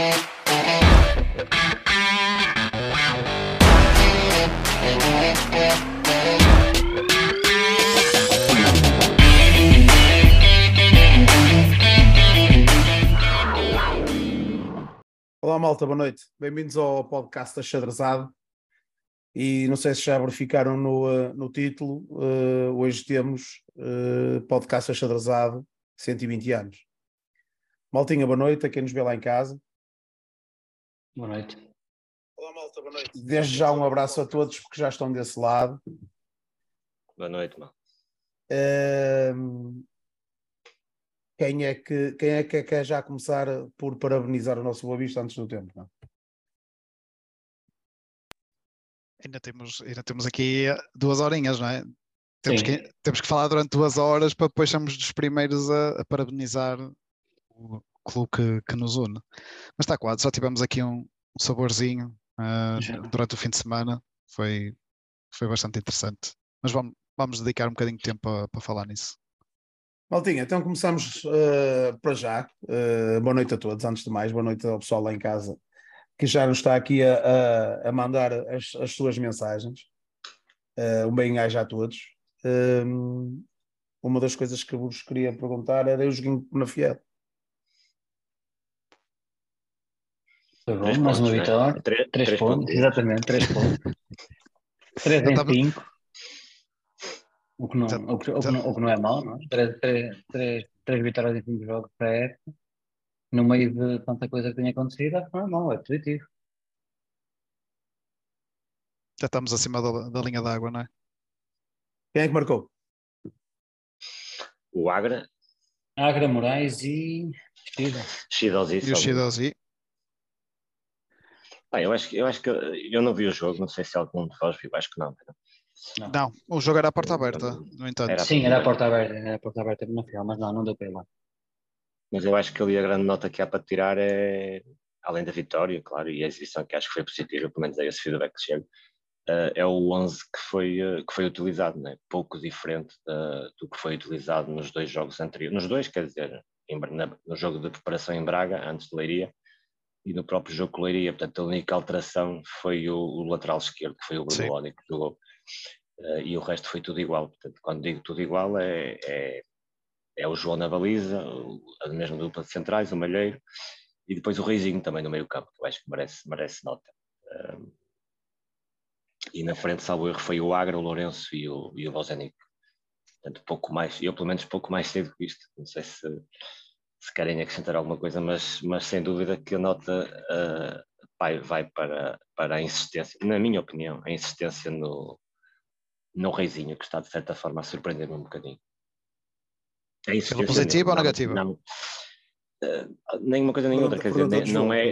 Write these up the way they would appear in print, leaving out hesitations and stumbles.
Olá malta, boa noite. Bem-vindos ao podcast Achadrezado. E não sei se já verificaram no título, hoje temos podcast Achadrezado 120 anos. Maltinha, boa noite a quem nos vê lá em casa. Boa noite. Olá malta, boa noite. Desde já um abraço a todos porque já estão desse lado. Boa noite, mano. Quem é que quer já começar por parabenizar o nosso Boa Vista antes do tempo? Não? Ainda temos aqui 2 horinhas, não é? Temos que falar durante 2 horas para depois sermos dos primeiros a parabenizar o clube que nos une. Mas está quase, já tivemos aqui um saborzinho durante o fim de semana, foi bastante interessante. Mas vamos dedicar um bocadinho de tempo para falar nisso. Maltinha, então começamos para já. Boa noite a todos, antes de mais, boa noite ao pessoal lá em casa que já nos está aqui a mandar as suas mensagens. Um bem-aja a todos. Uma das coisas que eu vos queria perguntar era o joguinho na Fiel. Foi bom, mais uma vitória. 3 pontos, exatamente, 3 pontos. 3 em 5. O que não é mau, não é? 3 vitórias em 5 jogos para a época. No meio de tanta coisa que tem acontecido, acho que não é mau, é positivo. Já estamos acima da linha d'água, não é? Quem é que marcou? O Agra. Agra, Moraes e Shidozi. E o Shidozi. Eu acho que eu não vi o jogo, não sei se algum de vós viu, acho que não. Não, o jogo era a porta aberta, no entanto. Sim, era a porta aberta na final, mas não deu para ir lá. Mas eu acho que ali a grande nota que há para tirar é, além da vitória, claro, e a exibição que acho que foi positiva, pelo menos é esse feedback que chega, é o 11 que foi utilizado, né? Pouco diferente do que foi utilizado nos 2 jogos anteriores. Nos 2, quer dizer, no jogo de preparação em Braga, antes de Leiria, e no próprio jogo com Leiria. Portanto, a única alteração foi o lateral esquerdo, que foi o Bruno Lodi que jogou. E o resto foi tudo igual. Portanto, quando digo tudo igual, é o João na baliza, a mesma dupla de centrais, o Malheiro, e depois o Reizinho também no meio campo, que eu acho que merece nota. E na frente, salvo erro, foi o Agra, o Lourenço e o Bozenic. Portanto, pouco mais, eu pelo menos pouco mais cedo que isto. Não sei se querem acrescentar alguma coisa, mas sem dúvida que a nota vai para a insistência, na minha opinião, a insistência no Reizinho, que está de certa forma a surpreender-me um bocadinho. Pela positiva ou negativa? Não, nenhuma coisa nem outra, quer dizer,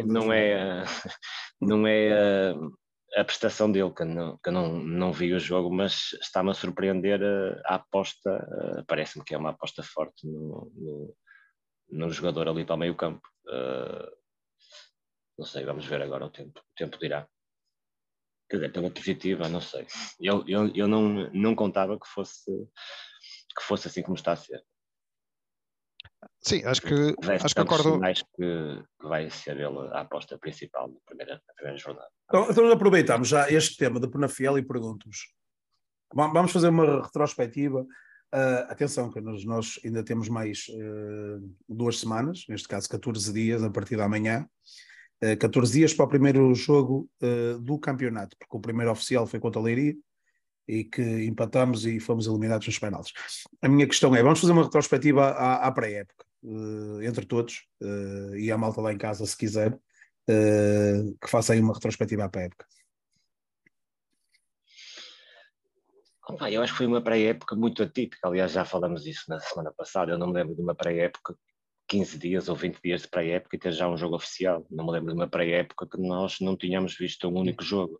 não é a prestação dele, que eu não vi o jogo, mas está-me a surpreender a aposta, parece-me que é uma aposta forte no jogador ali para o meio campo. Não sei, vamos ver agora o tempo dirá. Quer dizer, pela positiva, não sei. Eu não contava que fosse assim como está a ser. Sim, acho que concordo. Mais que vai ser ele a aposta principal na primeira jornada. Então aproveitamos já este tema de Penafiel e pergunto-vos. Vamos fazer uma retrospectiva. Atenção, que nós ainda temos mais 2 semanas, neste caso 14 dias, a partir de amanhã. 14 dias para o primeiro jogo do campeonato, porque o primeiro oficial foi contra a Leiria e que empatamos e fomos eliminados nos penaltis. A minha questão é, vamos fazer uma retrospectiva à pré-época, entre todos, e à malta lá em casa, se quiser, que faça aí uma retrospectiva à pré-época. Eu acho que foi uma pré-época muito atípica, aliás já falamos disso na semana passada, eu não me lembro de uma pré-época 15 dias ou 20 dias de pré-época e ter já um jogo oficial, não me lembro de uma pré-época que nós não tínhamos visto um único jogo.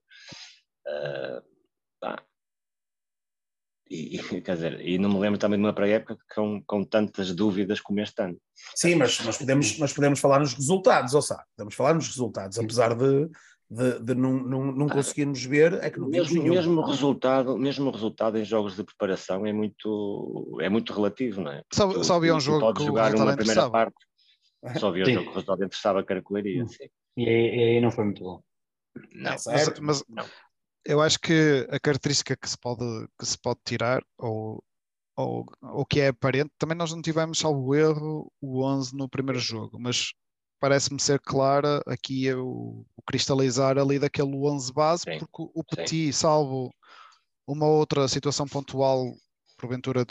Quer dizer, e não me lembro também de uma pré-época com tantas dúvidas como este ano. Sim, mas podemos falar nos resultados, ou seja, podemos falar nos resultados, apesar de não conseguirmos ver, é que não vimos nenhum. Mesmo resultado em jogos de preparação é muito relativo, não é? Só havia um jogo pode que o jogar uma resultado primeira interessava. parte, só havia um jogo que o resultado interessava, que era a Leiria, sim. E aí não foi muito bom. Não, mas não. Eu acho que a característica que se pode tirar, ou que é aparente, também nós não tivemos, salvo erro, o 11 no primeiro jogo, mas parece-me ser clara aqui o cristalizar ali daquele 11 base, Sim, porque o Petit, salvo uma outra situação pontual, porventura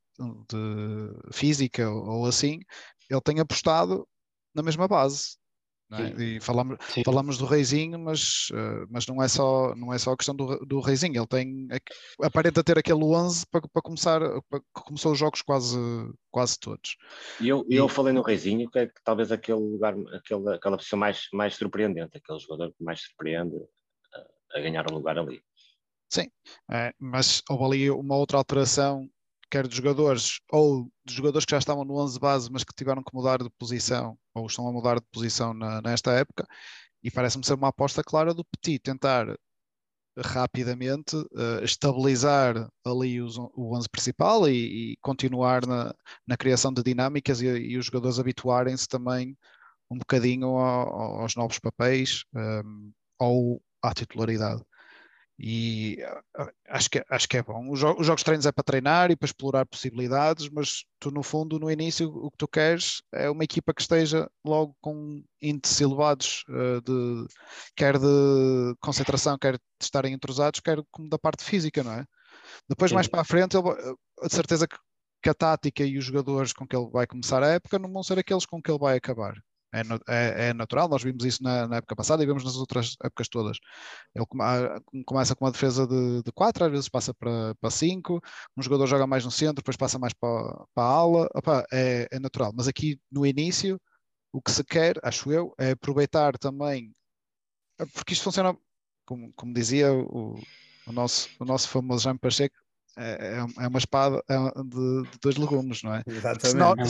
de física ou assim, ele tem apostado na mesma base. Não é? E falamos do Reizinho, mas não é só a questão do Reizinho. Ele aparenta ter aquele 11 para começar, que começou os jogos quase todos. E eu falei no Reizinho que é que talvez aquele lugar, aquela pessoa mais surpreendente, aquele jogador que mais surpreende a ganhar o lugar ali. Sim, mas houve ali uma outra alteração, quer dos jogadores ou dos jogadores que já estavam no 11 base, mas que tiveram que mudar de posição ou estão a mudar de posição nesta época, e parece-me ser uma aposta clara do Petit tentar rapidamente estabilizar ali o 11 principal e continuar na criação de dinâmicas e os jogadores habituarem-se também um bocadinho aos novos papéis ou à titularidade. E acho que é bom. Os jogos de treinos é para treinar e para explorar possibilidades, mas tu, no fundo, no início, o que tu queres é uma equipa que esteja logo com índices elevados, quer de concentração, quer de estarem entrosados, quer como da parte física, não é? Depois, mais para a frente, a certeza que a tática e os jogadores com que ele vai começar a época não vão ser aqueles com que ele vai acabar. É natural, nós vimos isso na época passada e vemos nas outras épocas todas. Ele começa com uma defesa de 4, às vezes passa para 5, um jogador joga mais no centro, depois passa mais para a ala. Opa, é natural. Mas aqui no início, o que se quer, acho eu, é aproveitar também, porque isto funciona, como dizia o nosso famoso Jaime Pacheco, é uma espada de dois legumes, não é? Exatamente.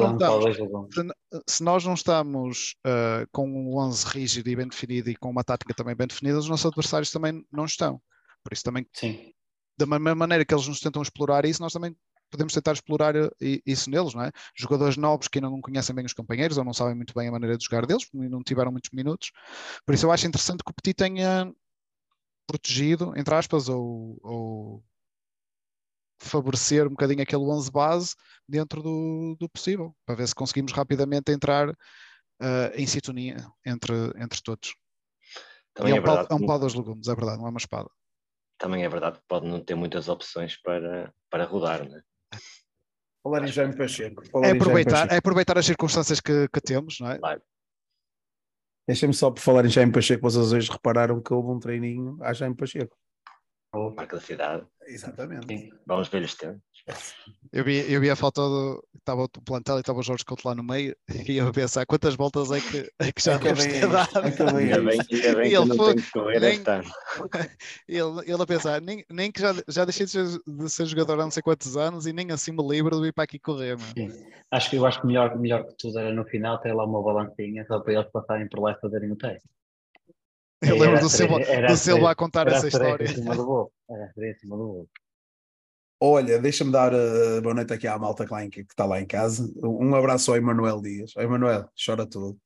Se nós não estamos com um 11 rígido e bem definido e com uma tática também bem definida, os nossos adversários também não estão. Por isso também, Sim. da mesma maneira que eles nos tentam explorar isso, nós também podemos tentar explorar isso neles, não é? Jogadores novos que ainda não conhecem bem os companheiros ou não sabem muito bem a maneira de jogar deles, porque não tiveram muitos minutos. Por isso eu acho interessante que o Petit tenha protegido, entre aspas, ou favorecer um bocadinho aquele 11 base dentro do possível, para ver se conseguimos rapidamente entrar em sintonia entre todos. Também é um pau dos legumes, é verdade, não é uma espada. Também é verdade que pode não ter muitas opções para rodar, né? Falar em Jaime Pacheco. É aproveitar as circunstâncias que temos, não é? Claro. Deixem-me só por falar em Jaime Pacheco, vocês hoje repararam que houve um treininho a Jaime Pacheco. O Parque da Cidade. Exatamente. Sim. Vamos ver os tempos. Eu vi a foto estava o plantel e estava o Jorge Couto lá no meio e eu a pensar quantas voltas é que já deves ter dado. Ainda bem que eu não tenho que correr este ano. Ele a pensar, nem que já deixei de ser jogador há não sei quantos anos e nem assim me livro de ir para aqui correr. Eu acho que melhor que tudo era no final ter lá uma balancinha só para eles passarem por lá e fazerem o teste. Eu lembro do Silva a contar essa história. Em cima do bolo. Era em cima do bolo. Olha, deixa-me dar boa noite aqui à malta que está lá em casa. Um abraço ao Emanuel Dias. Ao Emanuel, chora tudo.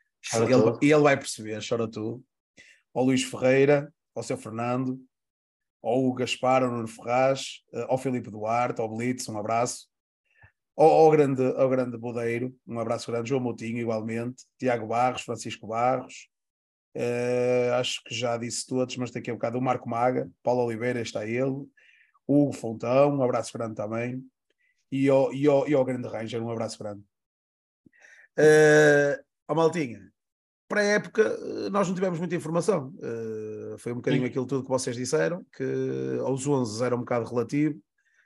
E ele vai perceber, chora tudo. Ao Luís Ferreira, ao seu Fernando, ao Gaspar, ao Nuno Ferraz, ao Filipe Duarte, ao Blitz, um abraço. Ao grande Bodeiro, um abraço grande. João Moutinho, igualmente. Tiago Barros, Francisco Barros. Acho que já disse todos, mas daqui a bocado o Marco Maga, Paulo Oliveira, está ele. Hugo Fontão, um abraço grande também, e ao grande Ranger, um abraço grande. Maltinha, para a época nós não tivemos muita informação, foi um bocadinho aquilo tudo que vocês disseram, que aos 11 era um bocado relativo,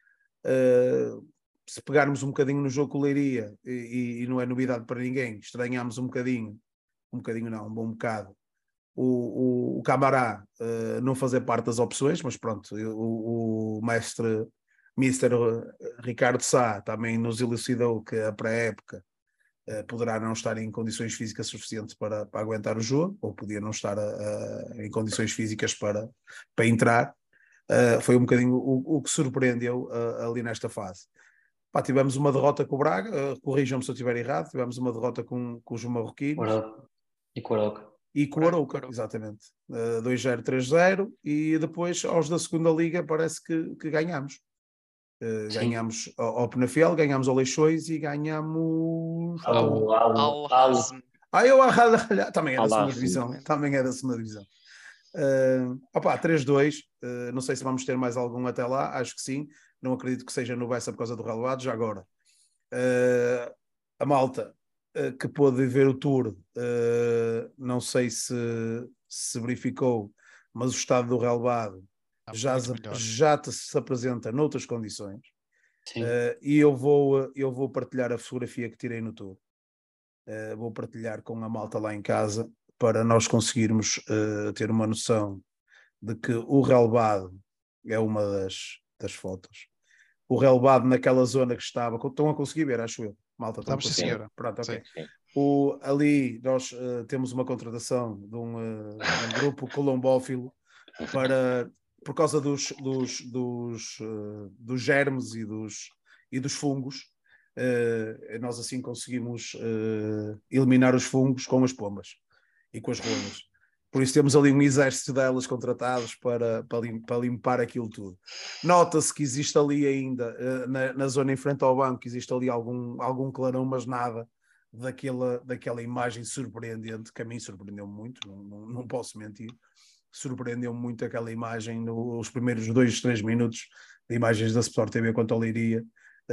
se pegarmos um bocadinho no jogo com o Leiria, e não é novidade para ninguém, estranhámos um bom bocado, o Camará não fazer parte das opções, mas pronto, o Mr. Ricardo Sá também nos elucidou que a pré-época poderá não estar em condições físicas suficientes para aguentar o jogo, ou podia não estar em condições físicas para entrar. Foi um bocadinho o que surpreendeu ali nesta fase. Tivemos uma derrota com o Braga, corrijam-me se eu estiver errado, tivemos uma derrota com os marroquinos. E com o Aroca. e com o Arouca, exatamente. 2-0, 3-0, e depois aos da segunda liga parece que ganhamos. Ganhamos ao Penafiel, ganhamos ao Leixões e ganhamos ao Hazm. Também é da segunda divisão. Também é da segunda divisão. 3-2. Não sei se vamos ter mais algum até lá. Acho que sim. Não acredito que seja no Bessa por causa do relevado. Já agora, a malta que pôde ver o tour, não sei se verificou, mas o estado do relevado já se apresenta noutras condições. E eu vou partilhar a fotografia que tirei no tour. Vou partilhar com a malta lá em casa para nós conseguirmos ter uma noção de que o relevado é uma das fotos. O relevado naquela zona que estava, estão a conseguir ver, acho eu. Malta, estão a conseguir ver. Pronto, ok. Ali nós temos uma contratação de um grupo colombófilo por causa dos germes e dos fungos. Nós assim conseguimos eliminar os fungos com as pombas e com as rolas. Por isso temos ali um exército delas contratados para limpar aquilo tudo. Nota-se que existe ali ainda, na zona em frente ao banco, existe ali algum clarão, mas nada daquela imagem surpreendente, que a mim surpreendeu muito, não posso mentir. Surpreendeu-me muito aquela imagem nos primeiros 2-3 minutos de imagens da Sport TV quanto ao Leiria,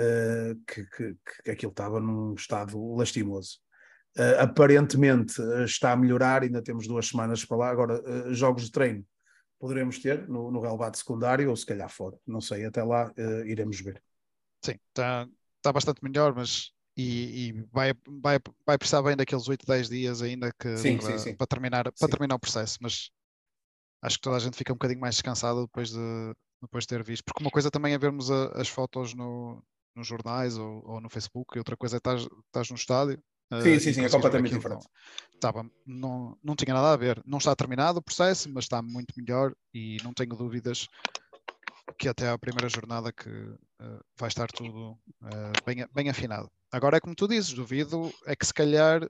que aquilo estava num estado lastimoso. Aparentemente está a melhorar, ainda temos 2 semanas para lá. Agora, jogos de treino poderemos ter no relevado secundário ou se calhar fora, não sei, até lá iremos ver. Sim, está bastante melhor, mas e vai precisar bem daqueles 8-10 dias ainda para terminar o processo, mas acho que toda a gente fica um bocadinho mais descansado depois de ter visto, porque uma coisa também é vermos as fotos nos jornais ou no Facebook, e outra coisa é estás no estádio. Sim, é completamente diferente. Não tinha nada a ver. Não está terminado o processo, mas está muito melhor e não tenho dúvidas que até à primeira jornada que vai estar tudo bem afinado. Agora é como tu dizes, duvido é que se calhar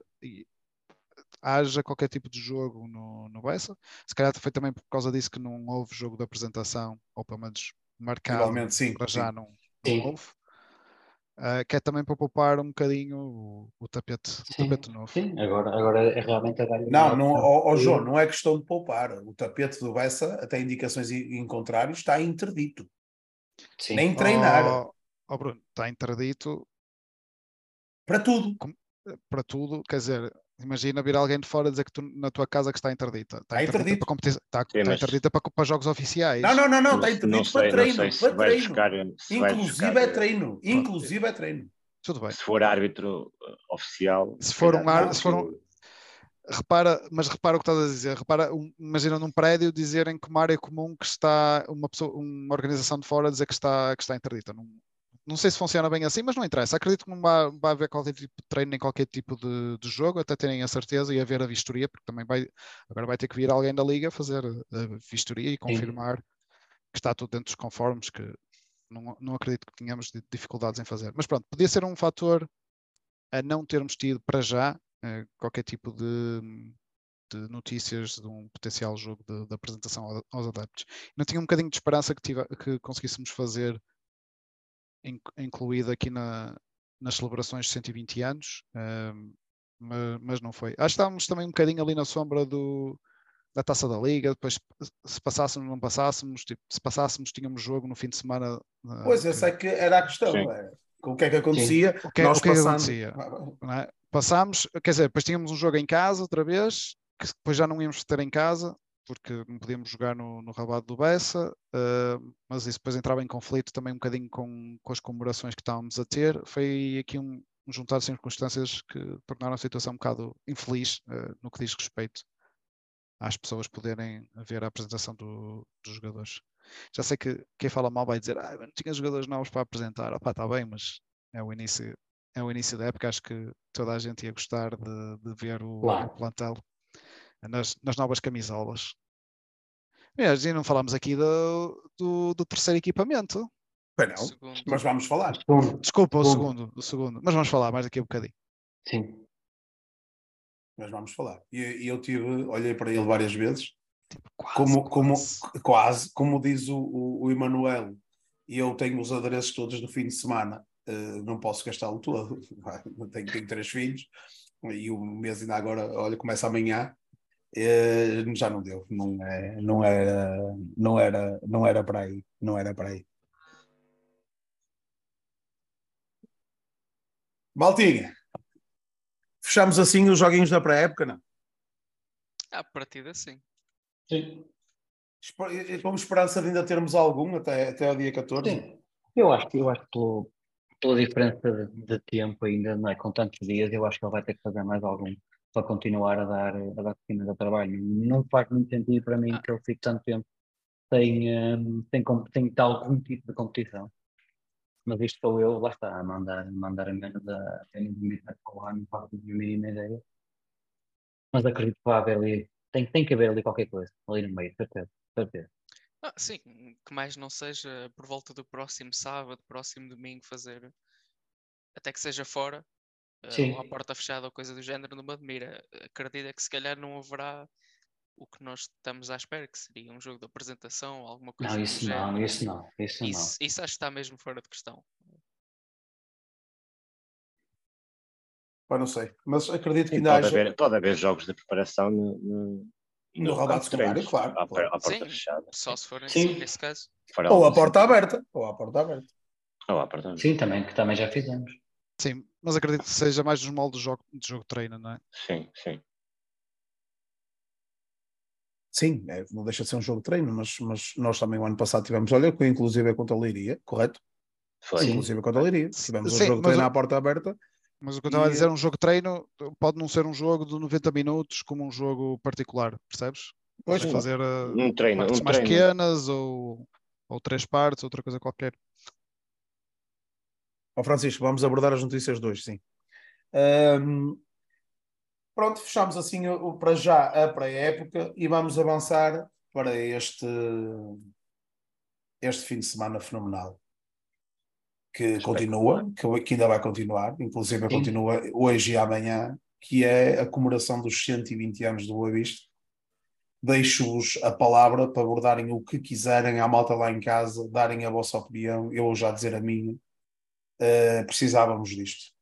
haja qualquer tipo de jogo no Bessa. Se calhar foi também por causa disso que não houve jogo de apresentação, ou pelo menos marcado, para já não houve. Que é também para poupar um bocadinho o tapete novo. Sim, agora é realmente a dar. João, não é questão de poupar. O tapete do Bessa, até indicações em contrário, está interdito. Sim. Nem treinar. Bruno, está interdito para tudo. Para tudo, quer dizer, imagina vir alguém de fora dizer que tu, na tua casa que está interdita. Está interdita para competição, está interdita para jogos oficiais. Não, está interdito para treino. Inclusive é treino. Inclusive é treino. Tudo bem. Se for árbitro oficial. Se for um árbitro. Repara o que estás a dizer. Imagina num prédio dizerem que uma área comum que está uma organização de fora dizer que está interdita. Não sei se funciona bem assim, mas não interessa. Acredito que não vai haver qualquer tipo de treino, nem qualquer tipo de jogo, até terem a certeza e haver a vistoria, porque também agora vai ter que vir alguém da Liga fazer a vistoria e confirmar que está tudo dentro dos conformes, que não acredito que tenhamos dificuldades em fazer. Mas pronto, podia ser um fator a não termos tido para já qualquer tipo de notícias de um potencial jogo de apresentação aos adeptos. Não tinha um bocadinho de esperança que conseguíssemos fazer incluído aqui nas celebrações de 120 anos, mas não foi. Acho que estávamos também um bocadinho ali na sombra da Taça da Liga, depois se passássemos, não passássemos, se passássemos tínhamos jogo no fim de semana. Pois, essa é que era a questão, o que é que acontecia? O que acontecia? Não é? Passámos, quer dizer, depois tínhamos um jogo em casa outra vez, que depois já não íamos ter em casa, porque não podíamos jogar no Rabado do Bessa, mas isso depois entrava em conflito também um bocadinho com as comemorações que estávamos a ter. Foi aqui um juntar de circunstâncias que tornaram a situação um bocado infeliz no que diz respeito às pessoas poderem ver a apresentação dos jogadores. Já sei que quem fala mal vai dizer não tinha jogadores novos para apresentar. Está bem, mas é o início da época. Acho que toda a gente ia gostar de ver o plantel nas novas camisolas. E não falámos aqui do terceiro equipamento. Não, mas vamos falar. Desculpa, o segundo. Mas vamos falar mais daqui a um bocadinho. Sim. mas vamos falar. E eu olhei para ele várias vezes, tipo, quase, como diz o Emanuel, e eu tenho os adereços todos do fim de semana, não posso gastá-lo todo, tenho 3 filhos, e o mês ainda agora, olha, começa amanhã, já não deu, não era para aí, não era para aí. Maltinha, fechamos assim os joguinhos da pré-época, não? À partida, sim. Sim. Com esperança de ainda termos algum até o dia 14? Sim. Eu acho que pela diferença de tempo ainda, não é? Com tantos dias, eu acho que ele vai ter que fazer mais algum para continuar a dar seguimento ao trabalho. Não faz muito sentido para mim que ele fique tanto tempo sem ter algum tipo de competição. Mas isto sou eu, lá está, a mandar a menos a metade para o ano, não faço a mínima ideia. Mas acredito que vai haver ali, tem que haver ali qualquer coisa, ali no meio, certeza, certeza. Sim, que mais não seja por volta do próximo sábado, próximo domingo, fazer até que seja fora, ou à porta fechada ou coisa do género, numa de mira. Acredito que se calhar não haverá o que nós estamos à espera, que seria um jogo de apresentação, alguma coisa Não, do género. isso não. Isso acho que está mesmo fora de questão. Não sei, mas acredito que ainda pode haver jogos de preparação no relvado secundário, claro. À porta Sim, fechada. só se for Sim. nesse caso. Ou à porta aberta. Ou à porta aberta. Sim, que também já fizemos. Sim, mas acredito que seja mais nos moldes de jogo de treino, não é? Sim, sim. Sim, não deixa de ser um jogo de treino, mas nós também o ano passado tivemos, olha, inclusive contra a Leiria, correto? Foi. Inclusive contra a Leiria. Tivemos um Sim, jogo de treino à porta aberta. Mas o que eu estava a dizer, um jogo de treino pode não ser um jogo de 90 minutos como um jogo particular, percebes? Podes fazer partes mais pequenas ou 3 partes, outra coisa qualquer. Francisco, vamos abordar as notícias de hoje, sim. Pronto, fechamos assim para já a pré-época e vamos avançar para este fim de semana fenomenal. Que continua, que ainda vai continuar, inclusive continua hoje e amanhã, que é a comemoração dos 120 anos do Boa Vista. Deixo-vos a palavra para abordarem o que quiserem à malta lá em casa, darem a vossa opinião, eu já dizer a minha. Precisávamos disto.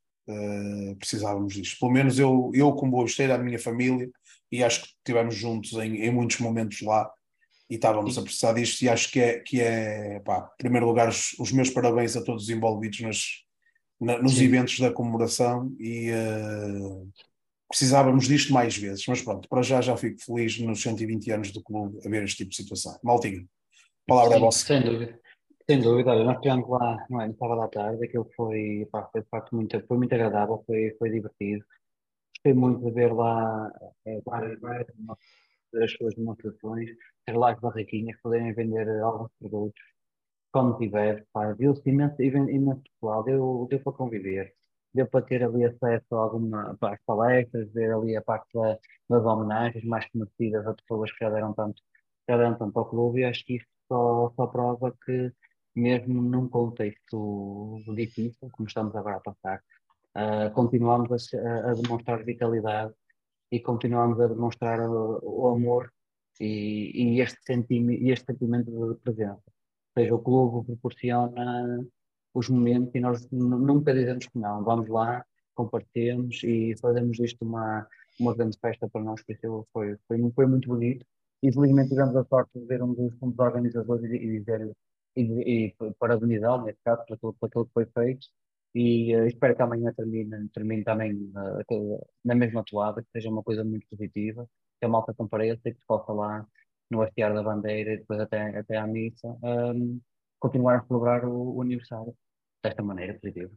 Pelo menos eu como boa visteira, a minha família, e acho que estivemos juntos em muitos momentos lá e estávamos a precisar disto, e acho que é pá, em primeiro lugar os meus parabéns a todos os envolvidos nos eventos da comemoração e precisávamos disto mais vezes, mas pronto, para já fico feliz nos 120 anos do clube a ver este tipo de situação. Maltinho, a palavra é vossa. Sem dúvida, olha, nós estivemos lá, não é, no sábado à tarde, aquilo foi de facto foi muito agradável, foi divertido. Gostei muito de ver lá várias das suas demonstrações, ter lá as barraquinhas, poderem vender alguns produtos, como tiver, pá, viu-se imenso pessoal, deu para conviver, deu para ter ali acesso a às palestras, ver ali a parte das homenagens mais conhecidas a pessoas que já deram tanto ao clube, e acho que isto só prova que, mesmo num contexto difícil, como estamos agora a passar, continuamos a demonstrar vitalidade e continuamos a demonstrar o amor e este sentimento de presença. Ou seja, o clube proporciona os momentos e nós nunca dizemos que não. Vamos lá, compartilhamos e fazemos disto uma grande festa para nós, que isso foi muito bonito. E felizmente tivemos a sorte de ver um dos organizadores e dizer e parabenizá-lo, neste caso, por aquilo que foi feito. E espero que amanhã termine também na mesma toada, que seja uma coisa muito positiva, que a malta compareça e que se possa lá no hastear da bandeira e depois até à missa, continuar a celebrar o aniversário desta maneira positiva.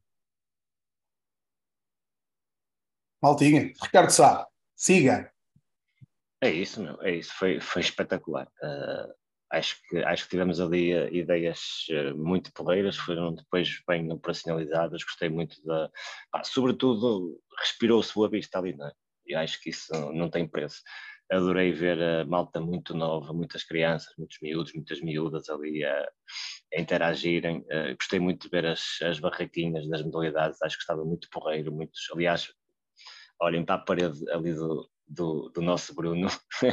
Maltinha, Ricardo Sá, siga. É isso, meu, é isso, foi espetacular. Acho que tivemos ali ideias muito porreiras, foram depois bem operacionalizadas, gostei muito sobretudo respirou-se Boa Vista ali, não é? E acho que isso não tem preço. Adorei ver a malta muito nova, muitas crianças, muitos miúdos, muitas miúdas ali a interagirem. Gostei muito de ver as barraquinhas das modalidades, acho que estava muito porreiro, aliás, olhem para a parede ali do nosso Bruno.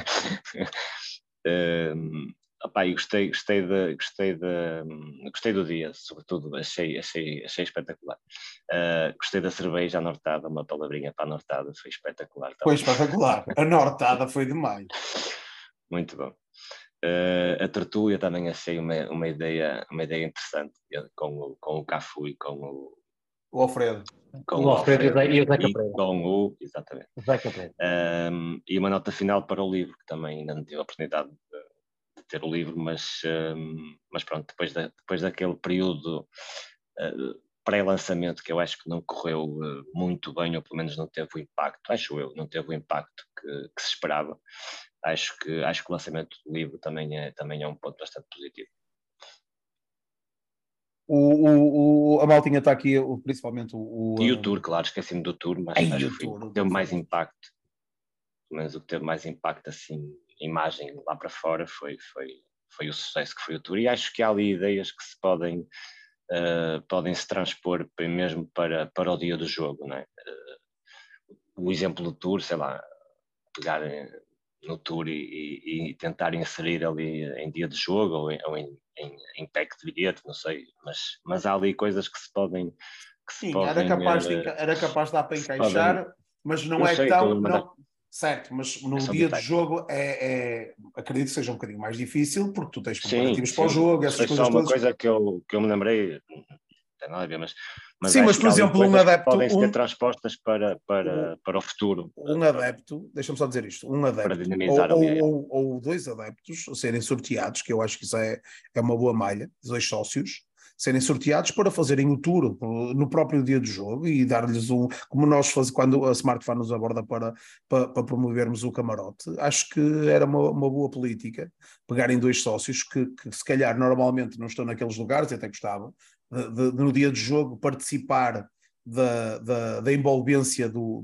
Opá, e gostei do dia, sobretudo, achei espetacular. Gostei da cerveja anortada, uma palavrinha para anortada, foi espetacular. Foi espetacular, a anortada foi demais. Muito bom. A tertúlia também achei uma ideia interessante, com o Cafu e com o Alfredo. Com o Alfredo e o Zeca Pereira. Com o, exatamente. O Zeca Pereira. E uma nota final para o livro, que também ainda não tive a oportunidade de ter o livro, mas pronto, depois daquele período pré-lançamento que eu acho que não correu muito bem, ou pelo menos não teve o impacto, não teve o impacto que se esperava. Acho que o lançamento do livro também é um ponto bastante positivo. A maltinha está aqui, principalmente E o tour, claro, esqueci-me do tour, mas acho que teve mais impacto. Pelo menos o que teve mais impacto, assim, imagem lá para fora, foi o sucesso que foi o tour. E acho que há ali ideias que se podem se transpor mesmo para o dia do jogo, não é? O exemplo do tour, sei lá, pegar no tour e tentar inserir ali em dia de jogo ou em pack de bilhete, não sei, mas há ali coisas que se podem... era capaz de dar para encaixar, mas não é tão... Certo, mas no dia de jogo acredito que seja um bocadinho mais difícil, porque tu tens preparativos para o jogo, essas coisas todas. Foi só uma coisa que eu me lembrei, não tem nada a ver, mas sim, mas por exemplo, um adepto podem ser transpostas para o futuro. Um adepto, deixa-me só dizer isto, um adepto ou dois adeptos serem sorteados, que eu acho que isso é uma boa malha, 2 sócios, serem sorteados para fazerem o tour no próprio dia do jogo e dar-lhes como nós fazemos quando a Smartfan nos aborda para promovermos o camarote. Acho que era uma boa política pegarem 2 sócios que se calhar normalmente não estão naqueles lugares, até gostavam, de no dia de jogo participar da envolvência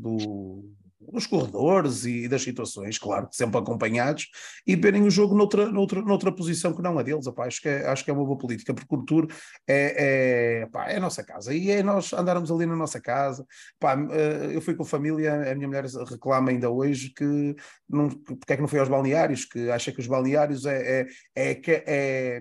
dos corredores e das situações, claro, sempre acompanhados, e verem o jogo noutra posição que não a deles. Opá, acho que é uma boa política, porque o Tour é a nossa casa, e é nós andarmos ali na nossa casa. Eu fui com a família, a minha mulher reclama ainda hoje porque é que não foi aos balneários, que acha que os balneários é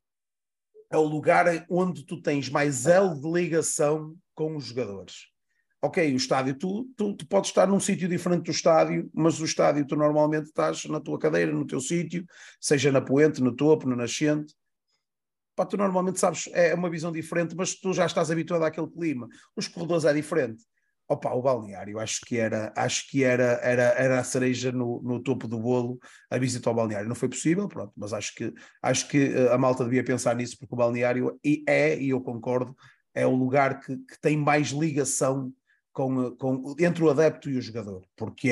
o lugar onde tu tens mais elo de ligação com os jogadores. Ok, o estádio, tu podes estar num sítio diferente do estádio, mas o estádio tu normalmente estás na tua cadeira, no teu sítio, seja na poente, no topo, no nascente. Tu normalmente sabes, é uma visão diferente, mas tu já estás habituado àquele clima. Os corredores é diferente. O balneário, acho que era a cereja no topo do bolo, a visita ao balneário. Não foi possível, pronto, mas acho que a malta devia pensar nisso, porque o balneário e eu concordo, é o lugar que tem mais ligação entre o adepto e o jogador, porque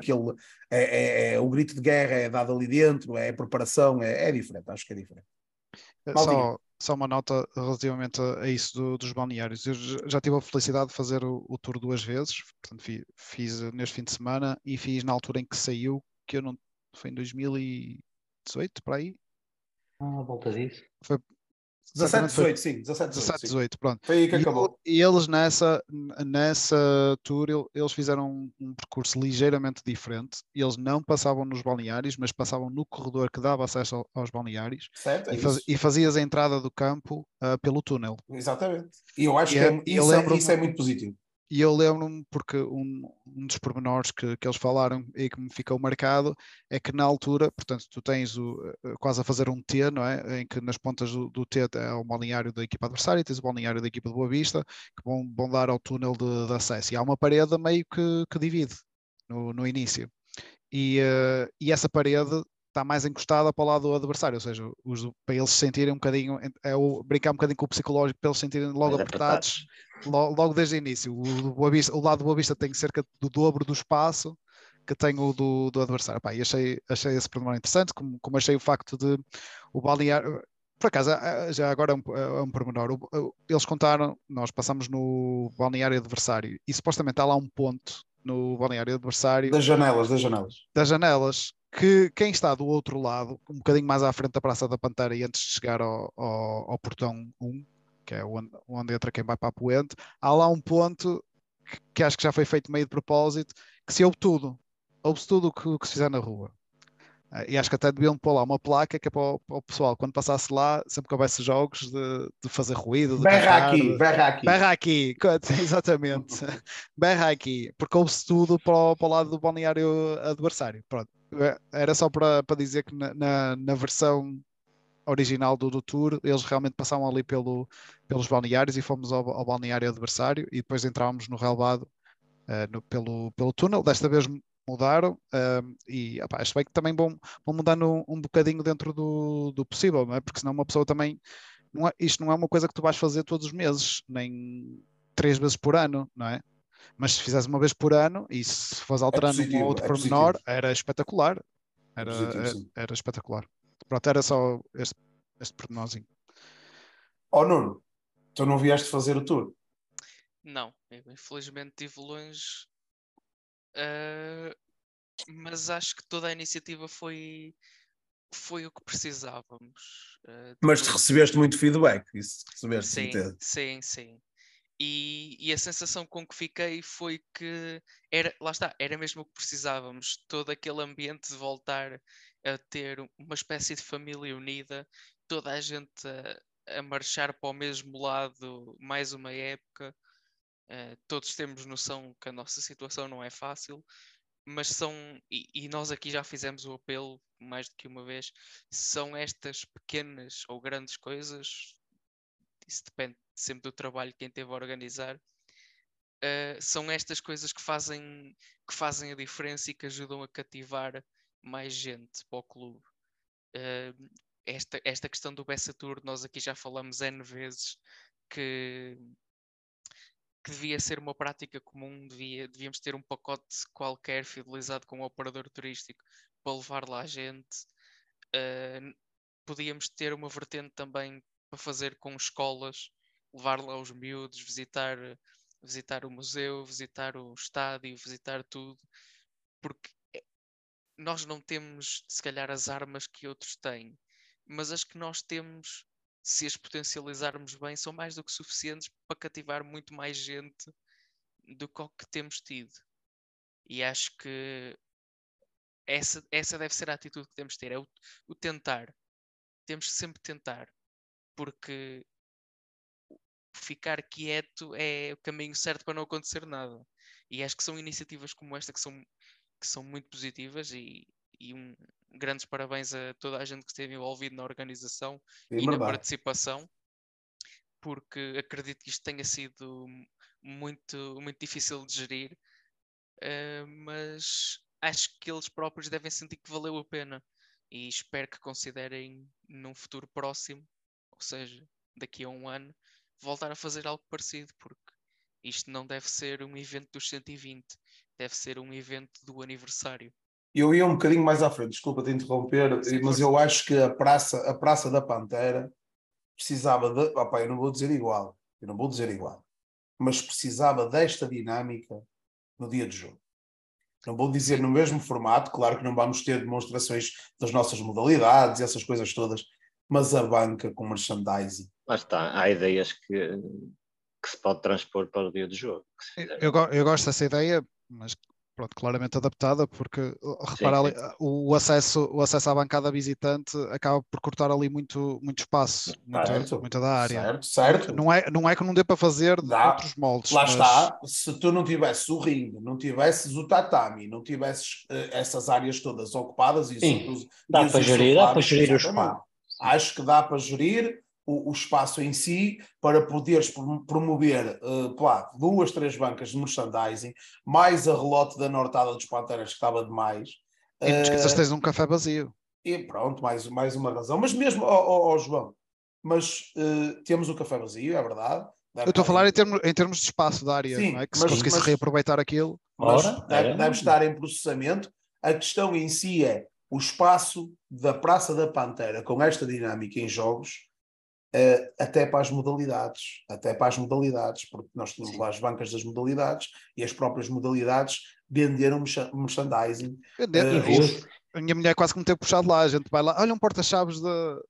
o grito de guerra é dado ali dentro, é a preparação, é diferente, acho que é diferente. Só uma nota relativamente a isso dos balneários. Eu já tive a felicidade de fazer o tour 2 vezes, portanto fiz neste fim de semana e fiz na altura em que saiu, que eu não... Foi em 2018, para aí? À volta disso. Foi 17, 18, sim. 17, 18, pronto. Foi aí que acabou. E eles nessa tour, eles fizeram um percurso ligeiramente diferente. Eles não passavam nos balneários, mas passavam no corredor que dava acesso aos balneários. Certo, e fazias a entrada do campo pelo túnel. Exatamente. E eu acho que isso é muito positivo. E eu lembro-me, porque um dos pormenores que eles falaram e que me ficou marcado é que na altura, portanto, tu tens quase a fazer um T, não é? Em que nas pontas do T é o balneário da equipa adversária e tens o balneário da equipa de Boa Vista, que vão dar ao túnel de acesso. E há uma parede meio que divide no início. E essa parede está mais encostada para o lado do adversário, ou seja, para eles se sentirem um bocadinho, brincar um bocadinho com o psicológico, para eles se sentirem logo apertados, logo desde o início. O lado do Boa Vista tem cerca do dobro do espaço que tem o do adversário. E achei esse pormenor interessante, como achei o facto de o balneário... Por acaso, já agora é um pormenor. Eles contaram, nós passamos no balneário adversário e supostamente há lá um ponto no balneário adversário... Das janelas. Que quem está do outro lado, um bocadinho mais à frente da Praça da Pantera e antes de chegar ao portão 1, que é onde entra quem vai para a Poente, há lá um ponto que acho que já foi feito meio de propósito, que se ouve-se tudo o que se fizer na rua. E acho que até deviam pôr lá uma placa que é para o pessoal, quando passasse lá, sempre que houvesse jogos, de fazer ruído, de berra cantar, aqui. Berra aqui, exatamente. Berra aqui, porque ouve-se tudo para o lado do balneário adversário. Pronto. Era só para dizer que na versão original do tour, eles realmente passavam ali pelos balneários e fomos ao balneário adversário e depois entrávamos no relvado pelo túnel. Desta vez mudaram e acho bem que também vão mudando um bocadinho dentro do possível, não é? Porque senão uma pessoa também isto não é uma coisa que tu vais fazer todos os meses, nem 3 vezes por ano, não é? Mas se fizeres uma vez por ano e se fores alterando um ou outro pormenor, era espetacular. Era espetacular. Pronto, era só este pormenorzinho. Nuno, tu não vieste fazer o tour? Não, eu infelizmente estive longe, mas acho que toda a iniciativa foi o que precisávamos. Mas recebeste muito feedback, isso recebeste, sim, certeza. Sim. E a sensação com que fiquei foi que lá está, era mesmo o que precisávamos, todo aquele ambiente de voltar a ter uma espécie de família unida, toda a gente a marchar para o mesmo lado, mais uma época. Todos temos noção que a nossa situação não é fácil, mas e nós aqui já fizemos o apelo mais do que uma vez, são estas pequenas ou grandes coisas, isso depende sempre do trabalho de quem teve a organizar, são estas coisas que fazem a diferença e que ajudam a cativar mais gente para o clube. Esta questão do Bessa Tour, nós aqui já falamos N vezes que devia ser uma prática comum, devíamos ter um pacote qualquer fidelizado com o operador turístico para levar lá a gente. Podíamos ter uma vertente também para fazer com escolas, levar lá os miúdos, visitar o museu, visitar o estádio, visitar tudo, porque nós não temos, se calhar, as armas que outros têm, mas as que nós temos, se as potencializarmos bem, são mais do que suficientes para cativar muito mais gente do que o que temos tido. E acho que essa deve ser a atitude que temos de ter, é o tentar. Temos que sempre tentar, porque ficar quieto é o caminho certo para não acontecer nada. E acho que são iniciativas como esta que são muito positivas e grandes parabéns a toda a gente que esteve envolvido na organização e na participação, porque acredito que isto tenha sido muito, muito difícil de gerir, mas acho que eles próprios devem sentir que valeu a pena e espero que considerem num futuro próximo, ou seja, daqui a um ano, voltar a fazer algo parecido, porque isto não deve ser um evento dos 120, deve ser um evento do aniversário. Eu ia um bocadinho mais à frente, desculpa te interromper, sim, mas eu acho que a Praça da Pantera precisava de... eu não vou dizer igual, mas precisava desta dinâmica no dia de jogo. Não vou dizer no mesmo formato, claro que não vamos ter demonstrações das nossas modalidades, essas coisas todas, mas a banca com merchandising. Lá está, há ideias que se pode transpor para o dia de jogo. Eu gosto dessa ideia, mas pronto, claramente adaptada, porque repara ali, o acesso à bancada visitante acaba por cortar ali muito espaço, muita da área. Certo. Não é que não dê para fazer outros moldes. Lá está, se tu não tivesses o ringue, não tivesses o tatami, não tivesses essas áreas todas ocupadas, dá para gerir o espaço. Acho que dá para gerir o espaço em si para poderes promover 2, 3 bancas de merchandising, mais a relote da Nortada dos Panteras que estava demais. E não esqueças que tens um café vazio. E pronto, mais uma razão. Mas mesmo, João, temos o café vazio, é verdade. Eu estou a falar em termos de espaço da área, sim, não é? Que se conseguisse reaproveitar aquilo. Deve estar em processamento. A questão em si é o espaço da Praça da Pantera com esta dinâmica em jogos, até para as modalidades, porque nós tínhamos lá as bancas das modalidades e as próprias modalidades venderam merchandising. A minha mulher quase que me teve puxado lá, a gente vai lá, olha um porta-chaves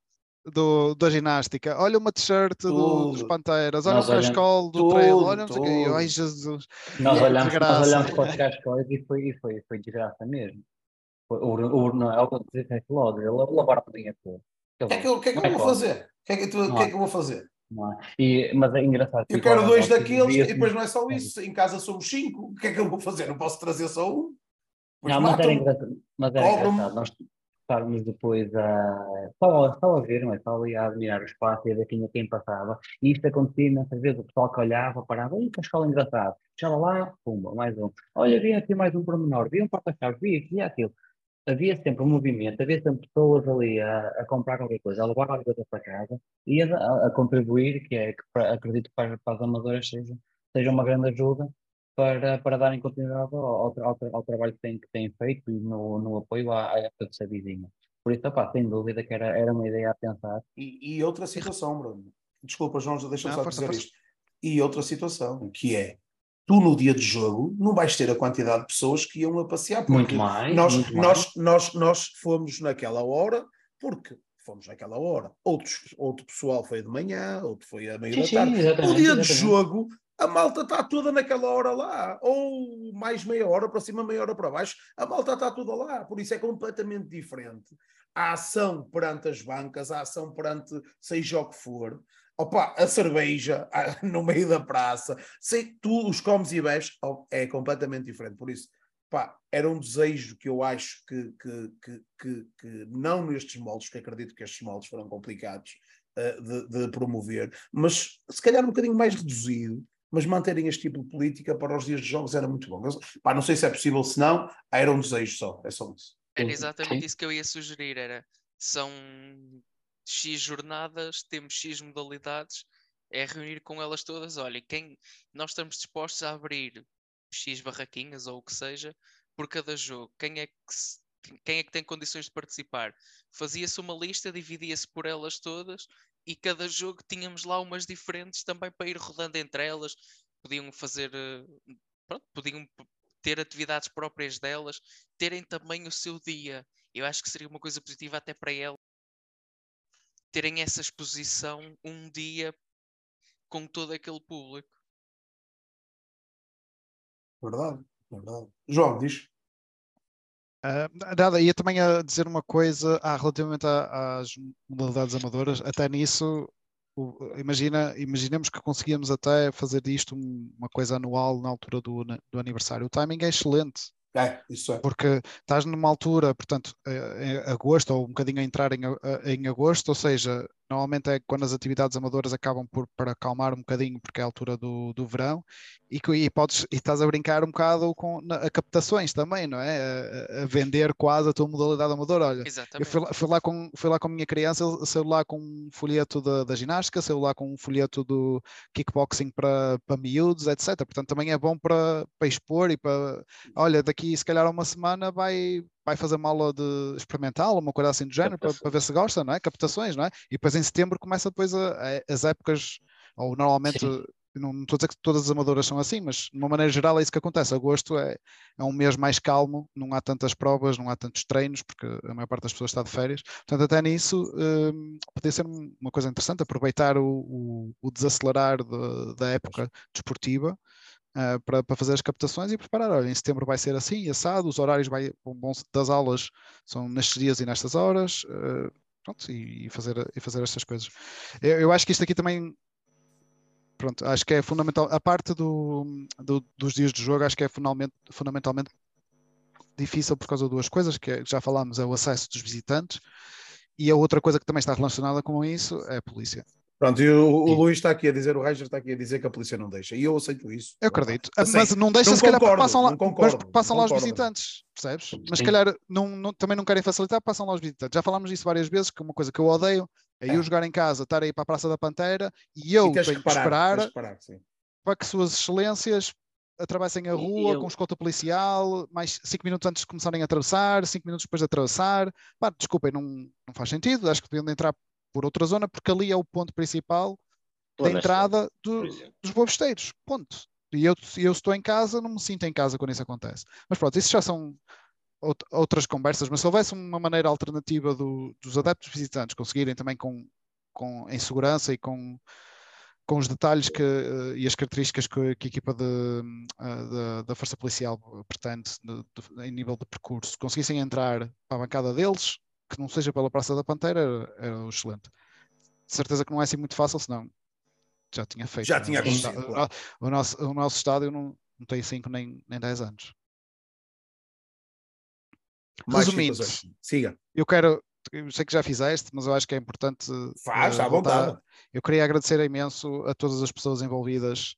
da ginástica, olha uma t-shirt dos Panteras, olha o cascol do trail, olha não sei o quê. Ai, Jesus. Nós olhamos para os cascóis e foi desgraça mesmo. O Noel, quando disse logo, ele lavar a pedinha toda. O que é que eu vou fazer? O que é que eu vou fazer? Mas é engraçado. Eu quero 2 daqueles e depois não é só isso. Em casa somos 5. O que é que eu vou fazer? Não posso trazer só um? Mas era engraçado. Nós estávamos depois só a ver, não é? Só ali a admirar o espaço e a ver quem passava. E isto acontecia muitas vezes. O pessoal que olhava, parava, que escola engraçado. Chegava lá, pumba, mais um. Olha, havia aqui mais um pormenor, havia um porta-chaves, havia aqui e aquilo. Havia sempre um movimento, havia sempre pessoas ali a comprar qualquer coisa, a levar alguma coisa para casa e a contribuir, acredito que para as amadoras seja uma grande ajuda para darem continuidade ao trabalho que têm feito e no apoio à época de Sabizinha. Por isso, sem dúvida que era uma ideia a pensar. E outra situação, Bruno. Desculpa, João, deixa-me só dizer isto. E outra situação, que é, tu no dia de jogo não vais ter a quantidade de pessoas que iam a passear. Porque muito mais. Nós fomos naquela hora, porque fomos naquela hora. Outro pessoal foi de manhã, outro foi à meia da tarde. No dia de jogo, a malta está toda naquela hora lá. Ou mais meia hora para cima, meia hora para baixo. A malta está toda lá. Por isso é completamente diferente. A ação perante as bancas, a ação perante seja o que for. Opa, a cerveja no meio da praça, tu os comes e bebes, é completamente diferente. Por isso, era um desejo que eu acho que não nestes moldes, porque acredito que estes moldes foram complicados de promover, mas se calhar um bocadinho mais reduzido, mas manterem este tipo de política para os dias de jogos era muito bom. Não sei se é possível, se não, era um desejo só, é só isso. Era exatamente isso que eu ia sugerir, são X jornadas, temos X modalidades, é reunir com elas todas, olha, nós estamos dispostos a abrir X barraquinhas ou o que seja, por cada jogo, quem é que tem condições de participar? Fazia-se uma lista, dividia-se por elas todas e cada jogo tínhamos lá umas diferentes também para ir rodando entre elas, podiam fazer, podiam ter atividades próprias delas, terem também o seu dia. Eu acho que seria uma coisa positiva até para elas terem essa exposição um dia com todo aquele público. Verdade. João, diz. Ia também a dizer uma coisa relativamente às modalidades amadoras. Até nisso, imaginemos que conseguíamos até fazer disto uma coisa anual na altura do aniversário. O timing é excelente. Isso é. Porque estás numa altura, portanto, em agosto ou um bocadinho a entrar em agosto, ou seja, normalmente é quando as atividades amadoras acabam para acalmar um bocadinho, porque é a altura do verão, e estás a brincar um bocado com a captações também, não é? A vender quase a tua modalidade amadora. Olha, eu fui lá com a minha criança, ele saiu lá com um folheto da ginástica, saiu lá com um folheto do kickboxing para miúdos, etc. Portanto, também é bom para expor e para, olha, daqui se calhar uma semana vai fazer uma aula de experimental, uma coisa assim do género, para ver se gosta, não é? Captações, não é? E depois em setembro começa depois as épocas, ou normalmente, não estou a dizer que todas as amadoras são assim, mas de uma maneira geral é isso que acontece. Agosto é um mês mais calmo, não há tantas provas, não há tantos treinos, porque a maior parte das pessoas está de férias. Portanto, até nisso poderia ser uma coisa interessante, aproveitar o desacelerar da época desportiva, para fazer as captações e preparar. Olha, em setembro vai ser assim, assado, os horários das aulas são nestes dias e nestas horas, pronto, e fazer estas coisas. Eu acho que isto aqui também, pronto, acho que é fundamental. A parte dos dias de jogo, acho que é fundamentalmente difícil por causa de duas coisas, que já falámos, é o acesso dos visitantes, e a outra coisa que também está relacionada com isso é a polícia. Pronto, e o Luís está aqui a dizer, o Ranger está aqui a dizer que a polícia não deixa, e eu aceito isso. Eu acredito, mas não deixa, se calhar passam lá os visitantes, percebes? Mas se calhar também não querem facilitar, passam lá os visitantes. Já falámos disso várias vezes, que uma coisa que eu odeio é eu jogar em casa, estar aí para a Praça da Pantera e eu tenho que esperar para que suas excelências atravessem a rua com escolta policial, mais 5 minutos antes de começarem a atravessar, 5 minutos depois de atravessar. Desculpem, não faz sentido, acho que deviam entrar por outra zona, porque ali é o ponto principal da entrada dos bobesteiros, ponto. E eu estou em casa, não me sinto em casa quando isso acontece. Mas pronto, isso já são outras conversas, mas se houvesse uma maneira alternativa dos adeptos visitantes conseguirem também com em segurança e com os detalhes e as características que a equipa da Força Policial pretende em nível de percurso, conseguissem entrar para a bancada deles, que não seja pela Praça da Pantera, era excelente. De certeza que não é assim muito fácil, senão já tinha feito. Já tinha acontecido, claro. O nosso estádio não tem 5 nem 10 anos. Mais resumindo, siga. Eu sei que já fizeste, mas eu acho que é importante Faz, à vontade. Eu queria agradecer imenso a todas as pessoas envolvidas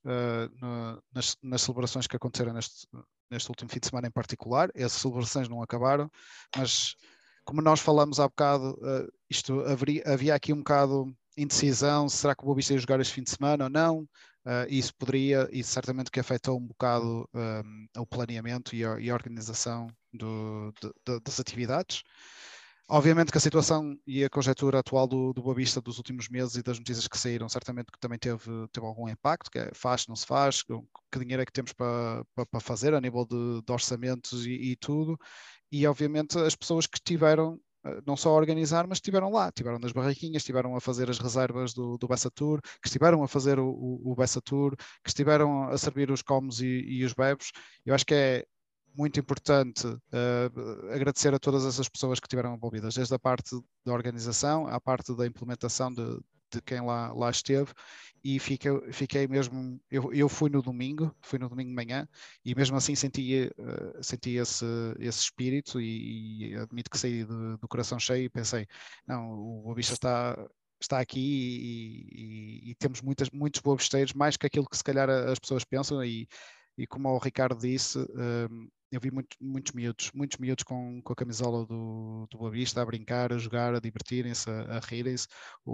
nas celebrações que aconteceram neste último fim de semana em particular. As celebrações não acabaram, mas como nós falamos há bocado, havia aqui um bocado indecisão, será que o Boa Vista ia jogar este fim de semana ou não? Isso poderia, e certamente que afetou um bocado o planeamento e a organização das atividades. Obviamente que a situação e a conjectura atual do Boa Vista dos últimos meses e das notícias que saíram, certamente que também teve algum impacto, que é faz, não se faz, que dinheiro é que temos para fazer a nível de orçamentos e tudo, e obviamente as pessoas que estiveram não só a organizar, mas estiveram lá, estiveram nas barraquinhas, estiveram a fazer as reservas do Bessa Tour, que estiveram a fazer o Bessa Tour, que estiveram a servir os comes e os bebes. Eu acho que é muito importante agradecer a todas essas pessoas que estiveram envolvidas, desde a parte da organização, à parte da implementação de quem lá esteve, e fiquei mesmo, eu fui no domingo de manhã, e mesmo assim senti esse espírito, e admito que saí do coração cheio e pensei, não, o Boa Vista está aqui e temos muitos boavisteiros, mais que aquilo que se calhar as pessoas pensam, e como o Ricardo disse, eu vi muitos miúdos com a camisola do Boa Vista a brincar, a jogar, a divertirem-se, a rirem-se.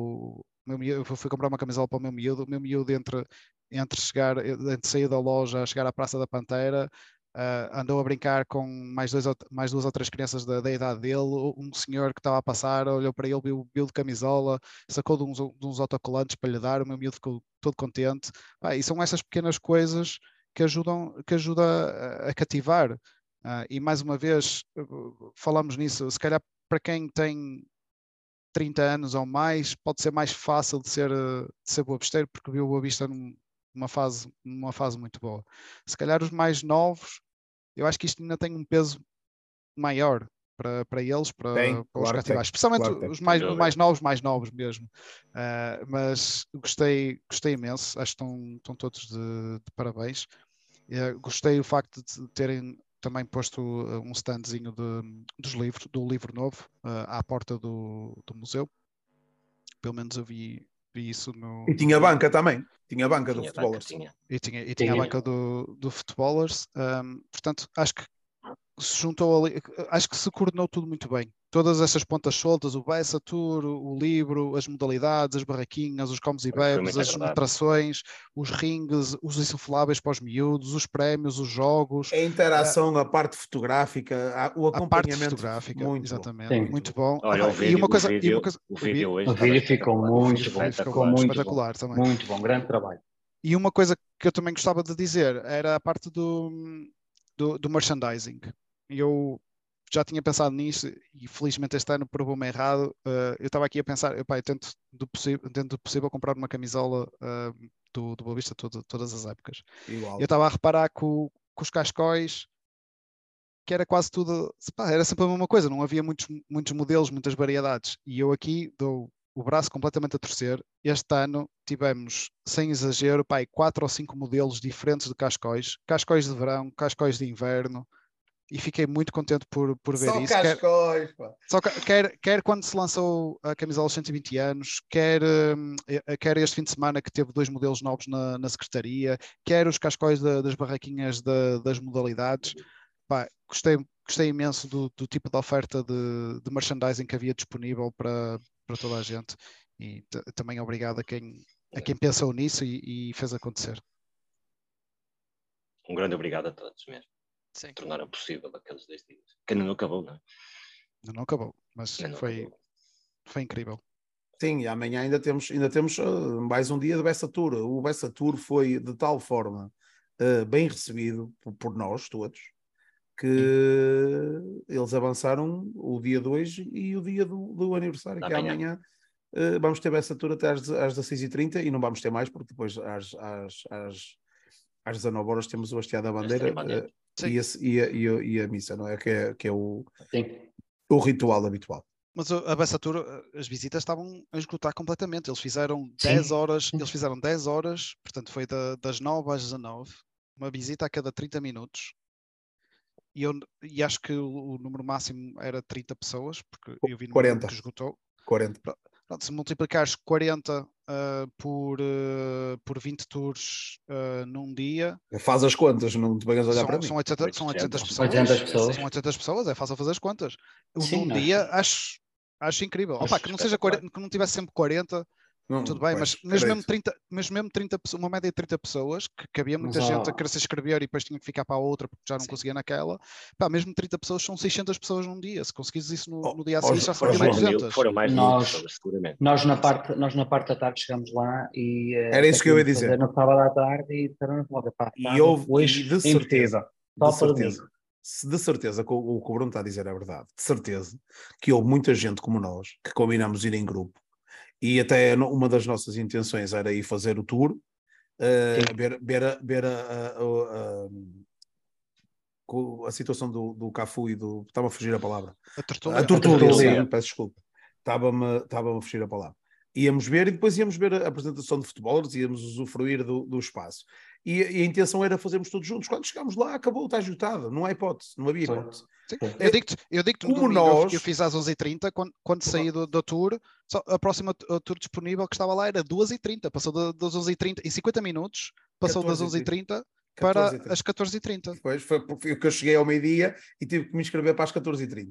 Eu fui comprar uma camisola para o meu miúdo entre sair da loja a chegar à Praça da Pantera, andou a brincar com mais duas ou três crianças da idade dele. Um senhor que estava a passar olhou para ele, viu de camisola, sacou de uns autocolantes para lhe dar. O meu miúdo ficou todo contente. E são essas pequenas coisas que ajuda a cativar. E mais uma vez, falamos nisso, se calhar para quem tem 30 anos ou mais, pode ser mais fácil de ser boavista, porque viu o Boa Vista numa fase muito boa. Se calhar os mais novos, eu acho que isto ainda tem um peso maior para eles, para os cativar, especialmente os mais novos mesmo. Mas gostei imenso, acho que estão todos de parabéns. Gostei do facto de terem também posto um standzinho do livro novo à porta do museu. Pelo menos eu vi isso no... E tinha banca também. Tinha a banca do Footballers. E tinha a banca do Footballers. Portanto, acho que se juntou ali, acho que se coordenou tudo muito bem. Todas essas pontas soltas, o Bessa Tour, o livro, as modalidades, as barraquinhas, os comes e bebes, as atrações, os rings, os insufláveis para os miúdos, os prémios, os jogos. A interação, a parte fotográfica, o acompanhamento. A parte fotográfica, muito exatamente, bom. muito bom. Olha, o vídeo ficou muito espetacular também. Muito bom, grande trabalho. E uma coisa que eu também gostava de dizer era a parte do merchandising. Eu já tinha pensado nisso e felizmente este ano provou-me errado. Eu estava aqui a pensar, eu tento do possível comprar uma camisola do Boa Vista todas as épocas. Igual. Eu estava a reparar que os cascóis, que era quase tudo, era sempre a mesma coisa, não havia muitos modelos, muitas variedades. E eu aqui dou o braço completamente a torcer. Este ano tivemos, sem exagero, 4 ou 5 modelos diferentes de cascóis de verão, cascóis de inverno, e fiquei muito contente por ver só isso. Cascóis, Quer quando se lançou a camisola aos 120 anos, quer este fim de semana que teve 2 modelos novos na secretaria, quer os cascóis das barraquinhas das modalidades. Gostei imenso do tipo de oferta de merchandising que havia disponível para toda a gente, e também obrigado a quem pensou nisso e fez acontecer. Um grande obrigado a todos mesmo. Sim. Tornaram possível aqueles 10 dias. Que ainda não acabou, não é? Não acabou, mas foi incrível. Sim, e amanhã ainda temos mais um dia de Bessa Tour. O Bessa Tour foi de tal forma bem recebido por nós todos, que eles avançaram o dia 2 e o dia do aniversário, que é amanhã. vamos ter essa tour até às 16h30 e não vamos ter mais, porque depois às 19 horas temos o hasteado da bandeira e a missa, não é? Que é o ritual habitual. Mas a Bessa Tour, as visitas estavam a esgotar completamente. Eles fizeram 10 horas, portanto foi das 9 às 19, uma visita a cada 30 minutos. E acho que o número máximo era 30 pessoas, porque eu vi no 40. Que esgotou. 40. Pronto, se multiplicares 40 por 20 tours num dia... Faz as contas, não te venhas olhar para mim. São 800 pessoas. 800 pessoas. São 800 pessoas, é fácil fazer as contas. Sim, num dia, acho incrível. Opa, que não seja 40, que não tivesse sempre 40... Tudo bem, mas mesmo 30, uma média de 30 pessoas, que havia muita gente a querer se inscrever e depois tinha que ficar para a outra porque já não conseguia naquela. Pá, mesmo 30 pessoas são 600 pessoas num dia. Se conseguires isso no dia a seguir, já são 1200. Foram mais de 1000 pessoas, seguramente. Nós na parte da tarde chegamos lá e era isso que eu ia dizer. No sábado à tarde e disseram logo, pá, e houve hoje de certeza. De certeza que o que o Bruno está a dizer é verdade. De certeza que houve muita gente como nós que combinamos ir em grupo. E até uma das nossas intenções era ir fazer o tour, ver a situação do Cafu e do... Estava a fugir a palavra. A Tertúlia, peço desculpa. Estava-me a fugir a palavra. Íamos ver e depois íamos ver a apresentação de futebolistas, íamos usufruir do espaço. E a intenção era fazermos todos juntos. Quando chegámos lá, acabou, está ajutada. Não há hipótese, não havia hipótese. Sim. Eu digo-te no domingo, eu fiz às 11h30, quando saí do tour, a próxima tour disponível que estava lá era 2h30, passou das 11h30, em 50 minutos, passou das 11h30 para as 14h30. Foi porque eu cheguei ao meio-dia e tive que me inscrever para as 14h30.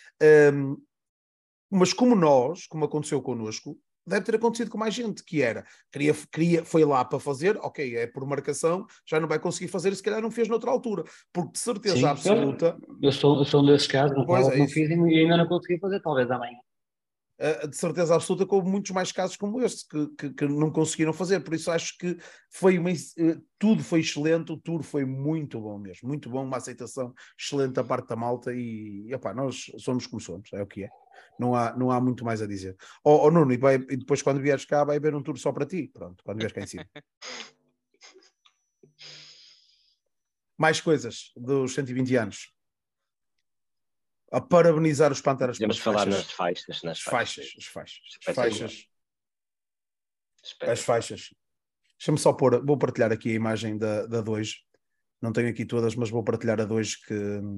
Mas como aconteceu connosco, deve ter acontecido com mais gente, que foi lá para fazer, ok, é por marcação, já não vai conseguir fazer e se calhar não fez noutra altura, porque de certeza absoluta... Eu sou um desses casos, não fiz e ainda não consegui fazer, talvez amanhã. De certeza absoluta que houve muitos mais casos como este que não conseguiram fazer, por isso acho que tudo foi excelente, o tour foi muito bom mesmo, muito bom, uma aceitação excelente da parte da malta e nós somos como somos, é o que é. Não há muito mais a dizer. Nuno, e depois quando vieres cá vai haver um tour só para ti, pronto, quando vieres cá em cima. Mais coisas dos 120 anos. A parabenizar os Panteras. Podemos falar nas faixas. As faixas. Deixa-me só vou partilhar aqui a imagem da 2. Não tenho aqui todas, mas vou partilhar a 2 que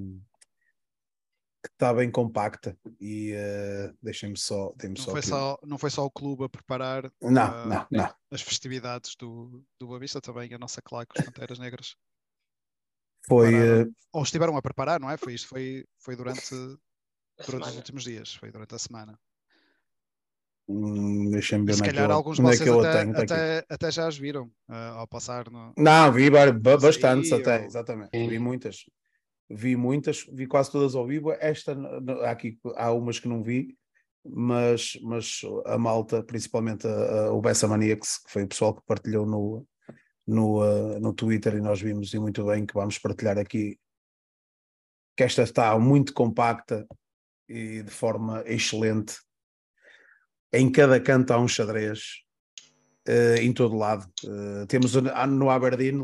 está bem compacta e deixem-me só. Não foi só o clube a preparar não. As festividades do Boa Vista, também a nossa claque, os Panteras Negras. Ou estiveram a preparar, não é? Foi durante os últimos dias, foi durante a semana. Deixem-me ver. Se calhar alguns de vocês até já as viram ao passar no... Não, vi bastantes até, exatamente. Vi muitas, vi quase todas ao vivo. Há umas que não vi, mas a malta, principalmente o Bessa Maniacs, que foi o pessoal que partilhou no Twitter e nós vimos e muito bem que vamos partilhar aqui, que esta está muito compacta e de forma excelente. Em cada canto há um xadrez, em todo lado. Temos no Aberdeen,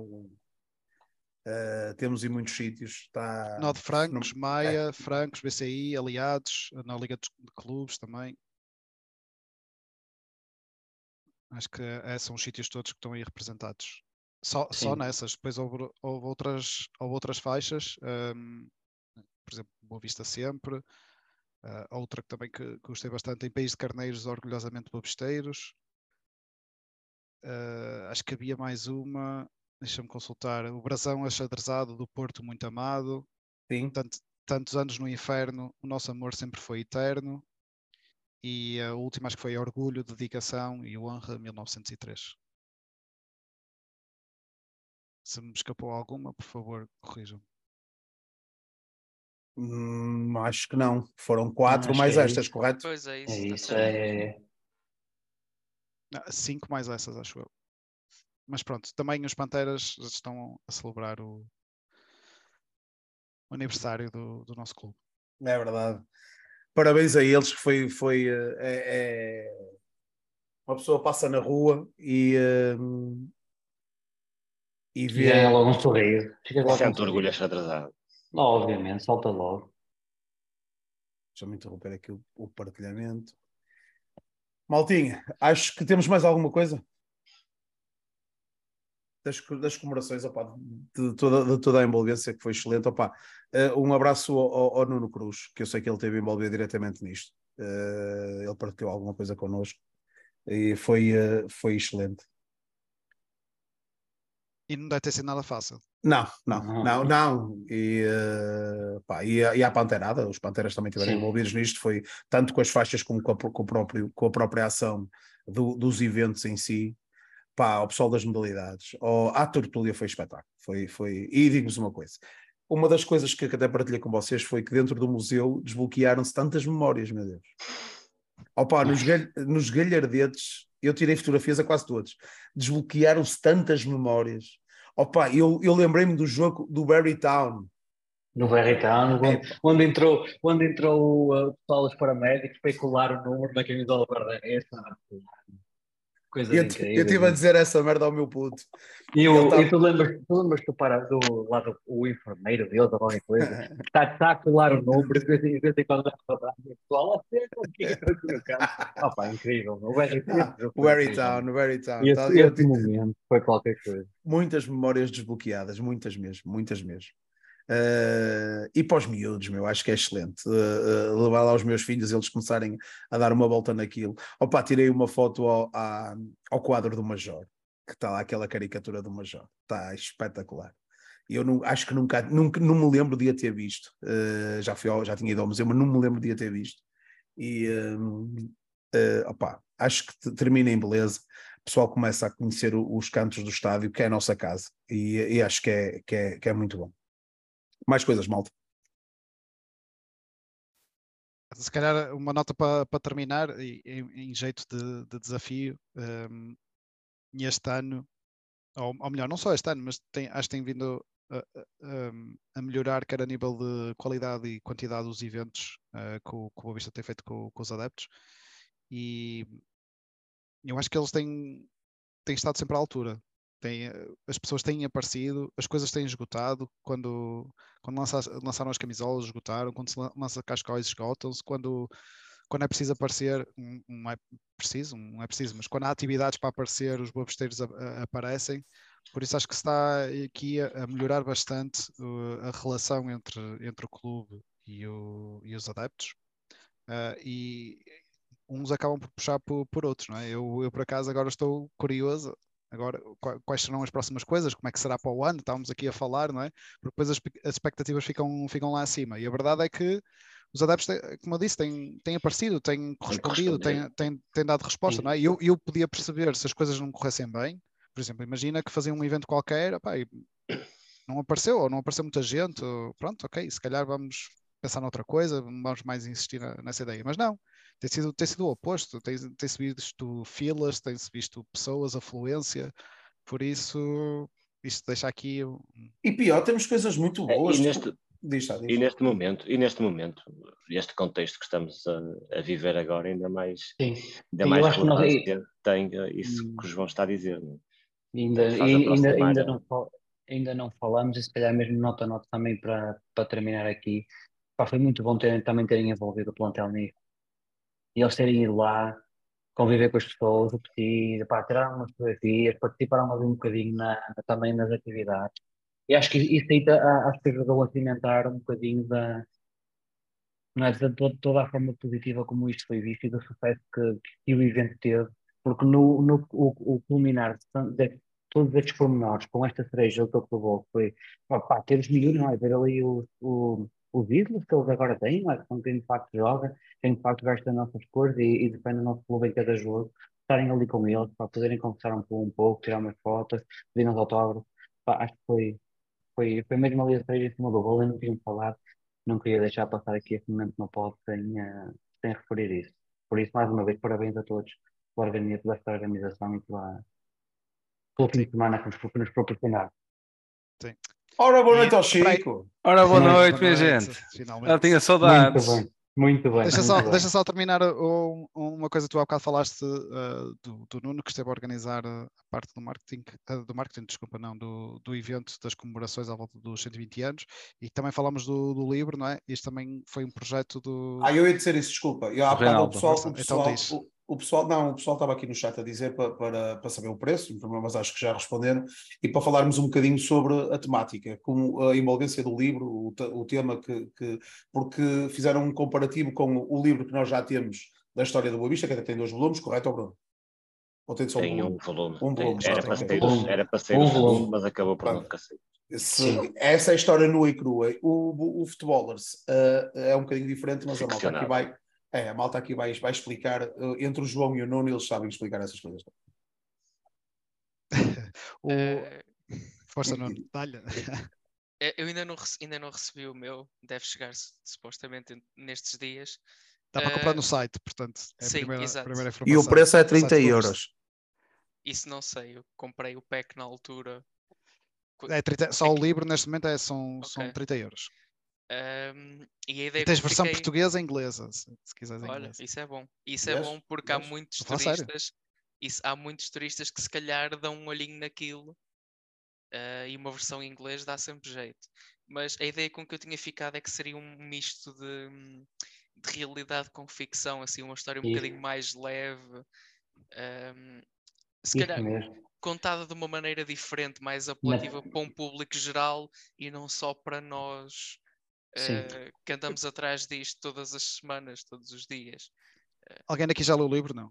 temos em muitos sítios. Nó de Francos, Maia, Francos, BCI, Aliados, na Liga de Clubes também. Acho que são os sítios todos que estão aí representados. Só nessas. Depois houve outras faixas, por exemplo, Boa Vista Sempre. Outra que também que gostei bastante, em País de Carneiros, Orgulhosamente Bobisteiros. Acho que havia mais uma, deixa-me consultar, o Brasão Achadrezado do Porto Muito Amado. Sim. Tantos anos no inferno, o nosso amor sempre foi eterno. E a última acho que foi Orgulho, Dedicação e Honra 1903. Se me escapou alguma, por favor, corrijam. Acho que não. Foram 4 mais estas, correto? Pois é, isso. 5 mais essas, acho eu. Mas pronto, também os Panteras estão a celebrar o aniversário do nosso clube. É verdade. Parabéns a eles, que Uma pessoa passa na rua e vê... E é logo um sorriso. Sente orgulho a ser atrasado. Obviamente, salta logo. Deixa-me interromper aqui o partilhamento. Maltinha, acho que temos mais alguma coisa? Das comemorações, opa, de toda a envolvência, que foi excelente. Opa, um abraço ao Nuno Cruz, que eu sei que ele esteve envolvido diretamente nisto. Ele partilhou alguma coisa connosco e foi excelente. E não deve ter sido nada fácil. Não. E a Panterada, os Panteras também estiveram envolvidos nisto, foi tanto com as faixas como com a própria ação dos eventos em si. O pessoal das modalidades, a tertúlia foi espetáculo. E digo-vos uma coisa: uma das coisas que até partilhei com vocês foi que dentro do museu desbloquearam-se tantas memórias, meu Deus. Nos galhardetes, eu tirei fotografias a quase todos, desbloquearam-se tantas memórias. Eu lembrei-me do jogo do Barry Town. No Barry Town, onde entrou o pessoal dos paramédicos para colar o número na camisola guarda-redes. Eu estive a dizer essa merda ao meu puto. E tu lembras do lado o enfermeiro deles ou qualquer coisa? Está a colar o número, de vez em quando vai falar o pessoal, incrível. O Barry Town. Esse momento foi qualquer coisa. Muitas memórias desbloqueadas, muitas mesmo. E para os miúdos, acho que é excelente levar lá os meus filhos, eles começarem a dar uma volta naquilo. Tirei uma foto ao quadro do Major, que está lá aquela caricatura do Major, está espetacular. Eu acho que nunca não me lembro de a ter visto. Já tinha ido ao museu, mas não me lembro de a ter visto. E acho que termina em beleza. O pessoal começa a conhecer os cantos do estádio, que é a nossa casa, e acho que é muito bom. Mais coisas, malta. Se calhar uma nota para terminar, em jeito de desafio, este ano, ou melhor, não só este ano, mas acho que tem vindo a melhorar, quer a nível de qualidade e quantidade dos eventos que o Boa Vista tem feito com os adeptos, e eu acho que eles têm estado sempre à altura. As pessoas têm aparecido, as coisas têm esgotado. Quando lançaram as camisolas, esgotaram. Quando se lança cascóis, esgotam-se. Quando é preciso aparecer, não é preciso, mas quando há atividades para aparecer, os boabisteiros aparecem. Por isso acho que se está aqui a melhorar bastante a relação entre o clube e os adeptos. E uns acabam por puxar por outros, não é? Eu por acaso agora estou curioso. Agora, quais serão as próximas coisas? Como é que será para o ano? Estávamos aqui a falar, não é? Porque depois as expectativas ficam lá acima. E a verdade é que os adeptos, como eu disse, têm aparecido, têm correspondido, têm dado resposta, não é? E eu podia perceber se as coisas não corressem bem. Por exemplo, imagina que faziam um evento qualquer, e não apareceu, ou não apareceu muita gente, pronto, ok, se calhar vamos pensar noutra coisa, vamos mais insistir nessa ideia. Mas não. Tem sido o oposto, tem-se visto filas, tem-se visto pessoas, afluência, por isso isto deixa aqui... E pior, temos coisas muito boas. E neste momento, este contexto que estamos a viver agora, ainda mais relevância tem isso que os vão estar a dizer. Não é? Ainda não falamos, e se calhar mesmo nota também para terminar aqui. Foi muito bom também terem envolvido o plantel nisso. E eles terem ido lá, conviver com as pessoas, tirar umas fotografias, participaram ali um bocadinho também nas atividades. E acho que isso aí acho que ajudou a cimentar um bocadinho de toda a forma positiva como isto foi visto e do sucesso que o evento teve, porque o culminar de todos estes pormenores, com esta cereja do topo do bolo, foi ter os miúdos, não é? Ver ali os ídolos que eles agora têm, não é? São quem de facto joga, quem de facto veste as nossas cores e defende o nosso clube em cada jogo, estarem ali com eles, para poderem conversar um pouco, tirar umas fotos, pedir uns autógrafos. Acho que foi mesmo ali a cereja em cima do bolo, eu não tinha falado, não queria deixar passar aqui esse momento no pod sem referir isso. Por isso, mais uma vez, parabéns a todos pela organização e pelo fim de semana que nos proporcionaram. Sim. Ora, boa noite ao Chico. Ora, boa noite, minha gente. Finalmente. Eu tinha saudades. Muito bem. Deixa só terminar uma coisa que tu há bocado falaste do Nuno, que esteve a organizar a parte do marketing, desculpa, não, do evento das comemorações à volta dos 120 anos, e também falamos do livro, não é? Isto também foi um projeto do... eu ia dizer isso, desculpa. Há bocado o pessoal estava aqui no chat a dizer para saber o preço, mas acho que já responderam, e para falarmos um bocadinho sobre a temática, como a envolvência do livro, o tema porque fizeram um comparativo com o livro que nós já temos da história do Boa Vista, que até tem 2 volumes, correto, Bruno? Ou tem só um volume? Um volume. Era para ser o segundo, mas acabou por nunca ser. Essa é a história nua e crua. O Footballers é um bocadinho diferente, mas a malta aqui vai... a malta aqui vai explicar, entre o João e o Nuno, eles sabem explicar essas coisas. Força, Nuno, dá-lhe. Eu ainda não recebi o meu, deve chegar supostamente nestes dias. Dá para comprar no site, portanto, é sim, a primeira informação. E o preço é 30 euros. Isso não sei, eu comprei o pack na altura. Só o livro neste momento são 30 euros. E a ideia tens versão portuguesa e inglesa, se quiseres em inglês. Olha, isso é bom. Isso é bom porque há muitos turistas. Há muitos turistas que se calhar dão um olhinho naquilo. E uma versão em inglês dá sempre jeito. Mas a ideia com que eu tinha ficado é que seria um misto de realidade com ficção, assim, uma história um bocadinho mais leve, se calhar contada de uma maneira diferente, mais apelativa para um público geral e não só para nós que andamos atrás disto todas as semanas, todos os dias. Alguém aqui já leu o livro? Não.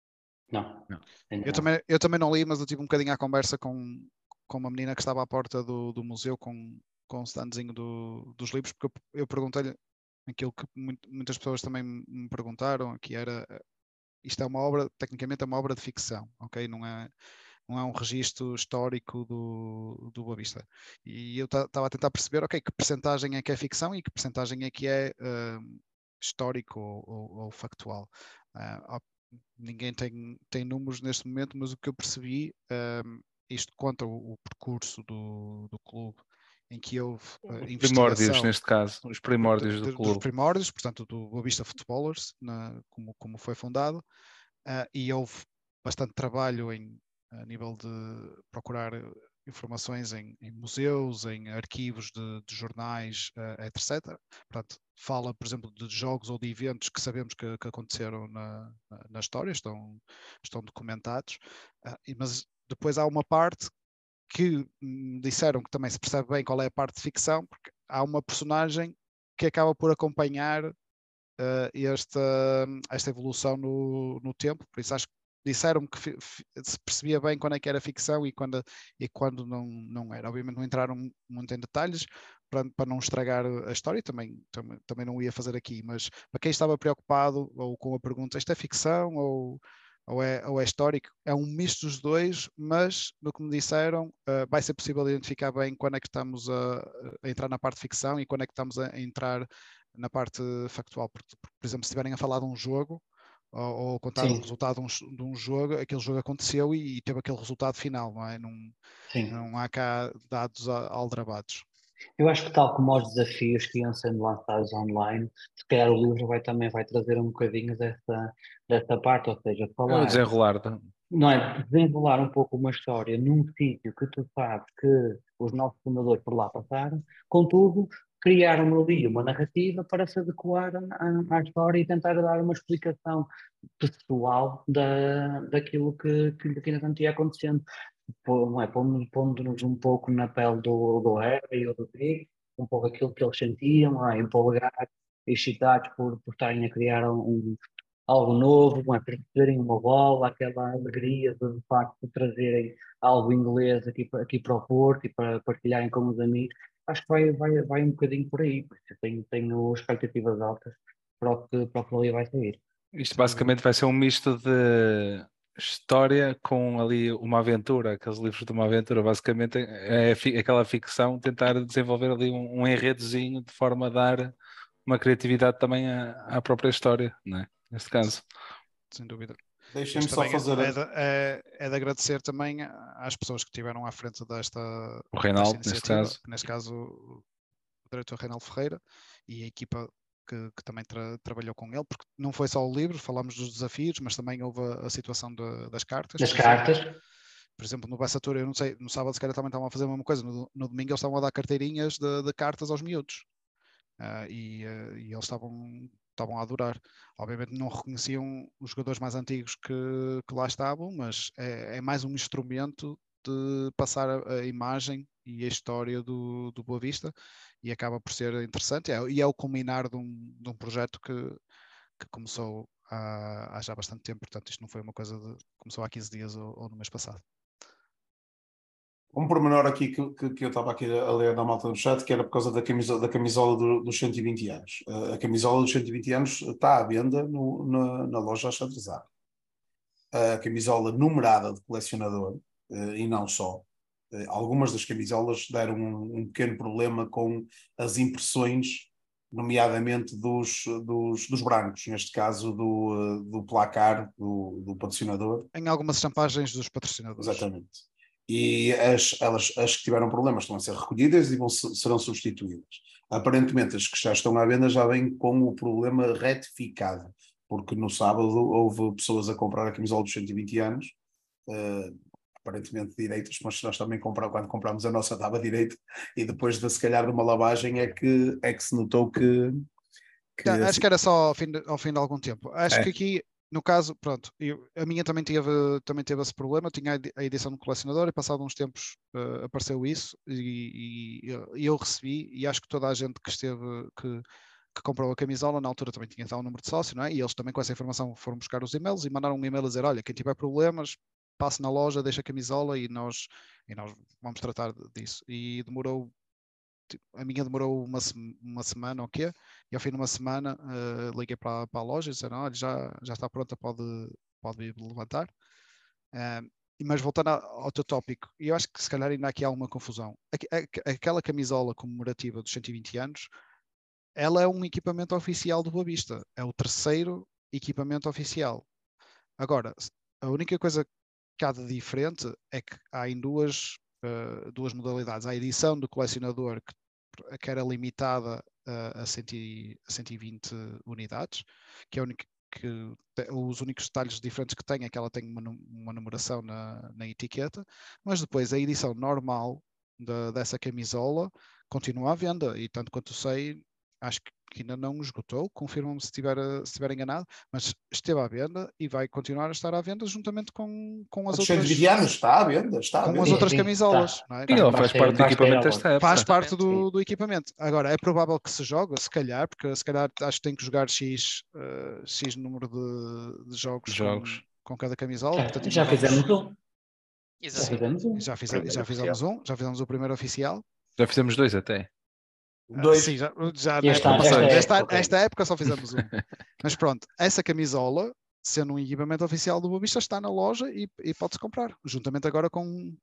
Eu também não li, mas eu tive um bocadinho à conversa com uma menina que estava à porta do museu com um standzinho dos livros, porque eu perguntei-lhe aquilo que muitas pessoas também me perguntaram, que era, isto é uma obra, tecnicamente é uma obra de ficção, ok? Não é um registro histórico do Boa Vista. E eu estava a tentar perceber, ok, que percentagem é que é ficção e que percentagem é que é histórico ou factual. Ninguém tem números neste momento, mas o que eu percebi, isto conta o percurso do clube, em que houve primórdios, neste caso, os primórdios do clube. Dos primórdios, portanto, do Boa Vista Footballers, como foi fundado, e houve bastante trabalho a nível de procurar informações em museus, em arquivos de jornais, etc. Portanto, fala, por exemplo, de jogos ou de eventos que sabemos que aconteceram na história, estão documentados, mas depois há uma parte que disseram que também se percebe bem qual é a parte de ficção, porque há uma personagem que acaba por acompanhar esta evolução no tempo, por isso acho que disseram-me que se percebia bem quando é que era ficção e quando não era. Obviamente não entraram muito em detalhes para não estragar a história, também não ia fazer aqui, mas para quem estava preocupado ou com a pergunta, isto é ficção ou é histórico, é um misto dos dois, mas do que me disseram vai ser possível identificar bem quando é que estamos a entrar na parte de ficção e quando é que estamos a entrar na parte factual. Por exemplo, se estiverem a falar de um jogo ou contar o resultado de um jogo, aquele jogo aconteceu e teve aquele resultado final, não é? Não há cá dados aldrabados. Eu acho que tal como os desafios que iam sendo lançados online, se calhar o livro também vai trazer um bocadinho dessa parte, ou seja, falar... desenrolar um pouco uma história num sítio que tu sabes que os nossos fundadores por lá passaram, contudo, criaram ali uma narrativa para se adequar à história e tentar dar uma explicação pessoal daquilo que ainda tanto ia acontecendo. Pondo-nos um pouco na pele do Harry ou do Dick, um pouco aquilo que eles sentiam, empolgados, excitados por estarem a criar algo novo, para receberem uma bola, aquela alegria de facto de trazerem algo inglês aqui para o Porto e para partilharem com os amigos. Acho que vai um bocadinho por aí, porque tenho expectativas altas para o que ali vai sair. Isto basicamente vai ser um misto de história com ali uma aventura, aqueles livros de uma aventura, basicamente é aquela ficção, tentar desenvolver ali um enredozinho de forma a dar uma criatividade também à própria história, não é? Neste caso. Sem dúvida. Deixem-me só fazer... É de agradecer também às pessoas que estiveram à frente desta o Reinaldo, neste caso o diretor Reinaldo Ferreira e a equipa que também trabalhou com ele, porque não foi só o livro, falámos dos desafios, mas também houve a situação das cartas. Das cartas. Por exemplo, no Bessatura, eu não sei, no sábado se calhar também estavam a fazer a mesma coisa, no domingo eles estavam a dar carteirinhas de cartas aos miúdos. E eles estavam a adorar. Obviamente não reconheciam os jogadores mais antigos que lá estavam, mas é mais um instrumento de passar a imagem e a história do Boa Vista, e acaba por ser interessante, e é o culminar de um projeto que começou há já bastante tempo, portanto isto não foi uma coisa começou há 15 dias ou no mês passado. Um pormenor aqui que eu estava aqui a ler na malta do chat, que era por causa da camisola dos 120 anos. A camisola dos 120 anos está à venda na loja Xadrezar. A camisola numerada de colecionador, e não só. Algumas das camisolas deram um pequeno problema com as impressões, nomeadamente dos brancos, neste caso do placar, do patrocinador. Em algumas estampagens dos patrocinadores. Exatamente. E as que tiveram problemas estão a ser recolhidas e serão substituídas. Aparentemente as que já estão à venda já vêm com o problema retificado, porque no sábado houve pessoas a comprar a camisola dos 120 anos, aparentemente direitas, mas nós também quando comprámos a nossa estava direita, e depois se calhar de uma lavagem é que se notou que acho que era só ao fim de algum tempo. Acho que aqui, no caso, pronto, a minha também teve esse problema. Eu tinha a edição do colecionador e passado uns tempos apareceu isso e eu recebi, e acho que toda a gente que esteve, que comprou a camisola, na altura também tinha então um número de sócio, não é? E eles também com essa informação foram buscar os e-mails e mandaram um e-mail a dizer, olha, quem tiver problemas, passe na loja, deixa a camisola e nós vamos tratar disso. E demorou, a minha demorou uma semana ou quê, e ao fim de uma semana liguei para a loja e disseram, olha, já está pronta, pode vir levantar. Mas voltando ao teu tópico, e eu acho que se calhar ainda há aqui alguma confusão. Aquela camisola comemorativa dos 120 anos, ela é um equipamento oficial do Boa Vista, é o terceiro equipamento oficial. Agora, a única coisa que há de diferente é que há em duas modalidades. A edição do colecionador, que era limitada a 120 unidades, que é os únicos detalhes diferentes que tem é que ela tem uma numeração na etiqueta, mas depois a edição normal dessa camisola continua à venda, e tanto quanto sei, acho que ainda não esgotou, confirmam-me se estiver enganado, mas esteve à venda e vai continuar a estar à venda juntamente com as outras. 120 anos está à venda, com as outras camisolas. Não é? Sim, ela faz parte do equipamento desta época. Faz parte do equipamento. Agora, é provável que se jogue, se calhar, porque se calhar acho que tem que jogar X número de jogos. Com cada camisola. Portanto, já fizemos um. Já fizemos o primeiro oficial. Já fizemos dois até. Sim, esta época só fizemos um. Mas pronto, essa camisola, sendo um equipamento oficial do Boa Vista, está na loja e pode-se comprar, juntamente agora com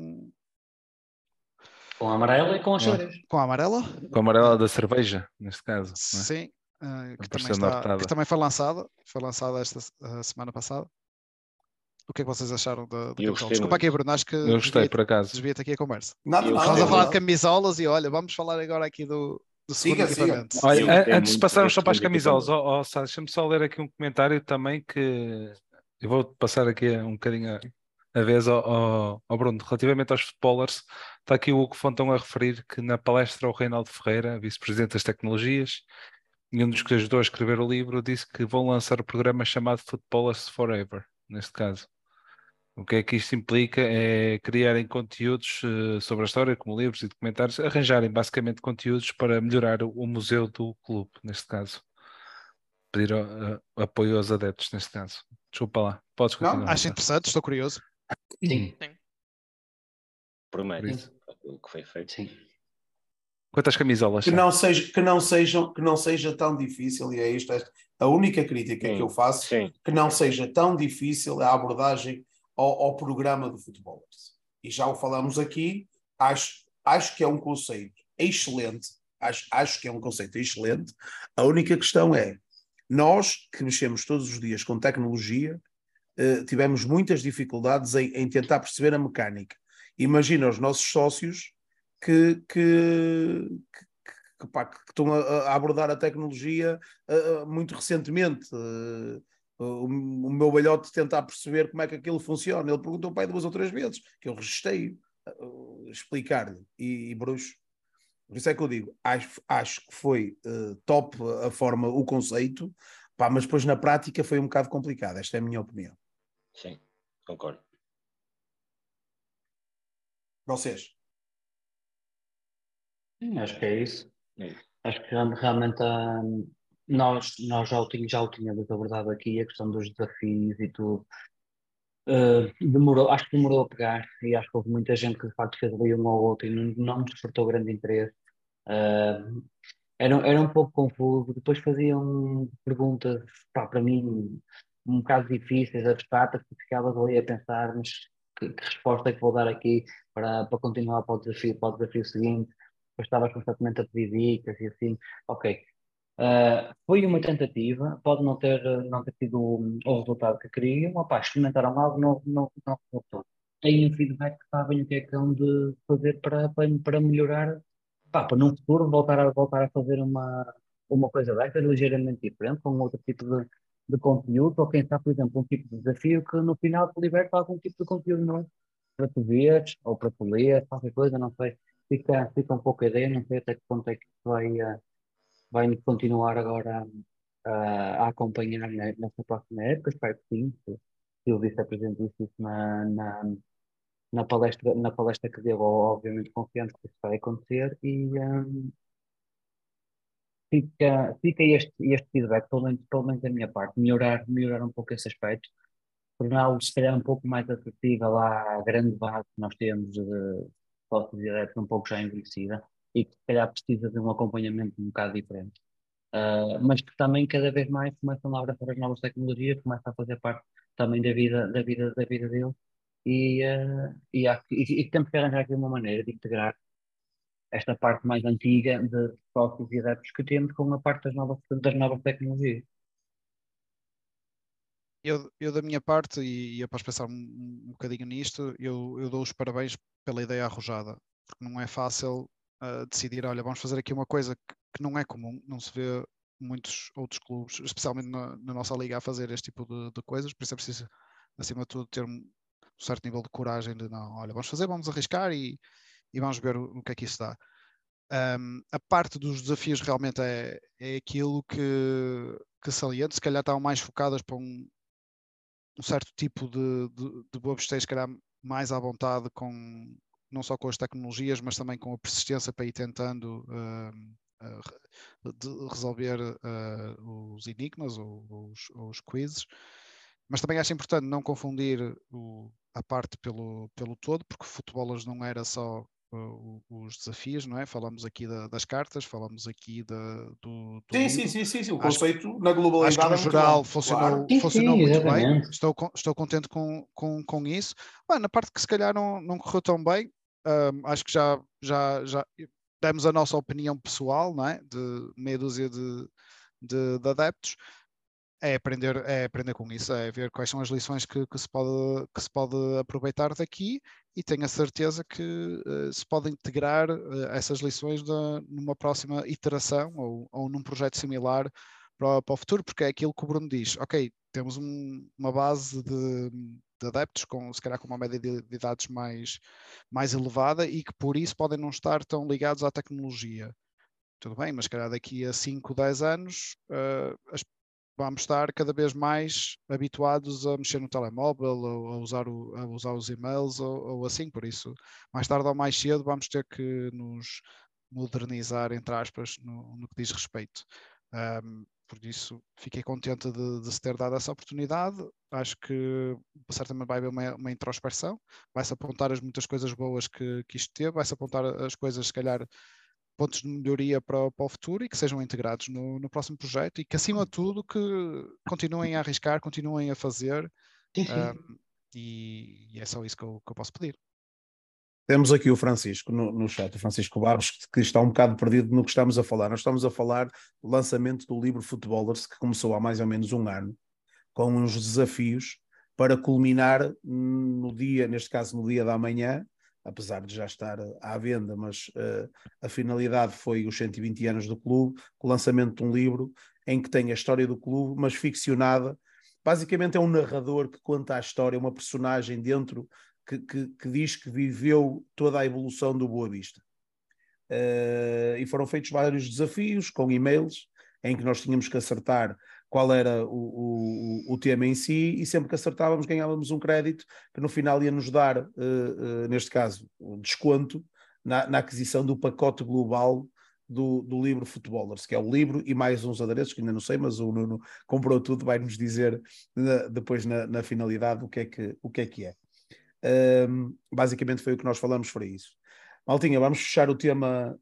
a amarela e com a xadrez. Com a amarela? Com a amarela da cerveja, neste caso. Sim, que também foi lançada esta semana passada. O que é que vocês acharam da camisola? Desculpa aqui, Bruno, acho que eu gostei, por acaso. Desvia-te aqui a conversa. Estamos a falar de camisolas e olha, vamos falar agora aqui do segundo equipamento. Olha, antes de passarmos só para as camisolas, deixa-me só ler aqui um comentário também que eu vou passar aqui um bocadinho a vez ao Bruno. Relativamente aos footballers, está aqui o Hugo Fontão a referir que na palestra o Reinaldo Ferreira, vice-presidente das tecnologias, e um dos que ajudou a escrever o livro, disse que vão lançar o programa chamado Footballers Forever, neste caso. O que é que isto implica? É criarem conteúdos sobre a história, como livros e documentários, arranjarem basicamente conteúdos para melhorar o museu do clube, neste caso. Pedir apoio aos adeptos, neste caso. Desculpa lá, podes continuar. Acho interessante, estou curioso. Sim. Promete o que foi feito. Sim. Quantas camisolas? Que não seja tão difícil, e é isto, a única crítica que eu faço, que não seja tão difícil a abordagem ao programa do futebol. E já o falamos aqui, acho que é um conceito excelente, acho que é um conceito excelente. A única questão é, nós que mexemos todos os dias com tecnologia, tivemos muitas dificuldades em tentar perceber a mecânica. Imagina os nossos sócios que estão a abordar a tecnologia muito recentemente. O meu velhote tentar perceber como é que aquilo funciona. Ele perguntou pai 2 ou 3 vezes, que eu registrei explicar-lhe e bruxo. Por isso é que eu digo, acho que foi top a forma, o conceito, mas depois na prática foi um bocado complicado. Esta é a minha opinião. Sim, concordo. Vocês? Sim, acho que é isso. Acho que realmente nós já o tínhamos abordado aqui, a questão dos desafios e tudo. Acho que demorou a pegar e acho que houve muita gente que de facto fez ali um ou outro e não despertou grande interesse. Uh, era um pouco confuso, depois faziam perguntas, para mim, um bocado difíceis, abstratas, que ficavas ali a pensar, mas que resposta é que vou dar aqui para continuar para o desafio seguinte? Depois estavas constantemente a pedir dicas e assim, ok. Foi uma tentativa, pode não ter tido o resultado que queriam, opá, experimentaram algo, não resultou. Têm um feedback que sabem o que é que hão de fazer para melhorar, para no futuro voltar a fazer uma coisa dessas ligeiramente diferente, com outro tipo de conteúdo, ou quem sabe, por exemplo, um tipo de desafio que no final te liberta algum tipo de conteúdo novo para tu veres ou para tu ler, qualquer coisa, não sei. Fica um pouco a ideia, não sei até que ponto é que vai continuar agora a acompanhar nesta próxima época, espero que sim, se o vice-presidente disse isso na palestra que deu, obviamente confiante que isso vai acontecer e fica este feedback, pelo menos da minha parte, melhorar um pouco esse aspecto, torná-lo se calhar um pouco mais acessível à grande base que nós temos de sócios e adeptos um pouco já envelhecida e que se calhar precisa de um acompanhamento um bocado diferente. Mas que também cada vez mais começam a abraçar as novas tecnologias, começam a fazer parte também da vida deles e temos que arranjar aqui uma maneira de integrar esta parte mais antiga de sócios e adeptos que temos com a parte das novas tecnologias. Eu da minha parte, e após pensar um bocadinho nisto, eu dou os parabéns pela ideia arrojada, porque não é fácil decidir, olha, vamos fazer aqui uma coisa que não é comum, não se vê muitos outros clubes, especialmente na nossa liga, a fazer este tipo de coisas, por isso é preciso, acima de tudo, ter um certo nível de coragem de não, olha, vamos arriscar e vamos ver o que é que isso dá. A parte dos desafios realmente é aquilo que saliente, se calhar estão mais focadas para um certo tipo de bobesteiros, se calhar mais à vontade não só com as tecnologias, mas também com a persistência para ir tentando resolver os enigmas ou os quizzes. Mas também acho importante não confundir a parte pelo todo, porque o futebol não era só os desafios, não é? Falamos aqui das cartas, falamos aqui do Sim. O conceito na globalidade acho que no geral funcionou muito bem. Estou contente com isso. Na parte que se calhar não correu tão bem, acho que já demos a nossa opinião pessoal, não é? De meia dúzia de adeptos. É aprender com isso, é ver quais são as lições que se pode aproveitar daqui e tenho a certeza que se pode integrar essas lições numa próxima iteração ou num projeto similar para o futuro, porque é aquilo que o Bruno diz, ok, temos uma base de adeptos se calhar com uma média de idades mais elevada e que por isso podem não estar tão ligados à tecnologia. Tudo bem, mas se calhar daqui a 5, 10 anos vamos estar cada vez mais habituados a mexer no telemóvel ou a usar os e-mails ou assim, por isso mais tarde ou mais cedo vamos ter que nos modernizar, entre aspas, no que diz respeito. Por isso fiquei contente de se ter dado essa oportunidade. Acho que certamente vai haver uma introspecção, vai-se apontar as muitas coisas boas que isto teve, vai-se apontar as coisas, se calhar, pontos de melhoria para o futuro e que sejam integrados no próximo projeto e que, acima de tudo, que continuem a arriscar, continuem a fazer. E é só isso que eu posso pedir. Temos aqui o Francisco no chat, o Francisco Barros, que está um bocado perdido no que estamos a falar. Nós estamos a falar do lançamento do livro Footballers, que começou há mais ou menos um ano, com uns desafios para culminar neste caso no dia da manhã, apesar de já estar à venda, mas a finalidade foi os 120 anos do clube, com o lançamento de um livro em que tem a história do clube, mas ficcionada. Basicamente é um narrador que conta a história, uma personagem dentro que diz que viveu toda a evolução do Boa Vista. E foram feitos vários desafios com e-mails em que nós tínhamos que acertar qual era o tema em si, e sempre que acertávamos ganhávamos um crédito que no final ia nos dar, neste caso, um desconto na aquisição do pacote global do livro Footballers, que é o livro e mais uns adereços, que ainda não sei, mas o Nuno comprou tudo, vai-nos dizer depois na finalidade o que é que é. Basicamente foi o que nós falamos, foi isso. Maltinha, vamos fechar o tema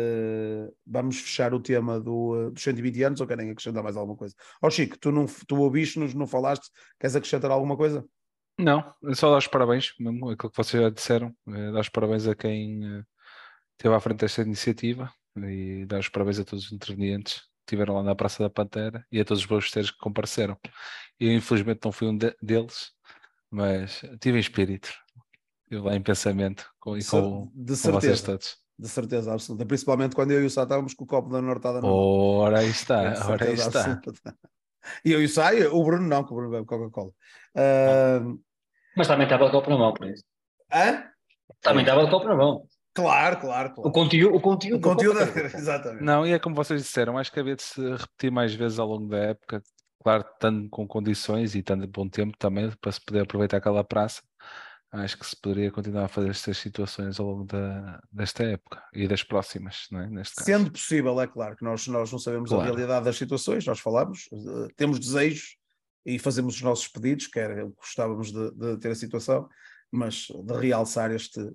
dos 120 anos, ou querem acrescentar mais alguma coisa? Chico, tu ouviste-nos, não falaste, queres acrescentar alguma coisa? Não, só dar os parabéns, mesmo aquilo que vocês já disseram, dar os parabéns a quem esteve à frente desta iniciativa e dar os parabéns a todos os intervenientes que estiveram lá na Praça da Pantera e a todos os bolseiros que compareceram. Eu infelizmente não fui um deles, mas tive em espírito. Lá em pensamento com vocês todos. De certeza absoluta, principalmente quando eu e o Sá estávamos com o copo da Nortada na mão. Ora aí está, ora aí está. E eu e o Sá, o Bruno não, que o Bruno bebe Coca-Cola. Mas também estava o copo na mão, por isso. Também estava o copo na mão. Claro. O conteúdo exatamente. Não, e é como vocês disseram, acho que havia de se repetir mais vezes ao longo da época, claro, estando com condições e estando bom tempo também, para se poder aproveitar aquela praça. Acho que se poderia continuar a fazer estas situações ao longo desta época e das próximas, não é? Neste caso. Sendo possível, é claro que nós não sabemos a realidade das situações, nós falamos, temos desejos e fazemos os nossos pedidos, gostávamos de ter a situação, mas de realçar estes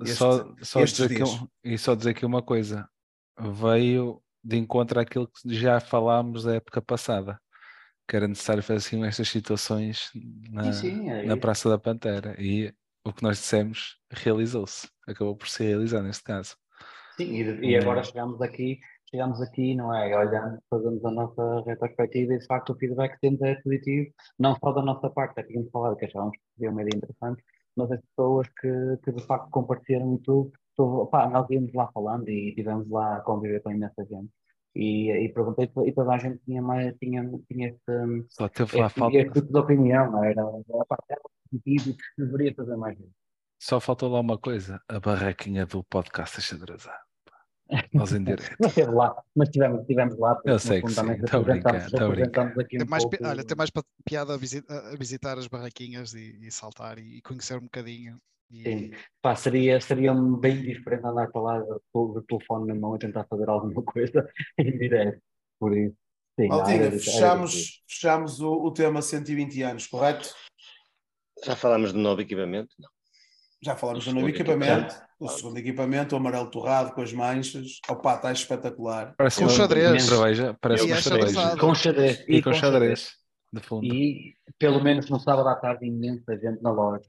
só dizer aqui uma coisa, veio de encontro àquilo que já falámos da época passada, que era necessário fazer assim estas situações na Praça da Pantera, e o que nós dissemos realizou-se, acabou por se realizar neste caso. Sim, e agora chegamos aqui, não é? Olhando, fazemos a nossa retrospectiva e de facto o feedback temos é positivo, não só da nossa parte, aqui tínhamos falado que achávamos que seria uma ideia interessante, mas as pessoas que de facto compartilharam e tudo, nós íamos lá falando e estivemos lá a conviver com imensa gente. E perguntei, e toda a gente tinha este, só teve lá falta este tipo de opinião, não era? A parte positivo que se deveria fazer mais vezes. Só faltou lá uma coisa, a barraquinha do podcast xadrezado. Nós em direto. Mas tivemos lá. Eu sei que sim, estou a brincar. Tem mais piada a visitar as barraquinhas e saltar e conhecer um bocadinho. Sim, seria bem diferente andar para lá com o telefone na mão e tentar fazer alguma coisa em direto. Por isso, sim. Maltinha, fechamos o tema 120 anos, correto? Já falámos do novo equipamento? Não. Já falámos do novo equipamento, o segundo equipamento, o amarelo torrado com as manchas. Opa, está espetacular. Parece com xadrez. Parece um xadrez. Com xadrez. E com xadrez, de fundo. E pelo menos no sábado à tarde, imensa gente na loja.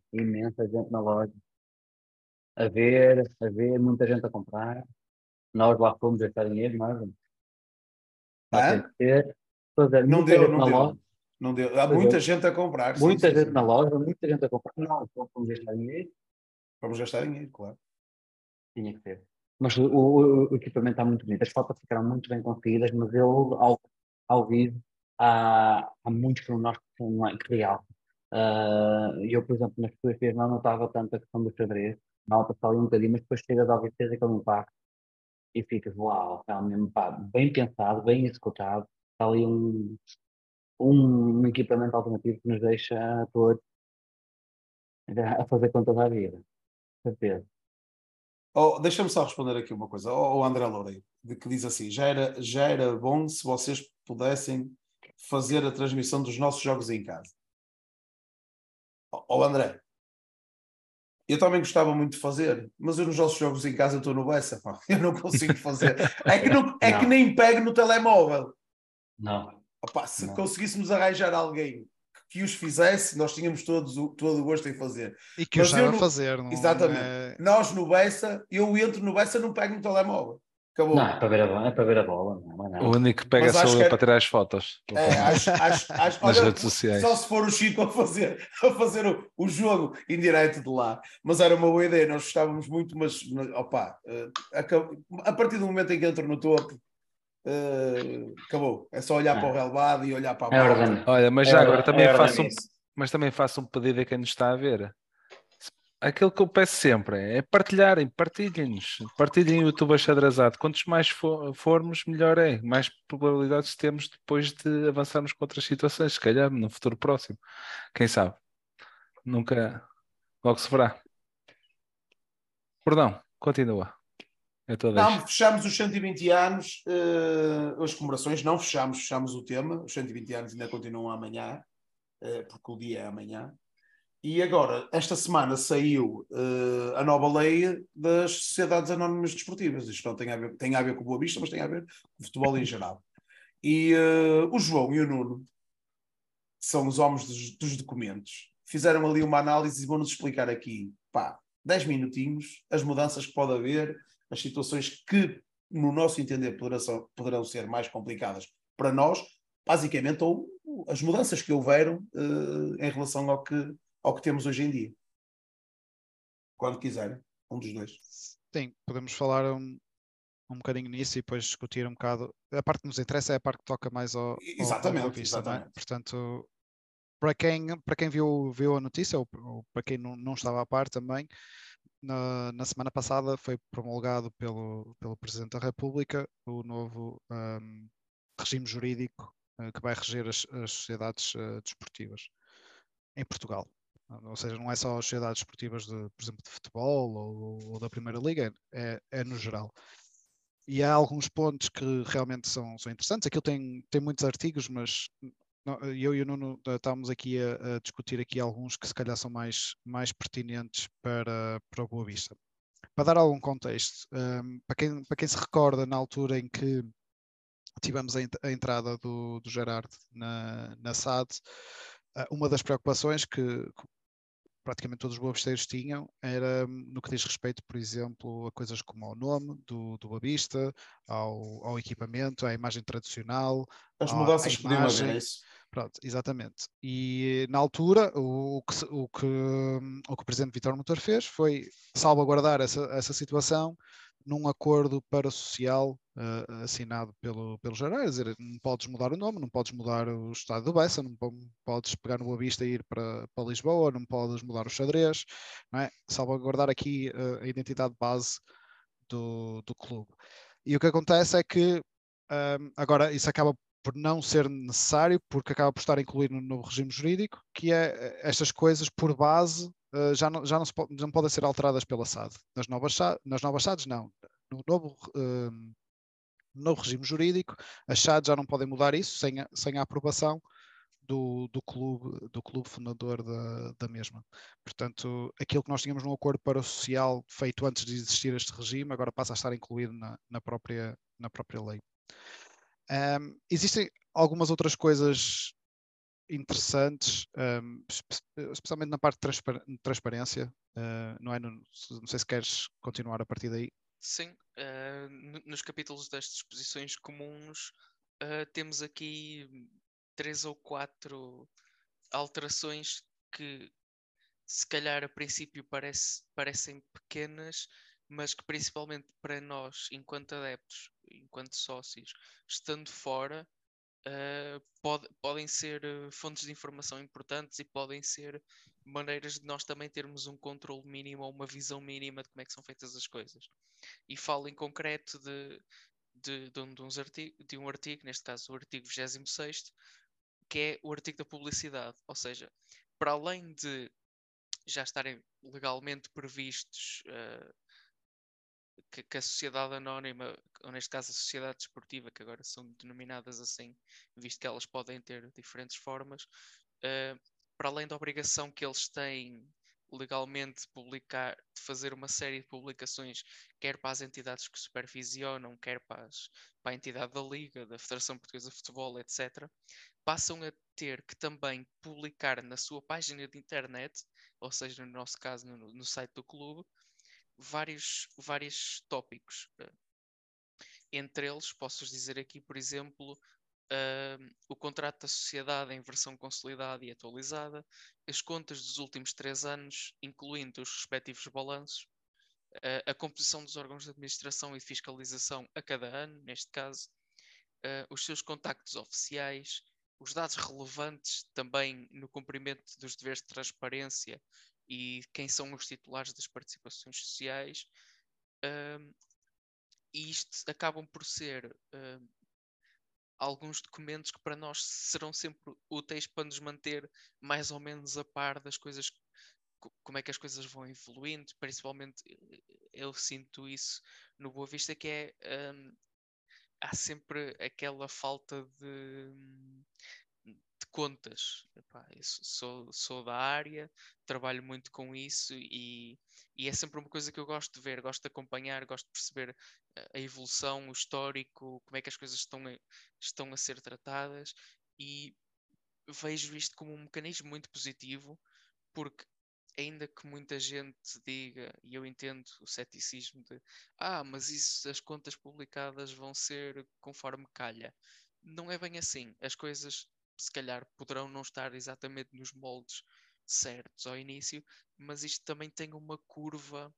A ver, muita gente a comprar. Nós lá fomos gastar dinheiro, mas não deu. Há muita gente a comprar. Muita gente na loja, muita gente a comprar. Nós fomos gastar dinheiro. Vamos gastar dinheiro, claro. Tinha que ser. Mas o equipamento está muito bonito. As fotos ficaram muito bem conseguidas, mas ao vivo há muitos pormenores que realçam. Eu, por exemplo, nas fotografias não notava tanto a questão do xadrez. Nota-se ali um bocadinho, mas depois chega de ouvir aquele impacto e ficas, uau, realmente, bem pensado, bem executado. Está ali um equipamento alternativo que nos deixa todos a fazer conta da vida. Certeza. Deixa-me só responder aqui uma coisa. O André Loureiro, que diz assim, já era bom se vocês pudessem fazer a transmissão dos nossos jogos em casa. André, eu também gostava muito de fazer, mas eu nos nossos jogos em casa estou no Bessa, pá. Eu não consigo fazer. É que nem pego no telemóvel. Não. Opa, se conseguíssemos arranjar alguém que os fizesse, nós tínhamos todo o gosto em fazer. E que os saiba fazer. Não, exatamente. Nós no Bessa, eu entro no Bessa, não pego no telemóvel. Acabou. Não, é para ver a bola. Não. O único que pega sou eu para tirar as fotos. Acho, nas olha, redes sociais. só se for o Chico a fazer o jogo em direto de lá. Mas era uma boa ideia, nós gostávamos muito, mas opa, a partir do momento em que entro no topo, acabou. É só olhar para o relevado e olhar para a malta. Olha, mas já agora também faço um pedido a quem nos está a ver. Aquilo que eu peço sempre é partilhem-nos, partilhem o YouTube Achadrazado. Quantos mais formos, melhor é. Mais probabilidades temos depois de avançarmos com outras situações, se calhar no futuro próximo. Quem sabe? Nunca, logo se verá. Perdão, continua. Não, fechamos os 120 anos, as comemorações, não fechamos o tema. Os 120 anos ainda continuam amanhã, porque o dia é amanhã. E agora, esta semana saiu a nova lei das sociedades anónimas desportivas. Isto não tem a ver com o Boa Vista, mas tem a ver com o futebol em geral. E o João e o Nuno, que são os homens dos documentos, fizeram ali uma análise e vão-nos explicar aqui, 10 minutinhos, as mudanças que pode haver, as situações que, no nosso entender, poderão ser mais complicadas para nós, basicamente, ou as mudanças que houveram em relação ao que temos hoje em dia. Quando quiserem, um dos dois. Sim, podemos falar um bocadinho nisso e depois discutir um bocado. A parte que nos interessa é a parte que toca mais ao Boa Vista, não é? Portanto, para quem viu a notícia, ou para quem não estava a par também, na semana passada foi promulgado pelo Presidente da República o novo regime jurídico que vai reger as sociedades desportivas em Portugal. Ou seja, não é só as sociedades esportivas, por exemplo, de futebol ou da Primeira Liga, é no geral. E há alguns pontos que realmente são interessantes. Aquilo tem muitos artigos, mas eu e o Nuno estamos aqui a discutir aqui alguns que se calhar são mais pertinentes para o Boa Vista. Para dar algum contexto, para quem se recorda na altura em que tivemos a entrada do Gerard na SAD, uma das preocupações que praticamente todos os boavisteiros tinham era no que diz respeito, por exemplo, a coisas como ao nome do Boa Vista, ao equipamento, à imagem tradicional, as mudanças que podiam haver, é isso. Pronto, exatamente. E na altura o que o Presidente Vítor Motor fez foi salvaguardar essa situação num acordo parasocial assinado pelo Gerard, quer dizer, não podes mudar o nome, não podes mudar o estado do Bessa, não podes pegar no Boa Vista e ir para Lisboa, não podes mudar o xadrez, não é? Salvaguardar aqui a identidade base do clube. E o que acontece é que agora isso acaba por não ser necessário, porque acaba por estar incluído no novo regime jurídico, que é estas coisas por base já não podem ser alteradas pela SAD. Nas novas SADs não. No novo regime jurídico, as SADs já não podem mudar isso sem a aprovação do clube fundador da mesma. Portanto, aquilo que nós tínhamos num acordo parasocial feito antes de existir este regime, agora passa a estar incluído na própria lei. Existem algumas outras coisas interessantes, especialmente na parte de transparência, não é? Não sei se queres continuar a partir daí. Sim, nos capítulos das disposições comuns temos aqui 3 ou 4 alterações que se calhar a princípio parecem pequenas, mas que principalmente para nós, enquanto adeptos, enquanto sócios, estando fora, podem ser fontes de informação importantes e podem ser maneiras de nós também termos um controle mínimo ou uma visão mínima de como é que são feitas as coisas. E falo em concreto de um artigo, neste caso o artigo 26º, que é o artigo da publicidade. Ou seja, para além de já estarem legalmente previstos que a sociedade anónima, ou neste caso a sociedade desportiva, que agora são denominadas assim, visto que elas podem ter diferentes formas, para além da obrigação que eles têm legalmente de fazer uma série de publicações, quer para as entidades que supervisionam, quer para a entidade da Liga, da Federação Portuguesa de Futebol, etc., passam a ter que também publicar na sua página de internet, ou seja, no nosso caso no site do clube, vários tópicos. Entre eles, posso-vos dizer aqui, por exemplo, o contrato da sociedade em versão consolidada e atualizada, as contas dos últimos 3 anos, incluindo os respectivos balanços, a composição dos órgãos de administração e de fiscalização a cada ano, neste caso, os seus contactos oficiais, os dados relevantes também no cumprimento dos deveres de transparência e quem são os titulares das participações sociais. E isto acabam por ser alguns documentos que para nós serão sempre úteis para nos manter mais ou menos a par das coisas, como é que as coisas vão evoluindo. Principalmente eu sinto isso no Boa Vista, que é há sempre aquela falta de contas. Epá, eu sou da área, trabalho muito com isso e é sempre uma coisa que eu gosto de ver, gosto de acompanhar, gosto de perceber a evolução, o histórico, como é que as coisas estão a ser tratadas, e vejo isto como um mecanismo muito positivo, porque ainda que muita gente diga, e eu entendo o ceticismo de mas isso, as contas publicadas vão ser conforme calha. Não é bem assim. As coisas se calhar poderão não estar exatamente nos moldes certos ao início, mas isto também tem uma curva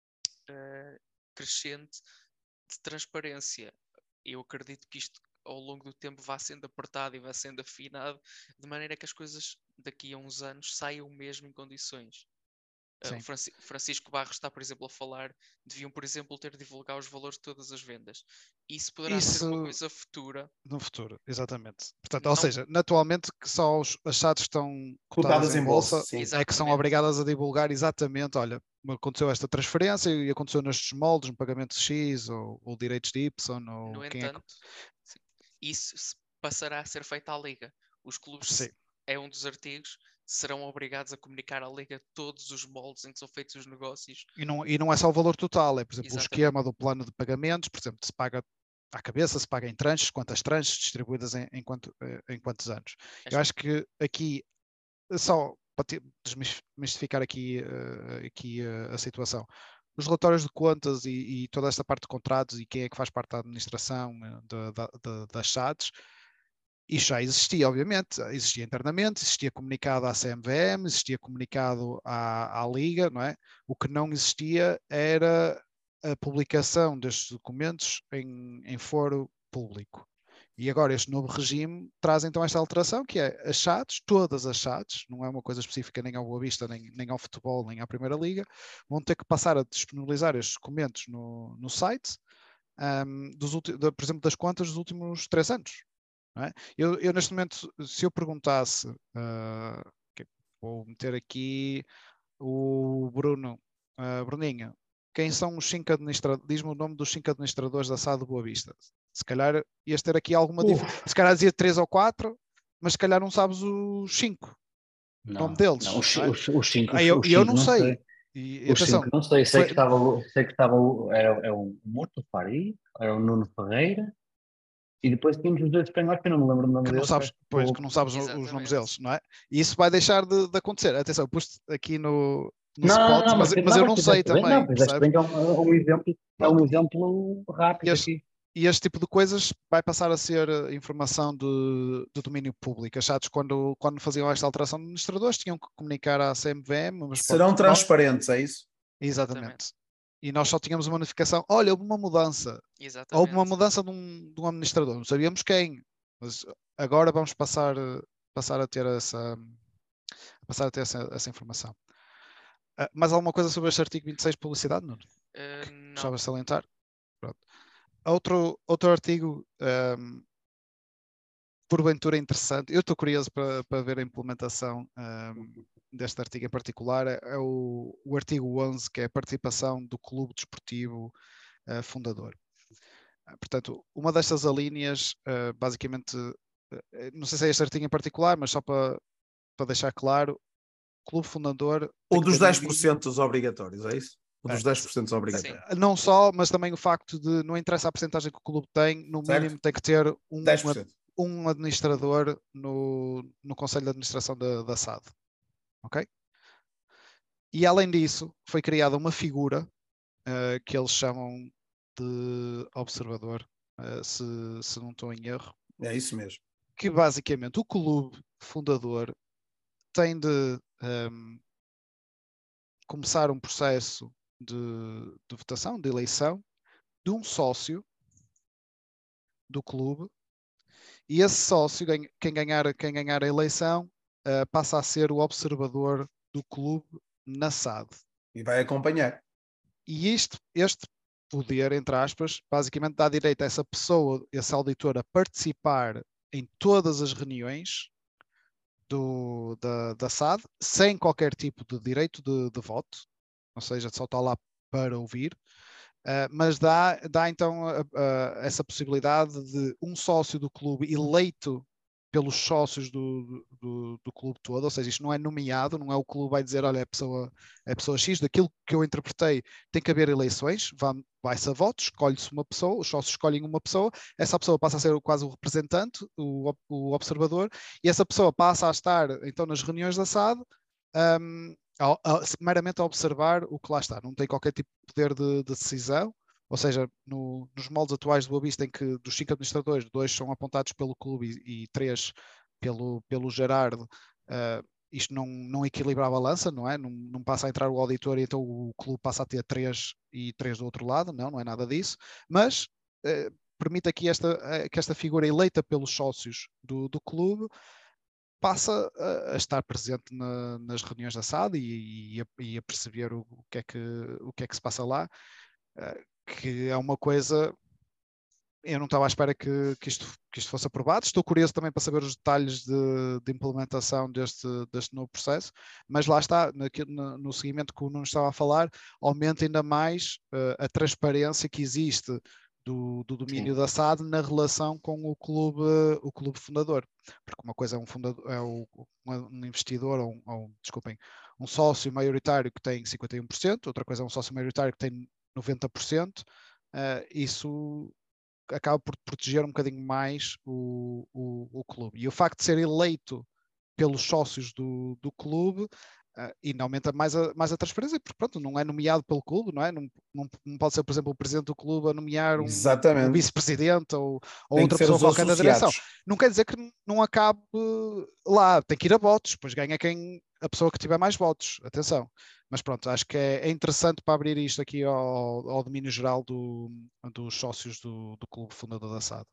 crescente de transparência. Eu acredito que isto ao longo do tempo vai sendo apertado e vai sendo afinado, de maneira que as coisas daqui a uns anos saiam mesmo em condições. Francisco Barros está, por exemplo, a falar, deviam, por exemplo, ter divulgado os valores de todas as vendas. Isso poderá ser uma coisa futura. No futuro, exatamente. Portanto, ou seja, atualmente que só as SADs estão cotadas em bolsa é que são obrigadas a divulgar exatamente, olha, aconteceu esta transferência e aconteceu nestes moldes, um pagamento de X ou direitos de Y. Ou no entanto, isso passará a ser feito à Liga. Os clubes, é um dos artigos, serão obrigados a comunicar à Liga todos os moldes em que são feitos os negócios. E não é só o valor total, é, por exemplo, o esquema do plano de pagamentos, por exemplo, se paga à cabeça, se paga em tranches, quantas tranches distribuídas em quantos anos. Eu acho que aqui, só para desmistificar aqui a situação, os relatórios de contas e toda esta parte de contratos e quem é que faz parte da administração das SADs, isto já existia, obviamente, existia internamente, existia comunicado à CMVM, existia comunicado à Liga, não é? O que não existia era a publicação destes documentos em foro público. E agora este novo regime traz então esta alteração, que é as SADs, todas as SADs, não é uma coisa específica nem ao Boa Vista, nem ao futebol, nem à Primeira Liga, vão ter que passar a disponibilizar estes documentos no site, por exemplo, das contas dos últimos 3 anos. Não é? Eu neste momento, se eu perguntasse, vou meter aqui o Bruninho, quem são os 5 administradores, diz-me o nome dos 5 administradores da SAD do Boa Vista. Se calhar ias ter aqui alguma diferença, se calhar dizia 3 ou 4, mas se calhar não sabes os 5, o nome deles. Não, os 5 eu não sei. E atenção, não sei, sei que estava era o Morto Fari, era o Nuno Ferreira. E depois tínhamos os 2 espanhóis que eu não me lembro do nome deles. Que não sabes os nomes deles, não é? E isso vai deixar de acontecer. Atenção, eu pus aqui no spot, mas eu não sei também. Não, mas este é um exemplo rápido aqui. E este tipo de coisas vai passar a ser informação do domínio público. As SADs, quando faziam esta alteração de administradores, tinham que comunicar à CMVM. Mas serão transparentes, é isso? Exatamente. E nós só tínhamos uma notificação, olha, houve uma mudança. Exatamente. Houve uma mudança de um administrador, não sabíamos quem, mas agora vamos passar a ter essa informação. Mais alguma coisa sobre este artigo 26 de publicidade, Nuno? Não. Gostava de salientar? Pronto. Outro artigo porventura interessante, eu estou curioso para ver a implementação deste artigo em particular, é o artigo 11, que é a participação do clube desportivo fundador. Portanto, uma destas alíneas, basicamente, não sei se é este artigo em particular, mas só para deixar claro, o clube fundador... O dos 10% obrigatórios, é isso? O dos 10% obrigatórios. Não só, mas também o facto de, não interessa a percentagem que o clube tem, no mínimo tem que ter um administrador no Conselho de Administração da SAD. Ok? E além disso, foi criada uma figura que eles chamam de observador se não estou em erro. É isso mesmo. Que basicamente o clube fundador tem de começar um processo de votação, de eleição, de um sócio do clube, e esse sócio, quem ganhar a eleição, passa a ser o observador do clube na SAD. E vai acompanhar. E este poder, entre aspas, basicamente dá direito a essa pessoa, esse auditor, a participar em todas as reuniões da SAD, sem qualquer tipo de direito de voto, ou seja, só está lá para ouvir, mas dá então essa possibilidade de um sócio do clube eleito pelos sócios do clube todo, ou seja, isto não é nomeado, não é o clube vai dizer, olha, é a pessoa X, daquilo que eu interpretei, tem que haver eleições, vai-se a votos, escolhe-se uma pessoa, os sócios escolhem uma pessoa, essa pessoa passa a ser quase o representante, o observador, e essa pessoa passa a estar, então, nas reuniões da SAD, meramente a observar o que lá está, não tem qualquer tipo de poder de decisão, ou seja, nos moldes atuais do Boa Vista, em que dos 5 administradores, 2 são apontados pelo clube e 3 pelo Gerardo, isto não equilibra a balança, não é? Não passa a entrar o auditor e então o clube passa a ter 3 e 3 do outro lado, não é nada disso, mas permite aqui que esta figura eleita pelos sócios do clube passa a estar presente nas reuniões da SAD e a perceber o que é que se passa lá, que é uma coisa. Eu não estava à espera que isto fosse aprovado. Estou curioso também para saber os detalhes de implementação deste novo processo, mas lá está, no seguimento que o Nuno estava a falar, aumenta ainda mais a transparência que existe do domínio da SAD na relação com o clube fundador. Porque uma coisa é um investidor, desculpem, um sócio maioritário que tem 51%, outra coisa é um sócio maioritário que tem 90%. Isso acaba por proteger um bocadinho mais o clube. E o facto de ser eleito pelos sócios do clube ainda aumenta mais a transparência, porque pronto, não é nomeado pelo clube, não é? Não pode ser, por exemplo, o presidente do clube a nomear um vice-presidente ou outra pessoa qualquer da direção. Não quer dizer que não acabe lá, tem que ir a votos, depois ganha a pessoa que tiver mais votos, atenção. Mas pronto, acho que é interessante para abrir isto aqui ao domínio geral dos sócios do clube fundador da SAD.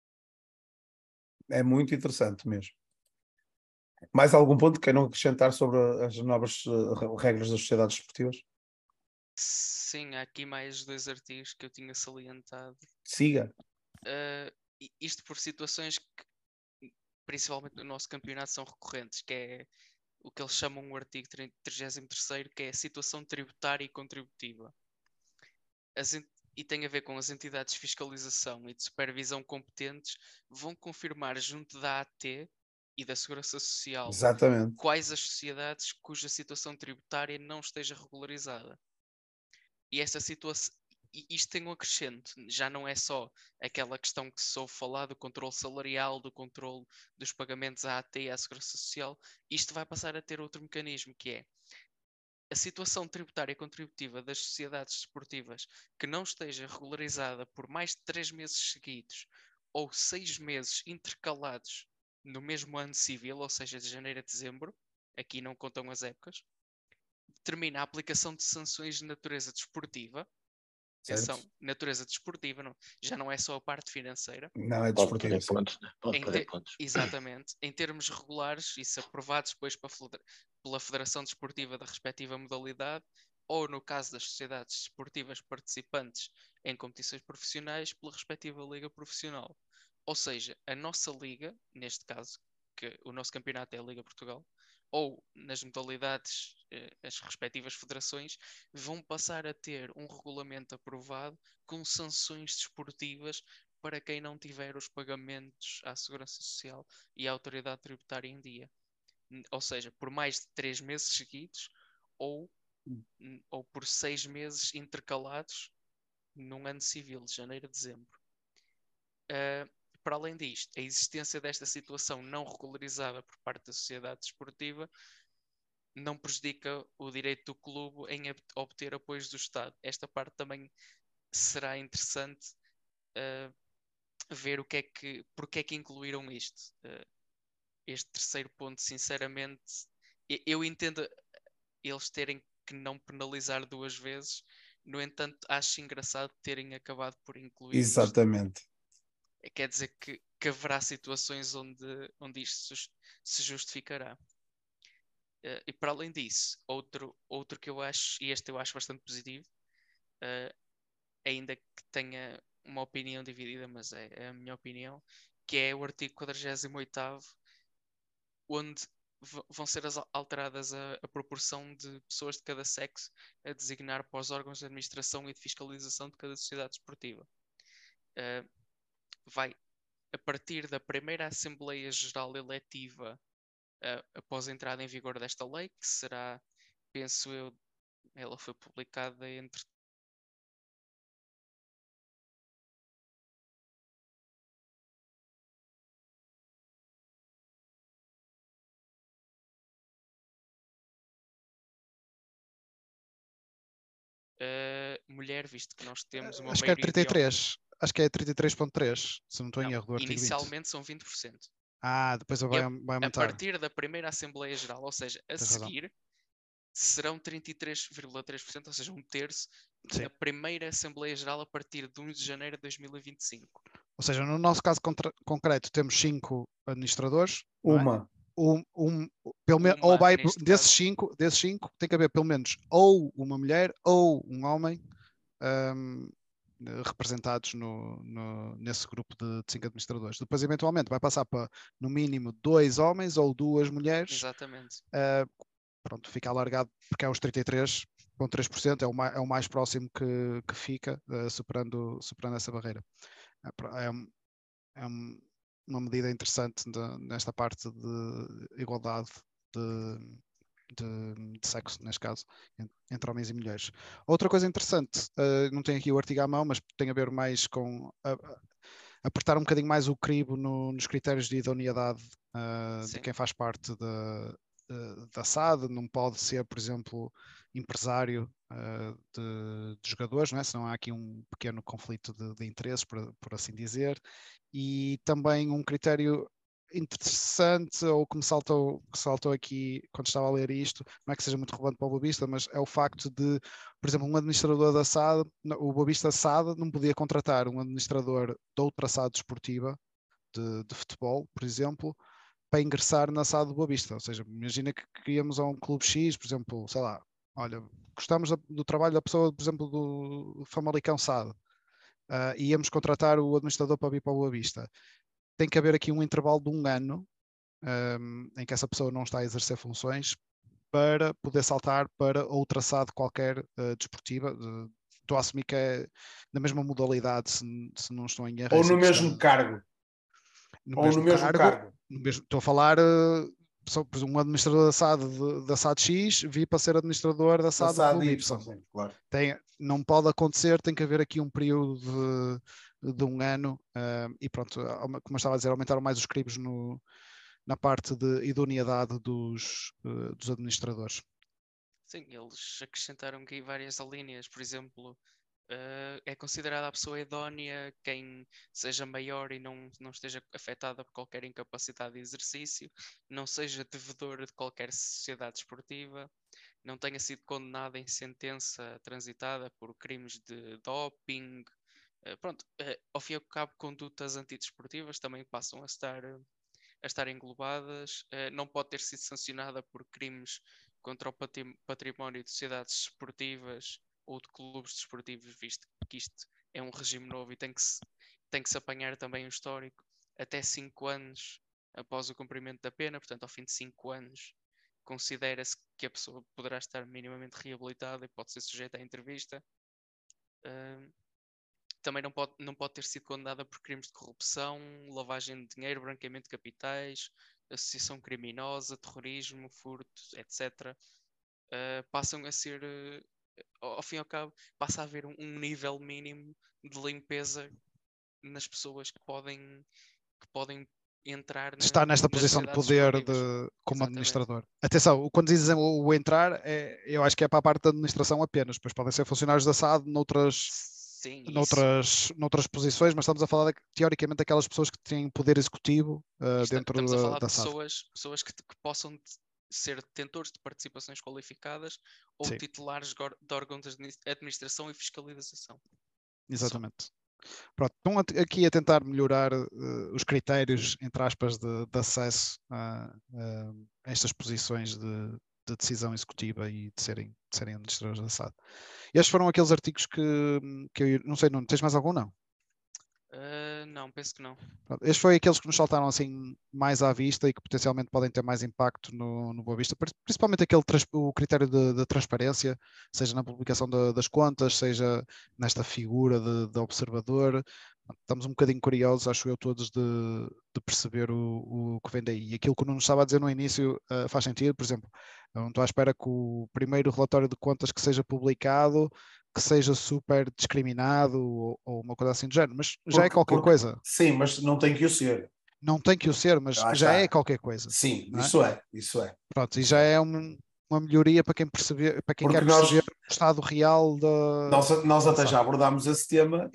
É muito interessante mesmo. Mais algum ponto que queiram acrescentar sobre as novas regras das sociedades esportivas? Sim, há aqui mais 2 artigos que eu tinha salientado. Siga. Isto por situações que, principalmente no nosso campeonato, são recorrentes, que é o que eles chamam o artigo 33º, que é a situação tributária e contributiva. E tem a ver com as entidades de fiscalização e de supervisão competentes vão confirmar junto da AT e da Segurança Social Exatamente. quais as sociedades cuja situação tributária não esteja regularizada. E essa situação, isto tem um acrescente, já não é só aquela questão que se ouve falar do controle salarial, do controle dos pagamentos à AT e à Segurança Social, isto vai passar a ter outro mecanismo, que é a situação tributária contributiva das sociedades desportivas que não esteja regularizada por mais de 3 meses seguidos ou 6 meses intercalados no mesmo ano civil, ou seja, de janeiro a dezembro, aqui não contam as épocas, determina a aplicação de sanções de natureza desportiva. Atenção, natureza desportiva, já não é só a parte financeira. Não, é desportiva. Pode perder pontos. Exatamente. Em termos regulares, isso aprovados depois pela Federação Desportiva da respectiva modalidade, ou no caso das sociedades desportivas participantes em competições profissionais, pela respectiva liga profissional. Ou seja, a nossa liga, neste caso, que o nosso campeonato é a Liga Portugal, ou nas modalidades, as respectivas federações, vão passar a ter um regulamento aprovado com sanções desportivas para quem não tiver os pagamentos à Segurança Social e à Autoridade Tributária em dia. Ou seja, por mais de 3 meses seguidos ou por 6 meses intercalados num ano civil, de janeiro a dezembro. Para além disto, a existência desta situação não regularizada por parte da sociedade desportiva não prejudica o direito do clube em obter apoios do Estado. Esta parte também será interessante ver porque é que incluíram isto. Este terceiro ponto, sinceramente, eu entendo eles terem que não penalizar 2 vezes, no entanto, acho engraçado terem acabado por incluir Exatamente. isto. Quer dizer que haverá situações onde isto se justificará. E para além disso, outro que eu acho, e este eu acho bastante positivo, ainda que tenha uma opinião dividida, mas é a minha opinião, que é o artigo 48º, onde vão ser alteradas a proporção de pessoas de cada sexo a designar para os órgãos de administração e de fiscalização de cada sociedade esportiva. Vai, a partir da primeira Assembleia Geral Eletiva, após a entrada em vigor desta lei, que será, penso eu, ela foi publicada entre mulher, visto que nós temos uma acho que é 33, acho que é 33.3, se não estou em erro do artigo 20. Inicialmente são 20%. Depois vai aumentar. A partir da primeira Assembleia Geral, ou seja, a seguir, serão 33,3%, ou seja, 1/3 da primeira Assembleia Geral a partir de 1 de janeiro de 2025. Ou seja, no nosso caso concreto, temos 5 administradores. Uma. Pelo menos, ou vai desses 5 tem que haver pelo menos ou uma mulher ou um homem representados nesse grupo de 5 administradores. Depois, eventualmente, vai passar para no mínimo 2 homens ou 2 mulheres. Exatamente. Pronto, fica alargado porque é os 33,3%, é o mais próximo que fica, superando essa barreira. É uma medida interessante nesta parte de igualdade de sexo, neste caso, entre homens e mulheres. Outra coisa interessante, não tenho aqui o artigo à mão, mas tem a ver mais com apertar um bocadinho mais o cribo nos critérios de idoneidade de quem faz parte da SAD. Não pode ser, por exemplo, empresário de jogadores, não é? Senão há aqui um pequeno conflito de interesses, por assim dizer. E também um critério interessante, ou que me saltou aqui quando estava a ler isto, não é que seja muito relevante para o Boa Vista, mas é o facto de, por exemplo, um administrador da SAD, o Boa Vista SAD não podia contratar um administrador de outra SAD desportiva, de futebol, por exemplo, para ingressar na SAD do Boa Vista. Ou seja, imagina que queríamos a um clube X, por exemplo, sei lá, olha, gostamos do trabalho da pessoa, por exemplo, do Famalicão SAD, e íamos contratar o administrador para vir para o Boa Vista. Tem que haver aqui um intervalo de 1 ano em que essa pessoa não está a exercer funções para poder saltar para outra SAD qualquer desportiva. Estou a assumir que é na mesma modalidade, se não estou em erro. Ou no mesmo cargo. Ou no mesmo cargo. Estou a falar um administrador da SAD X vir para ser administrador da SAD Y. Claro. Não pode acontecer, tem que haver aqui um período de 1 ano e pronto, como eu estava a dizer, aumentaram mais os cribos na parte de idoneidade dos administradores. Sim, eles acrescentaram aqui várias alíneas, por exemplo, é considerada a pessoa idónea quem seja maior e não esteja afetada por qualquer incapacidade de exercício, não seja devedora de qualquer sociedade esportiva, não tenha sido condenada em sentença transitada por crimes de doping. Pronto, ao fim e ao cabo, condutas antidesportivas também passam a estar englobadas. Não pode ter sido sancionada por crimes contra o património de sociedades esportivas ou de clubes desportivos, visto que isto é um regime novo e tem que se apanhar também o histórico até 5 anos após o cumprimento da pena. Portanto, ao fim de 5 anos, considera-se que a pessoa poderá estar minimamente reabilitada e pode ser sujeita à entrevista. Também não pode ter sido condenada por crimes de corrupção, lavagem de dinheiro, branqueamento de capitais, associação criminosa, terrorismo, furto, etc. Passam a ser, ao fim e ao cabo, passa a haver um nível mínimo de limpeza nas pessoas que podem entrar está nesta posição de poder como administrador. Atenção, quando dizem o entrar, eu acho que é para a parte da administração apenas, depois podem ser funcionários da SAD noutras Sim, noutras posições, mas estamos a falar teoricamente daquelas pessoas que têm poder executivo dentro estamos a falar da de SAD. pessoas que possam ser detentores de participações qualificadas ou Sim. titulares de órgãos de administração e fiscalização. Exatamente. Pronto, estão aqui a tentar melhorar os critérios, entre aspas, de acesso a estas posições de decisão executiva e de serem administradores da SAD. Estes foram aqueles artigos que eu não sei, não tens mais algum, não? Não, penso que não. Pronto, estes foram aqueles que nos saltaram assim mais à vista e que potencialmente podem ter mais impacto no Boa Vista, principalmente o critério de transparência, seja na publicação das contas, seja nesta figura de observador. Estamos um bocadinho curiosos, acho eu, todos de perceber o que vem daí. E aquilo que o Nuno estava a dizer no início faz sentido. Por exemplo, eu não estou à espera que o primeiro relatório de contas que seja publicado que seja super discriminado ou uma coisa assim do género, mas já é qualquer coisa. Sim, mas não tem que o ser. Não tem que o ser, mas já é qualquer coisa. Sim, isso é. Pronto, e já é uma melhoria para quem perceber, para quem quer perceber o estado real da. Nós até já abordámos esse tema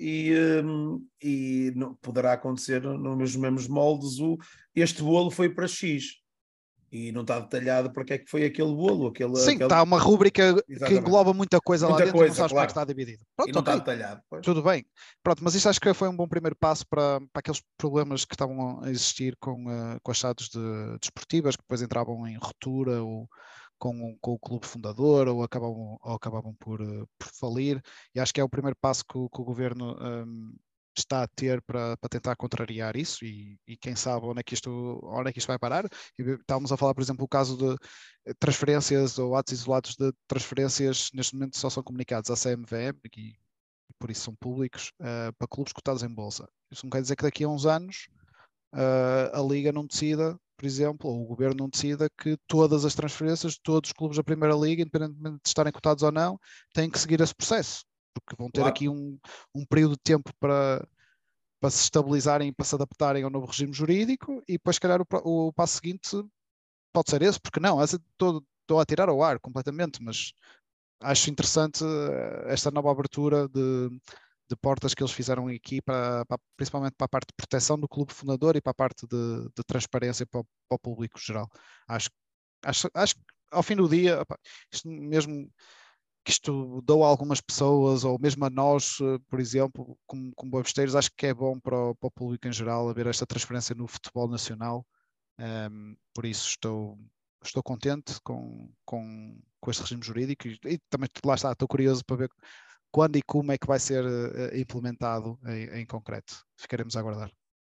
e poderá acontecer nos mesmos moldes. Este bolo foi para X. E não está detalhado para que é que foi aquele bolo. Sim, está uma rúbrica que engloba muita coisa lá dentro e não sabes como é que está dividido. Pronto, e não está detalhado. Pois. Tudo bem. Pronto, mas isto acho que foi um bom primeiro passo para aqueles problemas que estavam a existir com as SADs desportivas, que depois entravam em ruptura ou com o clube fundador ou acabavam por falir. E acho que é o primeiro passo que o governo está a ter para tentar contrariar isso e quem sabe onde é que isto vai parar. Estávamos a falar, por exemplo, o caso de transferências ou atos isolados de transferências, neste momento só são comunicados à CMVM e por isso são públicos, para clubes cotados em bolsa. Isso não quer dizer que daqui a uns anos a Liga não decida, por exemplo, ou o Governo não decida que todas as transferências, todos os clubes da Primeira Liga, independentemente de estarem cotados ou não, têm que seguir esse processo. Porque vão ter aqui um período de tempo para se estabilizarem e para se adaptarem ao novo regime jurídico e depois, se calhar, o passo seguinte pode ser esse, porque não, estou a tirar ao ar completamente, mas acho interessante esta nova abertura de portas que eles fizeram aqui, principalmente para a parte de proteção do clube fundador e para a parte de transparência para o público geral. Acho que ao fim do dia, isto mesmo que isto dou a algumas pessoas, ou mesmo a nós, por exemplo, como boavisteiros, acho que é bom para o público em geral haver esta transferência no futebol nacional. Por isso estou contente com este regime jurídico e também lá está, estou curioso para ver quando e como é que vai ser implementado em concreto. Ficaremos a aguardar.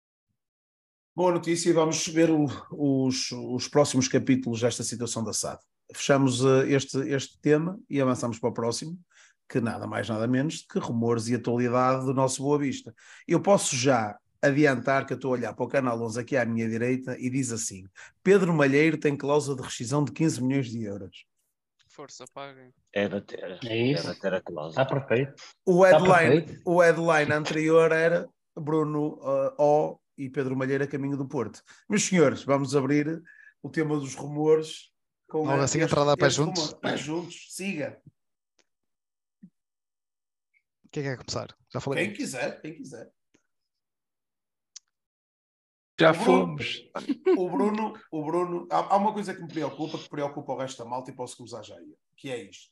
Boa notícia, vamos ver os próximos capítulos desta situação da SAD. Fechamos este tema e avançamos para o próximo, que nada mais nada menos que rumores e atualidade do nosso Boa Vista. Eu posso já adiantar que eu estou a olhar para o canal 11 aqui à minha direita e diz assim: Pedro Malheiro tem cláusula de rescisão de 15 milhões de euros. Força, paguem. É bater. É isso. É bater a cláusula. Está perfeito. O headline anterior era Bruno O e Pedro Malheiro a caminho do Porto. Meus senhores, vamos abrir o tema dos rumores. Com assim entrada para juntos. Para juntos, siga. Quem quer começar? Já falei. Quem quiser. Já fomos. O Bruno, há uma coisa que me preocupa, que preocupa o resto da malta e posso começar já aí, que é isto.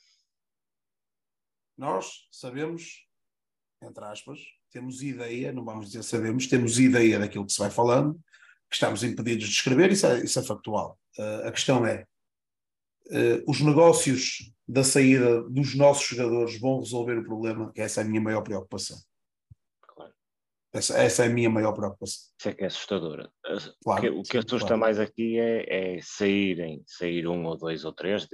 Nós sabemos, entre aspas, temos ideia, não vamos dizer sabemos, temos ideia daquilo que se vai falando, que estamos impedidos de escrever, isso é factual. A questão é, os negócios da saída dos nossos jogadores vão resolver o problema, que essa é a minha maior preocupação. Claro. Essa é a minha maior preocupação. Isso é que é assustadora. Claro, o que assusta mais aqui é sair um ou dois ou três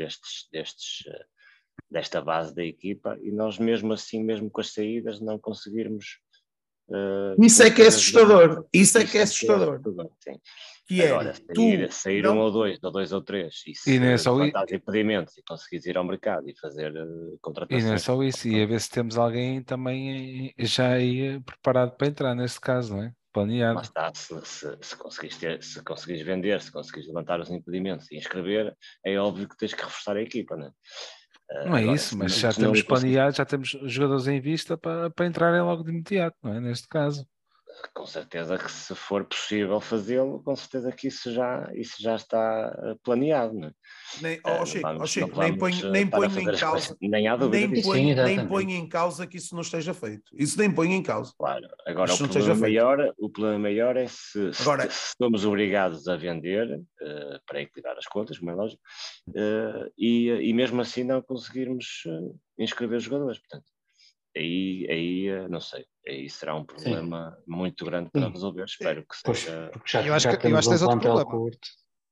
desta base da equipa e nós mesmo assim, mesmo com as saídas, não conseguirmos. Isso é que é assustador. Isso é que é assustador. Sim. Que agora, sair um ou dois ou três, e se levantar impedimentos e conseguires ir ao mercado e fazer contratações. E não é só isso, e a ver se temos alguém também já aí preparado para entrar neste caso, não é? Planeado. Mas está, se conseguires vender, se conseguires levantar os impedimentos e inscrever, é óbvio que tens que reforçar a equipa, não é? Não é isso, mas já temos planeado, já temos jogadores em vista para entrarem logo de imediato, não é? Neste caso. Com certeza que se for possível fazê-lo, com certeza que isso já está planeado, não é? Chico, nem ponho em causa, nem há dúvida disso. Nem ponho em causa que isso não esteja feito. Isso nem ponho em causa. Claro. Agora, o problema maior é se somos obrigados a vender para equilibrar as contas, como é lógico, e mesmo assim não conseguirmos inscrever os jogadores. Portanto, aí não sei, aí será um problema muito grande para resolver. Espero que seja. Porque já temos um plantel curto.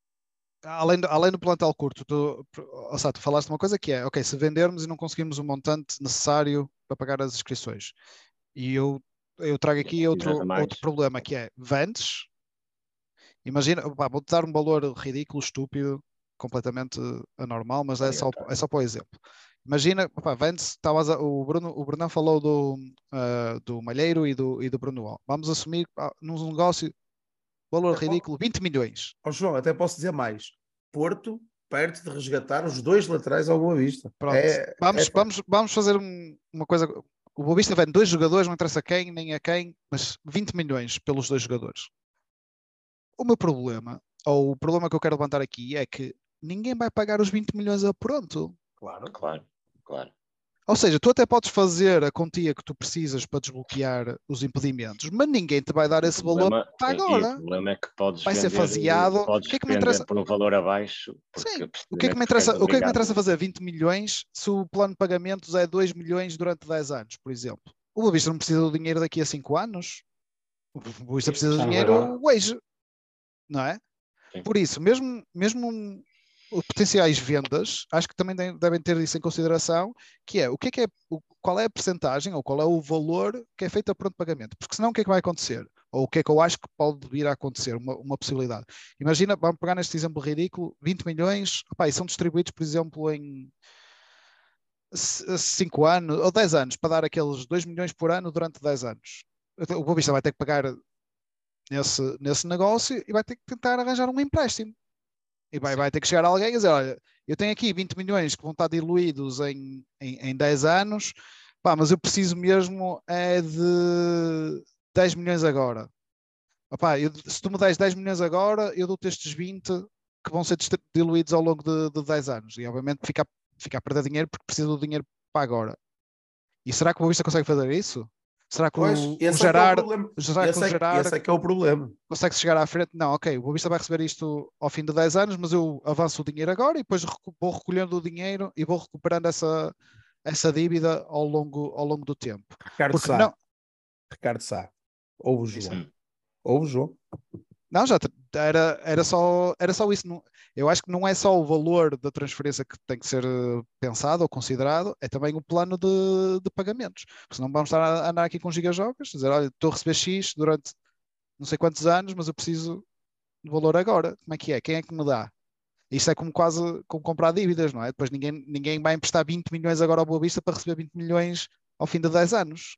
Além do plantel curto, tu falaste uma coisa que é, ok, se vendermos e não conseguirmos o montante necessário para pagar as inscrições, e eu trago aqui outro problema, que é, vendes, imagina, vou-te dar um valor ridículo, estúpido, completamente anormal, mas é só para o exemplo. Imagina, vendes, o Bruno falou do Malheiro e do Bruno. Vamos assumir num negócio valor ridículo, 20 milhões. João, até posso dizer mais. Porto, perto de resgatar os 2 laterais ao Boa Vista. Pronto. Vamos fazer uma coisa. O Boa Vista vende 2 jogadores, não interessa quem, nem a quem, mas 20 milhões pelos 2 jogadores. O meu problema, ou o problema que eu quero levantar aqui, é que ninguém vai pagar os 20 milhões a pronto. Claro. Ou seja, tu até podes fazer a quantia que tu precisas para desbloquear os impedimentos, mas ninguém te vai dar esse valor para agora. O problema é que vai ser faseado. O que é que me interessa por um valor abaixo? Sim. O que é que me interessa fazer 20 milhões se o plano de pagamentos é 2 milhões durante 10 anos, por exemplo? O Boa Vista não precisa do dinheiro daqui a 5 anos. O Boa Vista precisa do dinheiro hoje, não é? Sim. Por isso, mesmo potenciais vendas, acho que também devem ter isso em consideração, que é qual é a percentagem ou qual é o valor que é feito a pronto pagamento, porque senão o que é que vai acontecer? Ou o que é que eu acho que pode vir a acontecer, uma possibilidade. Imagina, vamos pegar neste exemplo ridículo, 20 milhões, e são distribuídos, por exemplo, em 5 anos ou 10 anos, para dar aqueles 2 milhões por ano durante 10 anos. O Boa Vista vai ter que pagar nesse negócio e vai ter que tentar arranjar um empréstimo. E vai ter que chegar alguém e dizer, olha, eu tenho aqui 20 milhões que vão estar diluídos em 10 anos, mas eu preciso mesmo de 10 milhões agora. Se tu me des 10 milhões agora, eu dou-te estes 20 que vão ser diluídos ao longo de 10 anos. E obviamente fica a perder dinheiro porque precisa do dinheiro para agora. E será que o Boa Vista consegue fazer isso? Será que o Gerard é o problema. Consegue chegar à frente? Não, ok, o Boa Vista vai receber isto ao fim de 10 anos, mas eu avanço o dinheiro agora e depois vou recolhendo o dinheiro e vou recuperando essa dívida ao longo do tempo. Ricardo Sá. Ou o João. Não, já era só isso. Eu acho que não é só o valor da transferência que tem que ser pensado ou considerado, é também o plano de pagamentos. Porque senão vamos estar a andar aqui com gigajocas, dizer, olha, estou a receber X durante não sei quantos anos, mas eu preciso de valor agora. Como é que é? Quem é que me dá? Isto é como comprar dívidas, não é? Depois ninguém vai emprestar 20 milhões agora ao Boa Vista para receber 20 milhões ao fim de 10 anos.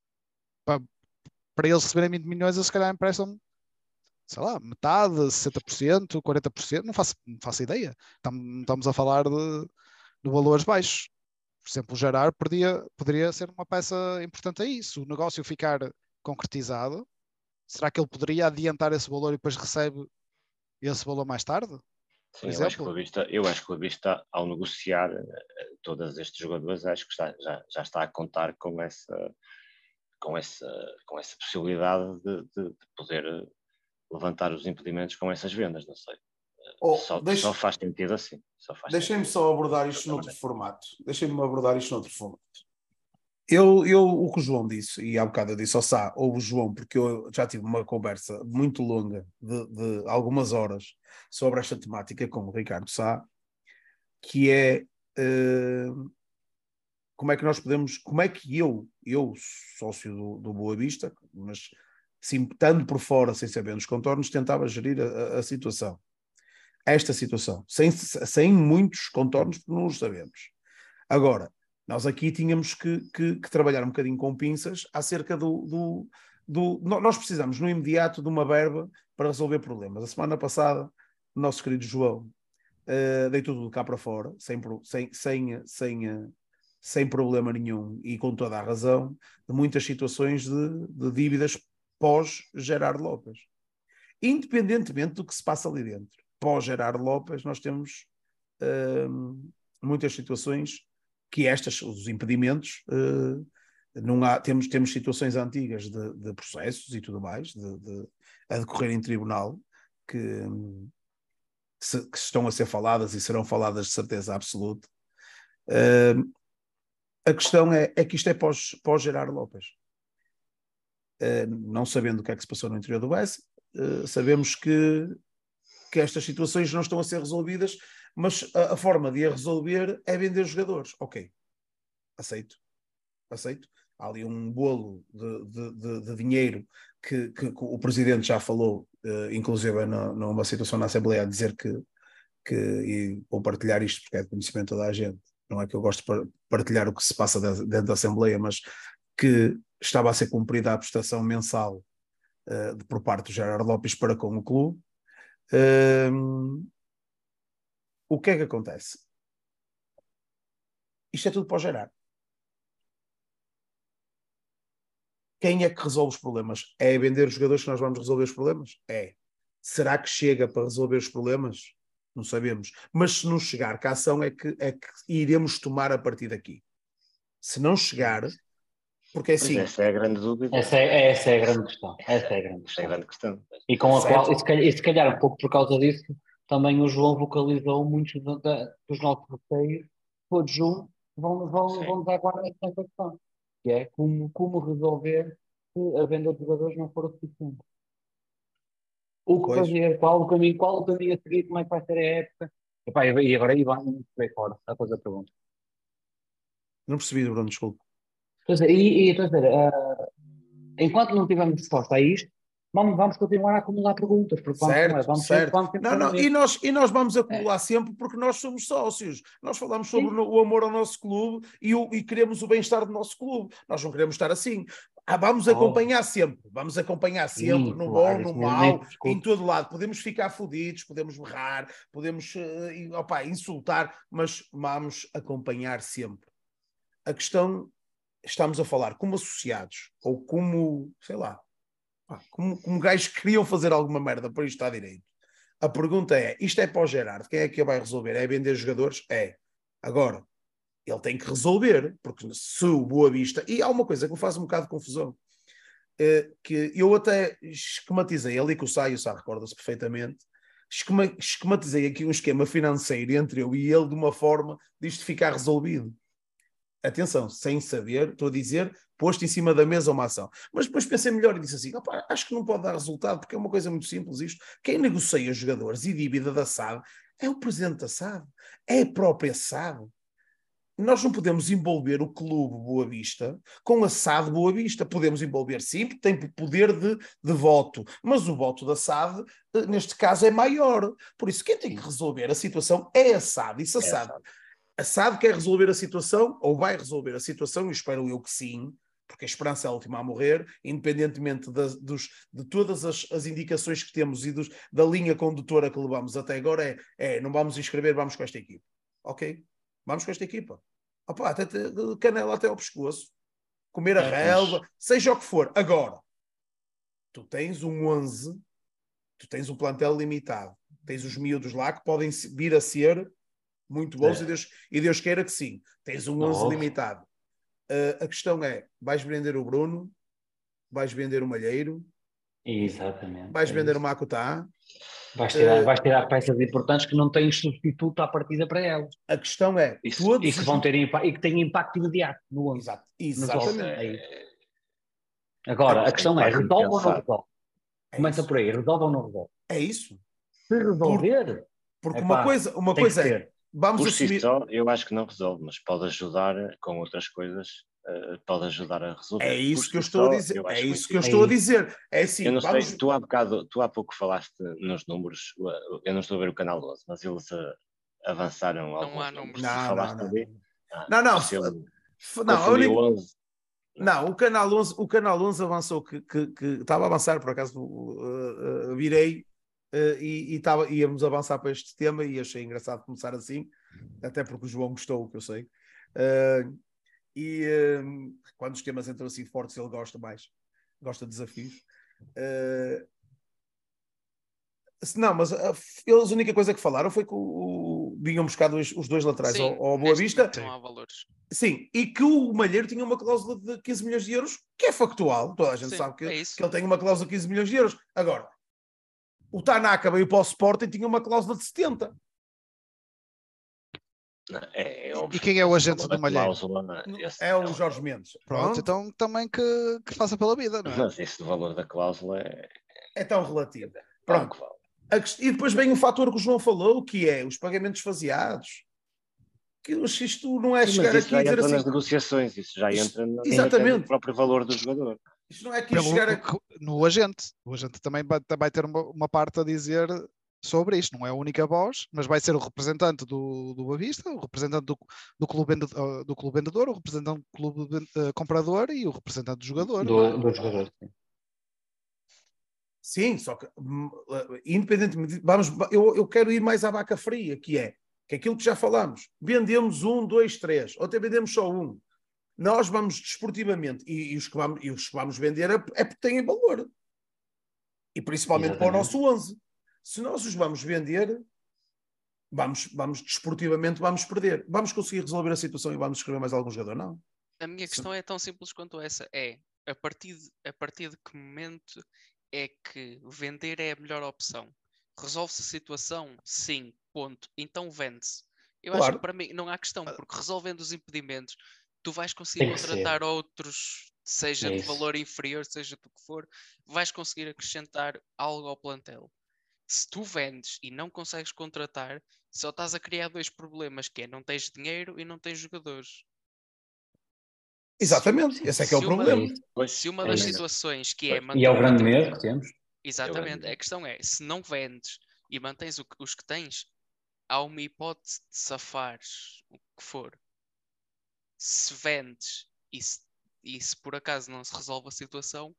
Para eles receberem 20 milhões, eles se calhar emprestam, sei lá, metade, 60%, 40%, não faço ideia. Estamos a falar de valores baixos. Por exemplo, o Gerard poderia ser uma peça importante a isso. O negócio ficar concretizado, será que ele poderia adiantar esse valor e depois recebe esse valor mais tarde? Sim, eu acho que o Boa Vista, ao negociar todos estes jogadores, acho que já está a contar com essa possibilidade de poder levantar os impedimentos com essas vendas, não sei. Só faz sentido assim. Deixem-me só abordar isto noutro formato. O que o João disse, e há bocado eu disse ao Sá, ou o João, porque eu já tive uma conversa muito longa de algumas horas sobre esta temática com o Ricardo Sá, que é como é que nós podemos, como é que eu sócio do Boa Vista, mas sim, estando por fora, sem saber nos contornos, tentava gerir a situação. Esta situação, sem muitos contornos, porque não os sabemos. Agora, nós aqui tínhamos que trabalhar um bocadinho com pinças acerca nós precisamos, no imediato, de uma verba para resolver problemas. A semana passada, o nosso querido João deitou tudo cá para fora, sem problema nenhum e com toda a razão, de muitas situações de dívidas pós-Gerardo Lopes. Independentemente do que se passa ali dentro, pós-Gerardo Lopes, nós temos muitas situações que os impedimentos, temos situações antigas de processos e tudo mais, a decorrer em tribunal, que estão a ser faladas e serão faladas de certeza absoluta. A questão é que isto é pós-Gerardo Lopes. Não sabendo o que é que se passou no interior do Bessa, sabemos que estas situações não estão a ser resolvidas, mas a forma de a resolver é vender jogadores. Ok, aceito. Há ali um bolo de dinheiro que o Presidente já falou, inclusive numa situação na Assembleia, a dizer e vou partilhar isto porque é de conhecimento de toda a gente, não é que eu gosto de partilhar o que se passa dentro da Assembleia, mas que estava a ser cumprida a prestação mensal por parte do Gerardo Lopes para com o clube. O que é que acontece? Isto é tudo para o Gerardo. Quem é que resolve os problemas? É vender os jogadores que nós vamos resolver os problemas? É. Será que chega para resolver os problemas? Não sabemos. Mas se não chegar, que a ação é que iremos tomar a partir daqui. Se não chegar, porque é assim... Essa é a grande dúvida. Essa é a grande questão. Essa é a grande questão. E com a qual, se calhar um pouco por causa disso, também o João vocalizou muitos dos nossos receios, todos juntos, vão dar guarda nessa questão. Que é como resolver se a venda de jogadores não for o suficiente. O que fazer, qual o caminho a seguir, como é que vai ser a época. E agora aí vai fora, a coisa pergunta. Não percebi, Bruno, desculpe. Estou a dizer, enquanto não tivermos resposta a isto, vamos continuar a acumular perguntas. Porque certo. E nós vamos acumular sempre porque nós somos sócios. Nós falamos sobre o amor ao nosso clube e queremos o bem-estar do nosso clube. Nós não queremos estar assim. Vamos acompanhar sempre. Vamos acompanhar sempre, no bom, no mau, em todo lado. Podemos ficar fodidos, podemos berrar, podemos insultar, mas vamos acompanhar sempre. A questão, estamos a falar como associados ou como, sei lá, como gajos que queriam fazer alguma merda para isto estar direito. A pergunta é, isto é para o Gerardo, quem é que vai resolver? É vender jogadores? É. Agora, ele tem que resolver, porque se o Boa Vista... E há uma coisa que me faz um bocado de confusão, que eu até esquematizei ali com o Sá recorda-se perfeitamente, esquematizei aqui um esquema financeiro entre eu e ele de uma forma de isto ficar resolvido. Atenção, sem saber, estou a dizer, posto em cima da mesa uma ação. Mas depois pensei melhor e disse assim, acho que não pode dar resultado, porque é uma coisa muito simples isto. Quem negocia os jogadores e dívida da SAD é o presidente da SAD, é a própria SAD. Nós não podemos envolver o clube Boa Vista com a SAD Boa Vista. Podemos envolver sim, porque tem poder de voto, mas o voto da SAD, neste caso, é maior. Por isso, quem tem que resolver a situação é a SAD. E se a SAD quer resolver a situação, ou vai resolver a situação, e espero eu que sim, porque a esperança é a última a morrer, independentemente de todas as indicações que temos e da linha condutora que levamos até agora, não vamos inscrever, vamos com esta equipa. Ok? Vamos com esta equipa. Até canela até ao pescoço. Comer a relva, seja o que for. Agora, tu tens um 11, tu tens um plantel limitado, tens os miúdos lá que podem vir a ser muito bons e Deus queira que sim. Tens um 11 limitado. A questão é, vais vender o Bruno, vais vender o Malheiro, exatamente, vais vender o Macutá, vais tirar peças importantes que não têm substituto à partida para elas. A questão é, e que têm impacto imediato no 11. Exatamente. Agora, a questão é, resolve ou não resolve? Começa por aí, resolve ou não resolve? É isso. Se resolver... Porque uma coisa é... Por si só, eu acho que não resolve, mas pode ajudar com outras coisas, pode ajudar a resolver. É isso que eu estou a dizer. É isso que eu estou a dizer. É assim, eu não sei, tu há pouco falaste nos números, eu não estou a ver o canal 11, mas eles avançaram. Não há números. Não, o canal 11 avançou, que estava a avançar, por acaso virei íamos avançar para este tema e achei engraçado começar assim, até porque o João gostou, que eu sei. Quando os temas entram assim fortes, ele gosta de desafios. Não, mas eles a única coisa que falaram foi que vinham buscar os dois laterais ao Boa Vista. Não há valores. Sim, e que o Malheiro tinha uma cláusula de 15 milhões de euros, que é factual, toda a gente sabe que ele tem uma cláusula de 15 milhões de euros. Agora, o Tanaka veio para o Sporting e tinha uma cláusula de 70. E quem é o agente do Malheiro? É o Jorge Mendes. Pronto, então também que faça pela vida, não é? Mas esse valor da cláusula é tão relativo. Pronto. E depois vem o fator que o João falou, que é os pagamentos faseados. Que isto não é chegar aqui e dizer assim... nas negociações, isso já entra no próprio valor do jogador. Isto não é aqui chegar aqui... No agente. O agente também vai ter uma parte a dizer sobre isto. Não é a única voz, mas vai ser o representante do Boa Vista, o representante do clube vendedor, o representante do clube comprador e o representante do jogador. Do jogador, sim. Sim, só que independentemente, eu quero ir mais à vaca fria, que é aquilo que já falámos, vendemos 1, 2, 3, ou até vendemos só um. Nós vamos desportivamente, e os que vamos vender é porque têm valor. E principalmente para o nosso 11. Se nós os vamos vender, vamos desportivamente, vamos perder. Vamos conseguir resolver a situação e vamos escrever mais algum jogador? Não. A minha questão é tão simples quanto essa. A partir de que momento é que vender é a melhor opção? Resolve-se a situação? Sim, ponto. Então vende-se. Eu acho que para mim não há questão, porque resolvendo os impedimentos, tu vais conseguir contratar outros, seja de valor inferior, seja do que for, vais conseguir acrescentar algo ao plantel. Se tu vendes e não consegues contratar, só estás a criar dois problemas, que é não tens dinheiro e não tens jogadores. Exatamente, esse é que é o problema. Se uma das situações que é... E é o grande medo que temos. Exatamente, a questão é, se não vendes e mantens os que tens, há uma hipótese de safares, o que for. Se vendes e se por acaso não se resolve a situação,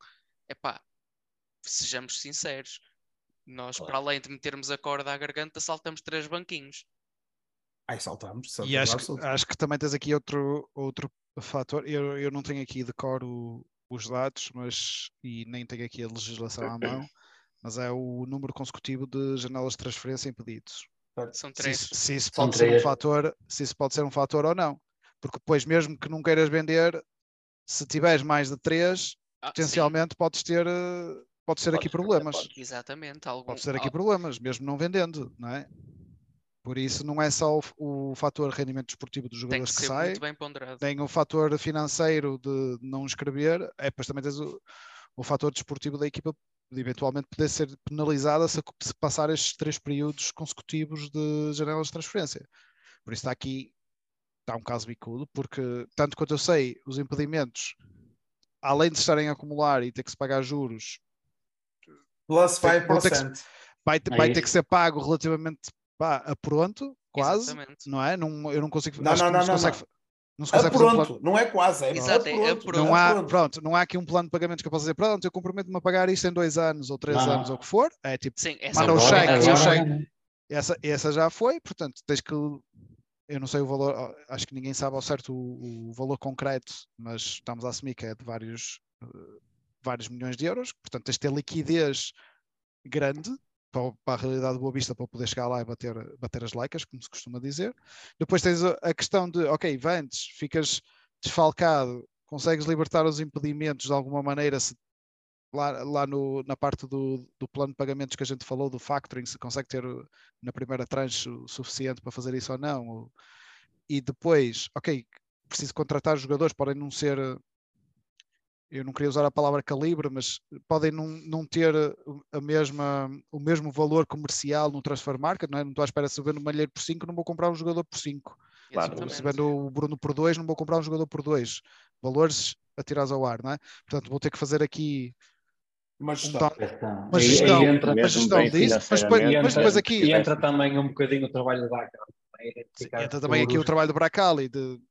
sejamos sinceros, nós para além de metermos a corda à garganta, saltamos 3 banquinhos. Saltamos. E acho que também tens aqui outro fator. Eu não tenho aqui de cor os dados, e nem tenho aqui a legislação à mão, mas é o número consecutivo de janelas de transferência em pedidos. São 3. Se isso pode ser um fator ou não. Porque depois, mesmo que não queiras vender, se tiveres mais de 3, potencialmente podes ter aqui problemas. Exatamente. Pode ter aqui problemas, mesmo não vendendo, não é? Por isso não é só o fator rendimento desportivo dos jogadores que sai, muito bem ponderado. nem o fator financeiro de não escrever, depois também tens o fator desportivo da equipa de eventualmente poder ser penalizada se passar estes 3 períodos consecutivos de janelas de transferência. Por isso está um caso bicudo, porque tanto quanto eu sei, os impedimentos, além de estarem a acumular e ter que se pagar juros, plus 5%. Vai ter que ser pago relativamente a pronto, quase. Exatamente. Não é? Eu não consigo. Não se consegue pronto, não é quase, pronto. Não há aqui um plano de pagamentos que eu possa dizer, pronto, eu comprometo-me a pagar isto em 2 anos ou 3 anos ou o que for. É tipo, manda o cheque. Essa já foi, portanto, tens que. Eu não sei o valor, acho que ninguém sabe ao certo o valor concreto, mas estamos a assumir que é de vários milhões de euros, portanto tens de ter liquidez grande para a realidade do Boa Vista para poder chegar lá e bater as laicas, como se costuma dizer. Depois tens a questão de, vendes, ficas desfalcado, consegues libertar os impedimentos de alguma maneira, lá na parte do plano de pagamentos que a gente falou, do factoring, se consegue ter na primeira tranche o suficiente para fazer isso ou não. E depois, preciso contratar jogadores, podem não ser, eu não queria usar a palavra calibre, mas podem não ter o mesmo valor comercial no transfer market, não é? Não estou à espera, se eu vendo o Malheiro por 5, não vou comprar um jogador por 5. Claro, se vendo o Bruno por 2, não vou comprar um jogador por 2. Valores atirados ao ar, não é? Portanto, vou ter que fazer aqui uma gestão disso, mas depois aqui entra também um bocadinho o trabalho de Bracali. Entra também aqui o trabalho de Bracali,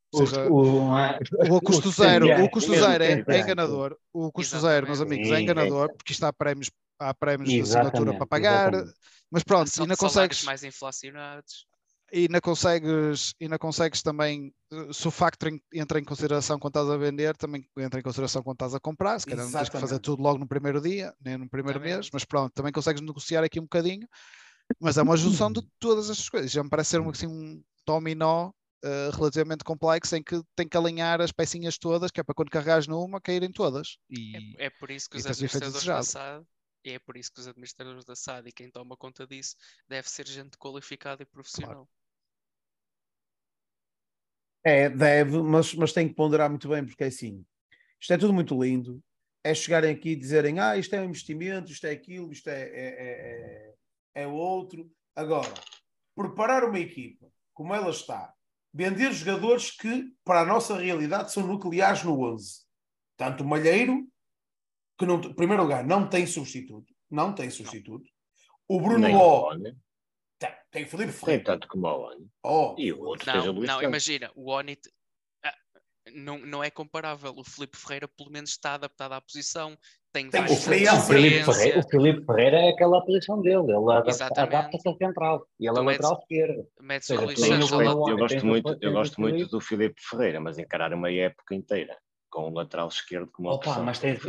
o custo zero é enganador. O custo zero, meus amigos, é enganador, porque isto há há prémios de assinatura para pagar, mas pronto, ainda consegues mais inflacionados. E ainda consegues também, se o factoring entra em consideração quando estás a vender, também entra em consideração quando estás a comprar. Se calhar não tens que fazer tudo logo no primeiro dia, nem no primeiro mês, mas pronto, também consegues negociar aqui um bocadinho. Mas é uma junção de todas estas coisas. Já me parece ser assim, um dominó relativamente complexo em que tem que alinhar as pecinhas todas, que é para quando carregares numa, caírem todas. E é por isso que os administradores da SAD, é por isso que os administradores da SAD e quem toma conta disso deve ser gente qualificada e profissional. Claro. Deve, mas tem que ponderar muito bem, porque é assim, isto é tudo muito lindo, é chegarem aqui e dizerem, isto é um investimento, isto é aquilo, isto é outro. Agora, preparar uma equipa como ela está, vender jogadores que, para a nossa realidade, são nucleares no 11. Tanto o Malheiro, que não, em primeiro lugar, não tem substituto. Não tem substituto. O Bruno O. Tem o Filipe Ferreira. Tem tanto como o Oni. E o outro não, imagina, o Oni não é comparável. O Filipe Ferreira, pelo menos, está adaptado à posição. Tem o Filipe Ferreira é aquela posição dele. Ele adapta-se ao central. E ele é lateral esquerdo. Eu gosto muito do Filipe Ferreira, mas encarar uma época inteira com um lateral esquerdo como opção. Mas tem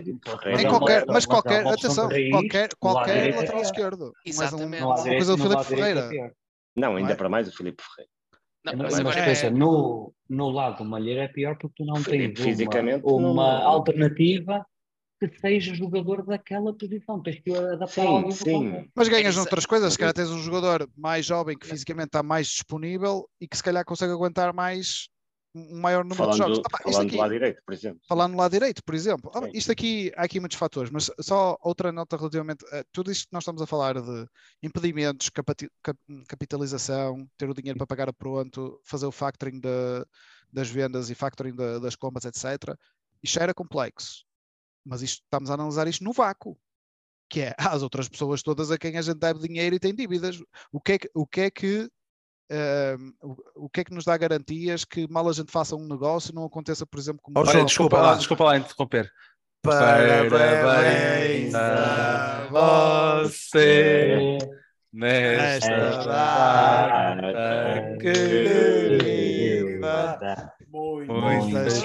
qualquer lateral esquerdo. Exatamente. Não há coisa do Filipe Ferreira. Não, ainda para mais o Filipe Ferreira. Mas no lado do Malheiro é pior porque tu não tens uma alternativa que seja jogador daquela posição. Tens que adaptar ao sim. Mas ganhas noutras coisas. Se calhar tens um jogador mais jovem que fisicamente está mais disponível e que se calhar consegue aguentar mais um maior número de jogos. Falando do lado direito, por exemplo. Falando do lado direito, por exemplo. Isto aqui, há aqui muitos fatores, mas só outra nota relativamente a tudo isto que nós estamos a falar de impedimentos, capitalização, ter o dinheiro para pagar a pronto, fazer o factoring das vendas e factoring das compras, etc. Isto já era complexo, mas estamos a analisar isto no vácuo, que é as outras pessoas todas a quem a gente deve dinheiro e tem dívidas. O que é que nos dá garantias que mal a gente faça um negócio não aconteça, por exemplo, como... Desculpa lá interromper. Parabéns a você nesta data querida, muitas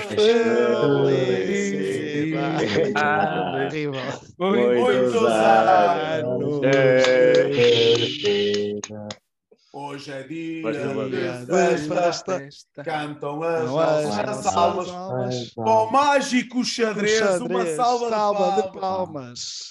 felicidades, muitos anos. Hoje é dia de festa, cantam as nossas almas, com mágico xadrez, uma salva de palmas.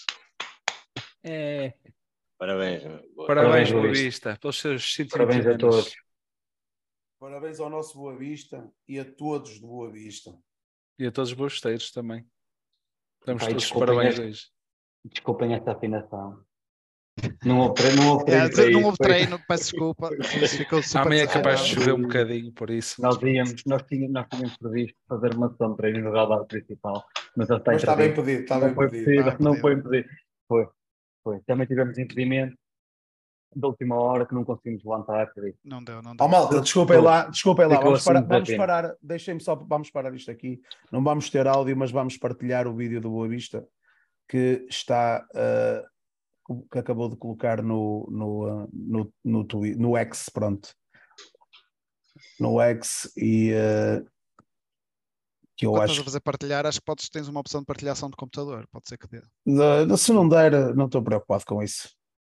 Parabéns, Boa Vista, pelos seus 120 Parabéns a todos. Parabéns ao nosso Boa Vista e a todos de Boa Vista. E a todos os boasteiros também. Estamos todos de parabéns hoje. Desculpem esta afinação. Não houve treino, peço desculpa. Amanhã é capaz de chover um bocadinho, por isso. Nós tínhamos previsto fazer uma sessão de treino no radar principal, mas está bem pedido. Não foi impedido. Foi. Também tivemos impedimento da última hora que não conseguimos levantar. Não deu. Malta, desculpem lá. Vamos parar. Deixem-me só, vamos parar isto aqui. Não vamos ter áudio, mas vamos partilhar o vídeo do Boa Vista que está... que acabou de colocar no X, pronto. No X e que eu quando acho... estás a fazer partilhar, acho que tens uma opção de partilhação de computador, pode ser que dê. Se não der, não estou preocupado com isso.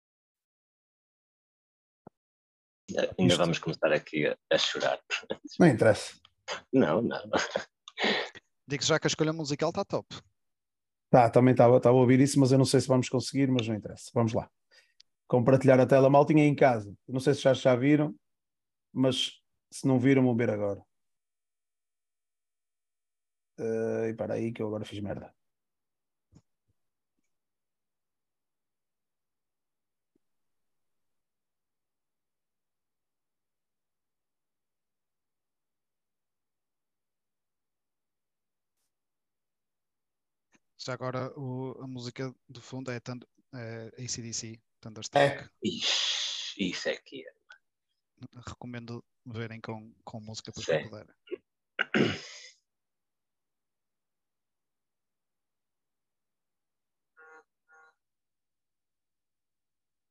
Ainda vamos começar aqui a chorar. Não interessa. Não. Digo já que a escolha musical está top. Também estava a ouvir isso, mas eu não sei se vamos conseguir, mas não interessa. Vamos lá. Compartilhar a tela. Maltinha em casa. Não sei se já viram, mas se não viram, vão ver agora. E para aí que eu agora fiz merda. Já agora a música do fundo é AC/DC, Thunderstruck. Isso é que é. Recomendo verem com música para quem puder.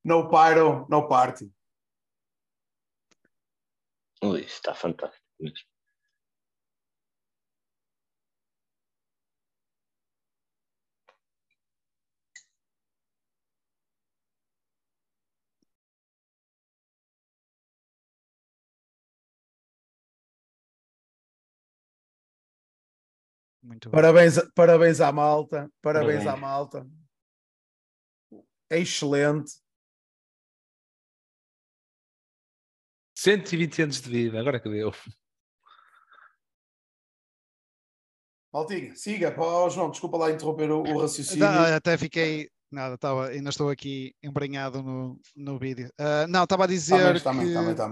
No pyro, no party. Ui, isso está fantástico mesmo. Muito Parabéns à malta. Parabéns à malta. É excelente. 120 anos de vida, agora que deu. Maltinha, siga. Oh, João, desculpa lá interromper o raciocínio. Até fiquei. Nada, ainda estou aqui embrenhado no vídeo. Não, estava a dizer também.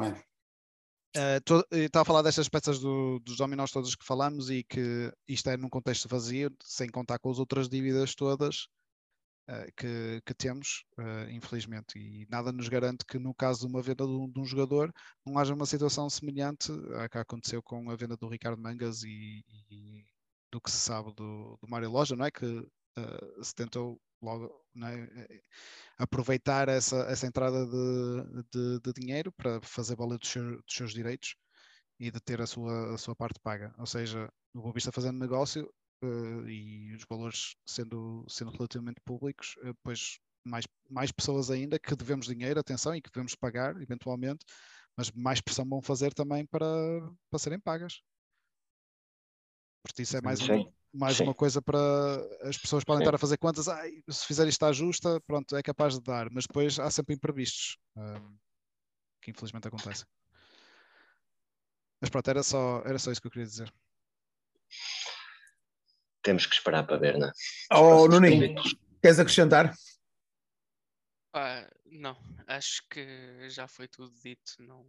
estava a falar destas peças dos dominós todos que falamos e que isto é num contexto vazio, sem contar com as outras dívidas todas que temos, infelizmente. E nada nos garante que no caso de uma venda de um jogador não haja uma situação semelhante à que aconteceu com a venda do Ricardo Mangas e do que se sabe do Mário Loja, não é? Que se tentou logo, não é? Aproveitar essa entrada de dinheiro para fazer valer dos seus direitos e de ter a sua parte paga. Ou seja, o Boa Vista fazendo negócio e os valores sendo relativamente públicos, depois mais pessoas ainda que devemos dinheiro, atenção, e que devemos pagar eventualmente, mas mais pressão vão fazer também para serem pagas. Porque isso é mais uma coisa para as pessoas podem estar a fazer contas, se fizer isto à justa, pronto, é capaz de dar, mas depois há sempre imprevistos que infelizmente acontecem. Mas pronto, era só isso que eu queria dizer. Temos que esperar para ver, não é? Oh, Nuninho, queres acrescentar? Não, acho que já foi tudo dito. Não...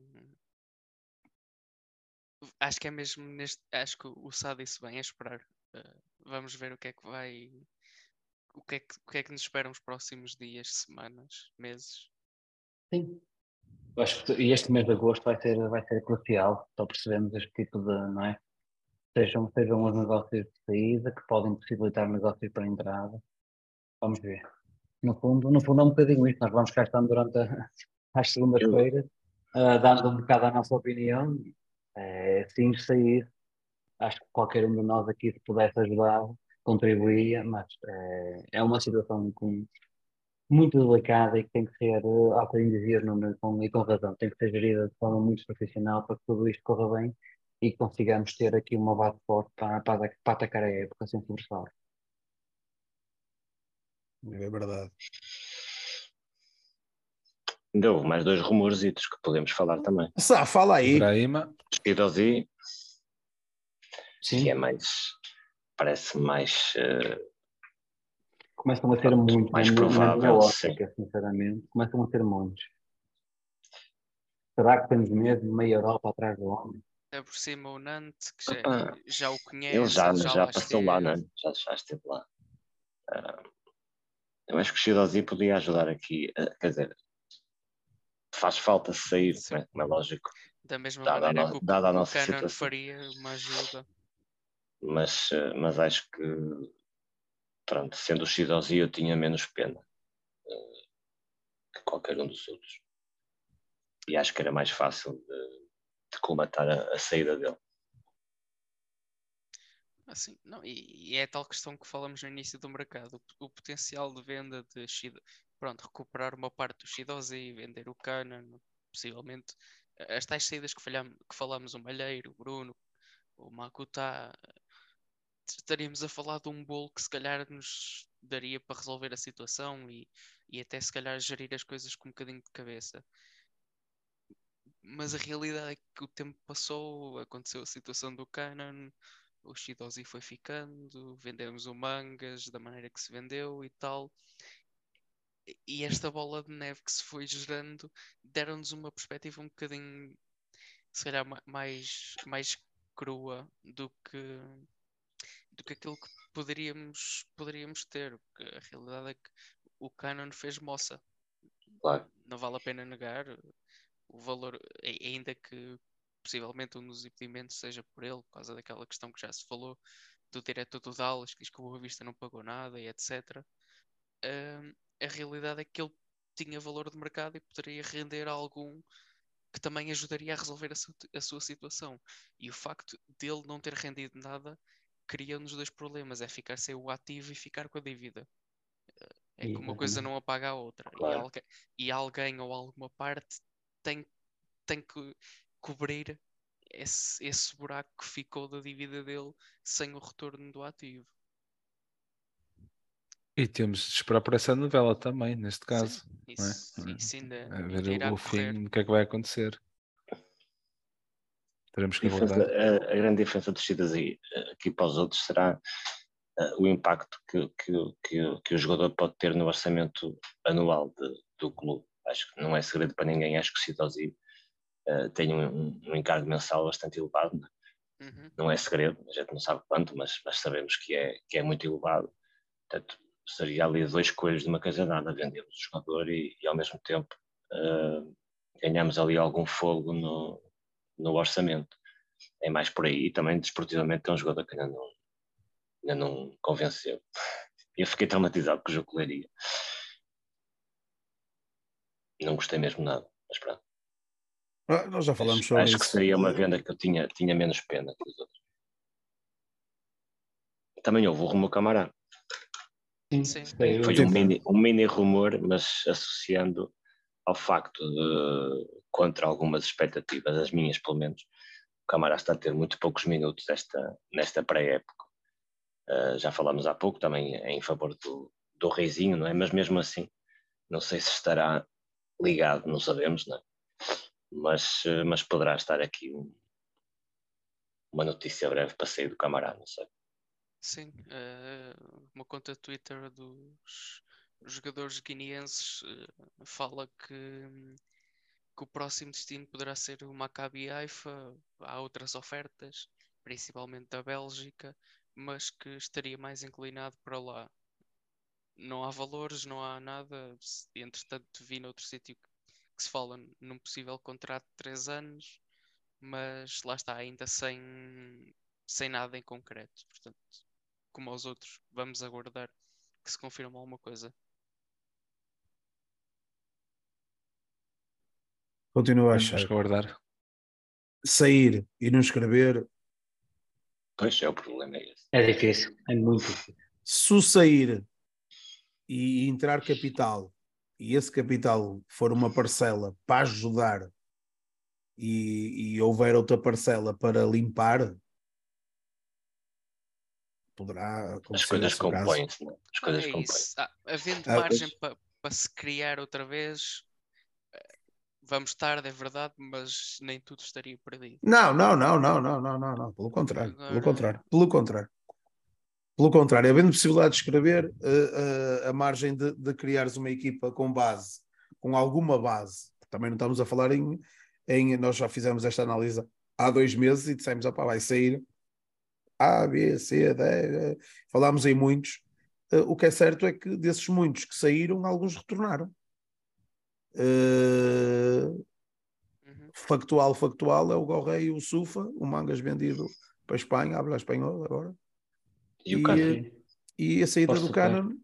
Acho que é mesmo acho que o Sá disse bem, é esperar. Vamos ver o que é que vai. O que é que nos esperam os próximos dias, semanas, meses. Sim. Eu acho que este mês de agosto vai ser crucial para percebermos este tipo de, não é? Sejam os negócios de saída que podem possibilitar negócios para a entrada. Vamos ver. No fundo é um bocadinho isto. Nós vamos cá estando durante as segundas-feiras, dando um bocado a nossa opinião. Sim, sair. Acho que qualquer um de nós aqui, se pudesse ajudar, contribuía, mas é uma situação muito delicada e que tem que ser, há bocadinho dizias, Nuno, e com razão, tem que ser gerida de forma muito profissional para que tudo isto corra bem e que consigamos ter aqui uma base forte para atacar a época sem sobressalto. É verdade. Ainda houve mais 2 rumorzitos que podemos falar também. Sá, fala aí. Ibrahima. Shidozi, Sim. que é mais, parece mais... começam a ter muitos, mais na provável, minha ótica, sinceramente, começam a ter muitos. Será que temos mesmo meia Europa atrás do homem? É por cima o Nantes, que já o conhece, ele já lá passou esteve. lá, não é? Já esteve lá. Eu acho que o Shidozi podia ajudar aqui, quer dizer, faz falta sair, como é lógico. Da mesma maneira que o Canon faria uma ajuda. Mas acho que, pronto, sendo o Shidozi eu tinha menos pena que qualquer um dos outros. E acho que era mais fácil de colmatar a saída dele. Assim, não, e é a tal questão que falamos no início do mercado, o potencial de venda de pronto, recuperar uma parte do Shidozi, vender o Canon, possivelmente as tais saídas que falamos, o Malheiro, o Bruno, o Makuta, estaríamos a falar de um bolo que se calhar nos daria para resolver a situação e até se calhar gerir as coisas com um bocadinho de cabeça. Mas a realidade é que o tempo passou, aconteceu a situação do Canon, o Shidozi foi ficando, vendemos o Mangas da maneira que se vendeu e tal. E esta bola de neve que se foi gerando deram-nos uma perspectiva um bocadinho, se calhar, mais crua do que aquilo que poderíamos ter. Porque a realidade é que o Canon fez moça. Claro. Não vale a pena negar o valor, ainda que possivelmente um dos impedimentos seja por ele, por causa daquela questão que já se falou do diretor do Dallas, que diz que o Boa Vista não pagou nada e etc. A realidade é que ele tinha valor de mercado e poderia render algum que também ajudaria a resolver a sua situação. E o facto dele não ter rendido nada cria-nos dois problemas, é ficar sem o ativo e ficar com a dívida. É que uma coisa não apaga a outra. Claro. E alguém ou alguma parte tem que cobrir esse buraco que ficou da dívida dele sem o retorno do ativo. E temos de esperar por essa novela também, neste caso. Sim, isso ainda ver irá o correr. fim, o que é que vai acontecer. Teremos que aguardar. A grande diferença dos descidas aqui para os outros será o impacto que o jogador pode ter no orçamento anual do clube. Acho que não é segredo para ninguém. Acho que o Cidosi tem um encargo mensal bastante elevado. Não é segredo, a gente não sabe quanto, mas sabemos que é muito elevado. Portanto, seria ali 2 coelhos de uma cajadada. Vendemos o jogador e ao mesmo tempo ganhamos ali algum fogo no orçamento. É mais por aí. E também desportivamente é um jogador que ainda não convenceu. Eu fiquei traumatizado com o jogo de Leiria. Não gostei mesmo nada, mas pronto. Nós já falamos sobre isso. Acho que seria uma venda que eu tinha menos pena que os outros. Também houve o rumor Camará. Sim. Foi um mini rumor, mas associando ao facto de, contra algumas expectativas, as minhas pelo menos, o Camará está a ter muito poucos minutos nesta pré-época. Já falámos há pouco também em favor do Reizinho, não é? Mas mesmo assim, não sei se estará ligado, não sabemos, não é? Mas poderá estar aqui uma notícia breve para sair do Camará, não sei. Sim, uma conta Twitter dos jogadores guineenses fala que o próximo destino poderá ser o Maccabi Haifa. Há outras ofertas, principalmente da Bélgica, mas que estaria mais inclinado para lá. Não há valores, não há nada. Entretanto, vi noutro sítio que se fala num possível contrato de 3 anos, mas lá está, ainda sem nada em concreto. Portanto, como aos outros, vamos aguardar que se confirme alguma coisa. Continuo a achar. Aguardar. Sair e não escrever. Pois é, o problema é esse. É difícil, é muito difícil. Se sair e entrar capital, e esse capital for uma parcela para ajudar e houver outra parcela para limpar, poderá acontecer. As coisas compõem-se, não é? As coisas isso. Havendo margem para se criar outra vez, vamos tarde, é verdade, mas nem tudo estaria perdido. Não. Pelo contrário. Pelo contrário, havendo possibilidade de escrever, a margem de criares uma equipa com alguma base, também não estamos a falar nós já fizemos esta análise há 2 meses e dissemos, vai sair A, B, C, D, falámos em muitos. O que é certo é que desses muitos que saíram, alguns retornaram. Factual é o Gorrei, o Sufa, o Mangas vendido para a Espanha, habla espanhol agora. E a saída do Cannon,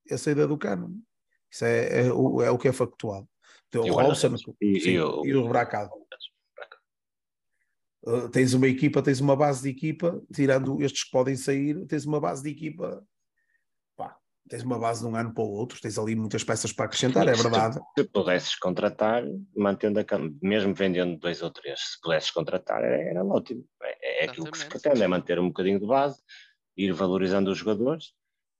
isso é o que é factual. Então, o Robson e o Bracado. Tens uma equipa, tens uma base de equipa, tirando estes que podem sair, tens uma base de equipa, tens uma base de um ano para o outro, tens ali muitas peças para acrescentar, é verdade. Se pudesses contratar, mantendo mesmo vendendo 2 ou 3, se pudesses contratar, era ótimo. É aquilo que se pretende, é manter um bocadinho de base, ir valorizando os jogadores,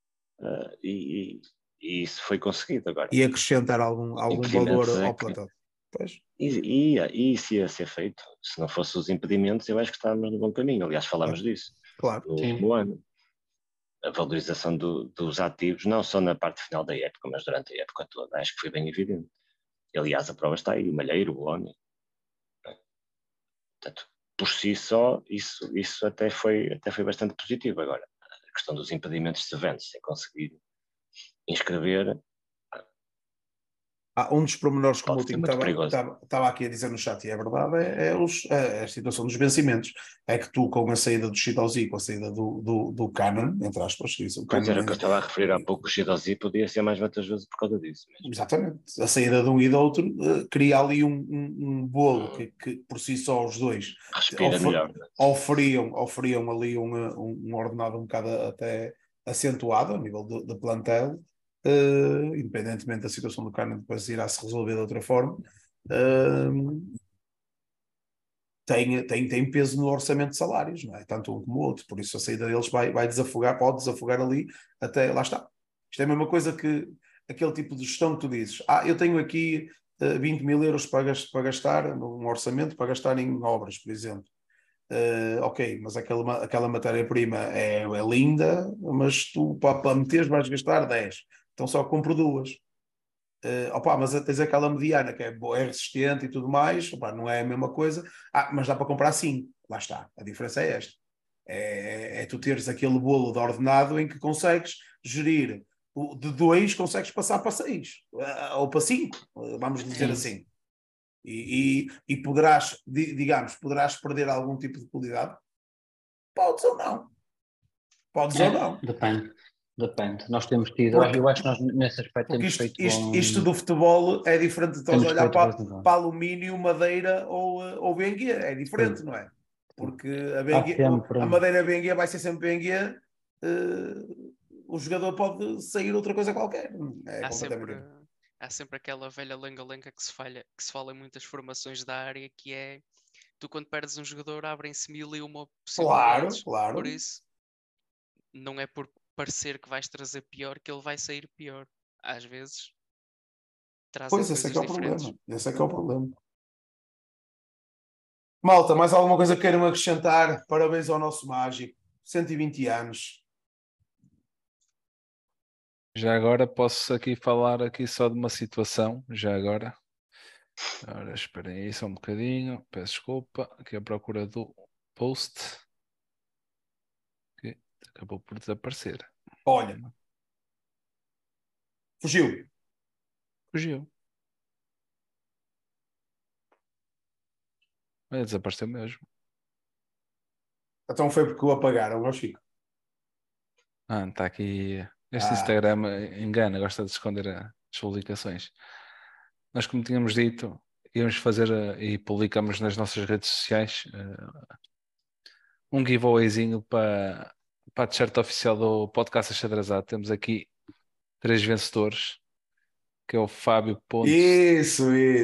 e isso foi conseguido agora. E acrescentar algum valor ao plantel. Pois. E isso ia ser feito. Se não fossem os impedimentos, eu acho que estávamos no bom caminho. Aliás, falámos disso no último ano. A valorização dos ativos, não só na parte final da época, mas durante a época toda, acho que foi bem evidente. Aliás, a prova está aí, o Malheiro, o Bolónia. Portanto, por si só, isso até foi bastante positivo. Agora, a questão dos impedimentos se vende sem conseguir inscrever. Um dos pormenores que o Moutinho estava aqui a dizer no chat, e é verdade, é a situação dos vencimentos. É que tu, com a saída do Shidozi, com a saída do Cannon, entre aspas, isso, pois era o que eu estava a referir há pouco, o Shidozi podia ser mais vantajoso por causa disso. Mesmo. Exatamente. A saída de um e do outro cria ali um bolo que por si só os dois respira melhor. Oferiam ali um ordenado um bocado até acentuado a nível de plantel. Independentemente da situação do Cannon, depois irá se resolver de outra forma, tem peso no orçamento de salários, não é? Tanto um como o outro, por isso a saída deles vai desafogar, pode desafogar ali até, lá está. Isto é a mesma coisa que aquele tipo de gestão que tu dizes, eu tenho aqui 20 mil euros para gastar num orçamento, para gastar em obras, por exemplo. Ok, mas aquela matéria-prima é linda, mas tu para meteres vais gastar 10. Então só compro 2. Mas tens aquela mediana que é resistente e tudo mais, não é a mesma coisa. Mas dá para comprar 5. Lá está. A diferença é esta. É tu teres aquele bolo de ordenado em que consegues gerir. De 2 consegues passar para 6. Ou para 5. Vamos dizer assim. E poderás, poderás perder algum tipo de qualidade? Podes ou não. Ou não. Depende. Nós temos tido, eu acho que nós nesse aspecto temos feito isto do futebol é diferente de todos olhar para alumínio, madeira ou benguia. É diferente, não é? Porque a madeira benguia vai ser sempre benguia. O jogador pode sair outra coisa qualquer. Há sempre aquela velha lenga-lenga que se fala em muitas formações da área, que é tu quando perdes um jogador abrem-se 1001 possibilidades. Claro. Por isso não é por parecer que vais trazer pior que ele vai sair pior. Às vezes trazem coisas diferentes. Esse é que é o problema. Malta, mais alguma coisa que queiram acrescentar? Parabéns ao nosso mágico. 120 anos. Já agora posso aqui falar só de uma situação, já agora. Ora, esperem aí só um bocadinho, peço desculpa, aqui a procura do post, que acabou por desaparecer. Olha, fugiu. Olha, desapareceu mesmo. Então foi porque o apagaram, não Chico? Está aqui. Este Instagram engana, gosta de esconder as publicações. Nós, como tínhamos dito, íamos fazer e publicamos nas nossas redes sociais um giveawayzinho para a t-shirt oficial do podcast Achadrazado. Temos aqui 3 vencedores, que é o Fábio Pontes. Isso.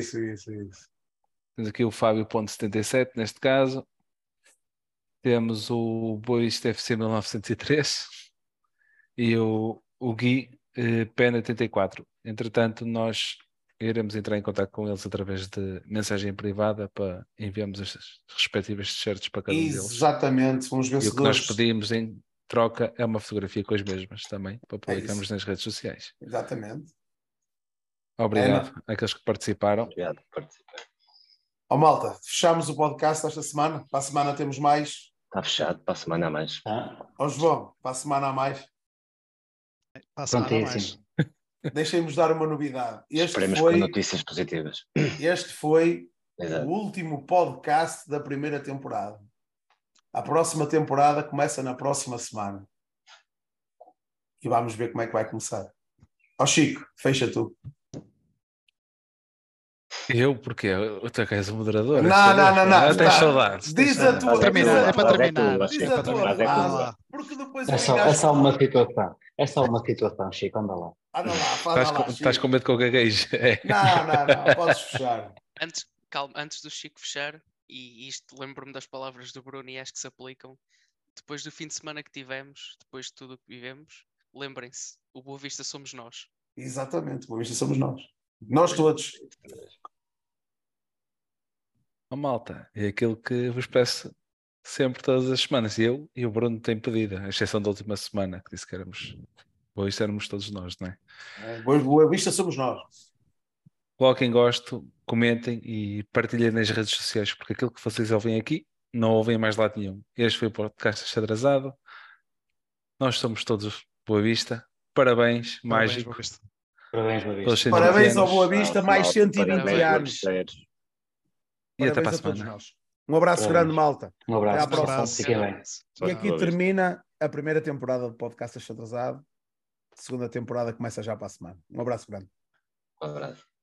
Temos aqui o Fábio Ponte 77, neste caso. Temos o Boista FC 1903 e o Gui Pena 84. Entretanto, nós iremos entrar em contato com eles através de mensagem privada para enviarmos as respectivas t-shirts para cada um deles. Exatamente, uns vencedores. E o que nós pedimos em troca é uma fotografia com as mesmas também, para publicarmos nas redes sociais. Exatamente. Obrigado àqueles que participaram. Obrigado por participar. Malta, fechamos o podcast esta semana. Para a semana temos mais. Está fechado, para a semana a mais. João, para a semana a mais. Para a semana a mais. Deixem-nos dar uma novidade. Esperemos com notícias positivas. Este foi Exato. O último podcast da primeira temporada. A próxima temporada começa na próxima semana. E vamos ver como é que vai começar. Chico, fecha tu. Eu? Porquê? Tu és o moderador? Não. Tens saudades. Diz a tua. É para terminar. Diz a tua frase. Porque depois é só uma situação. É só uma situação, Chico. Anda lá. Estás com medo que eu gagueje? Não. Podes fechar. Antes do Chico fechar, e isto lembro-me das palavras do Bruno e acho que se aplicam. Depois do fim de semana que tivemos, depois de tudo o que vivemos, lembrem-se, o Boa Vista somos nós. Exatamente, o Boa Vista somos nós. Nós todos. Malta, é aquilo que vos peço sempre, todas as semanas. Eu e o Bruno tem pedido, à exceção da última semana, que disse que éramos todos nós, não é? Boa Vista somos nós. Coloquem gosto, comentem e partilhem nas redes sociais, porque aquilo que vocês ouvem aqui não ouvem mais lado nenhum. Este foi o podcast Achadrazado. Nós somos todos Boa Vista. Parabéns, mágico. Parabéns, Boa Vista. Parabéns ao Boa Vista, mais 120 anos. E até para a todos semana. nós. Um abraço grande, malta. Um abraço. Até à próxima. Fiquem bem. E aqui termina a primeira temporada do Podcast Atrasado. A segunda temporada começa já para a semana. Um abraço grande. Um abraço.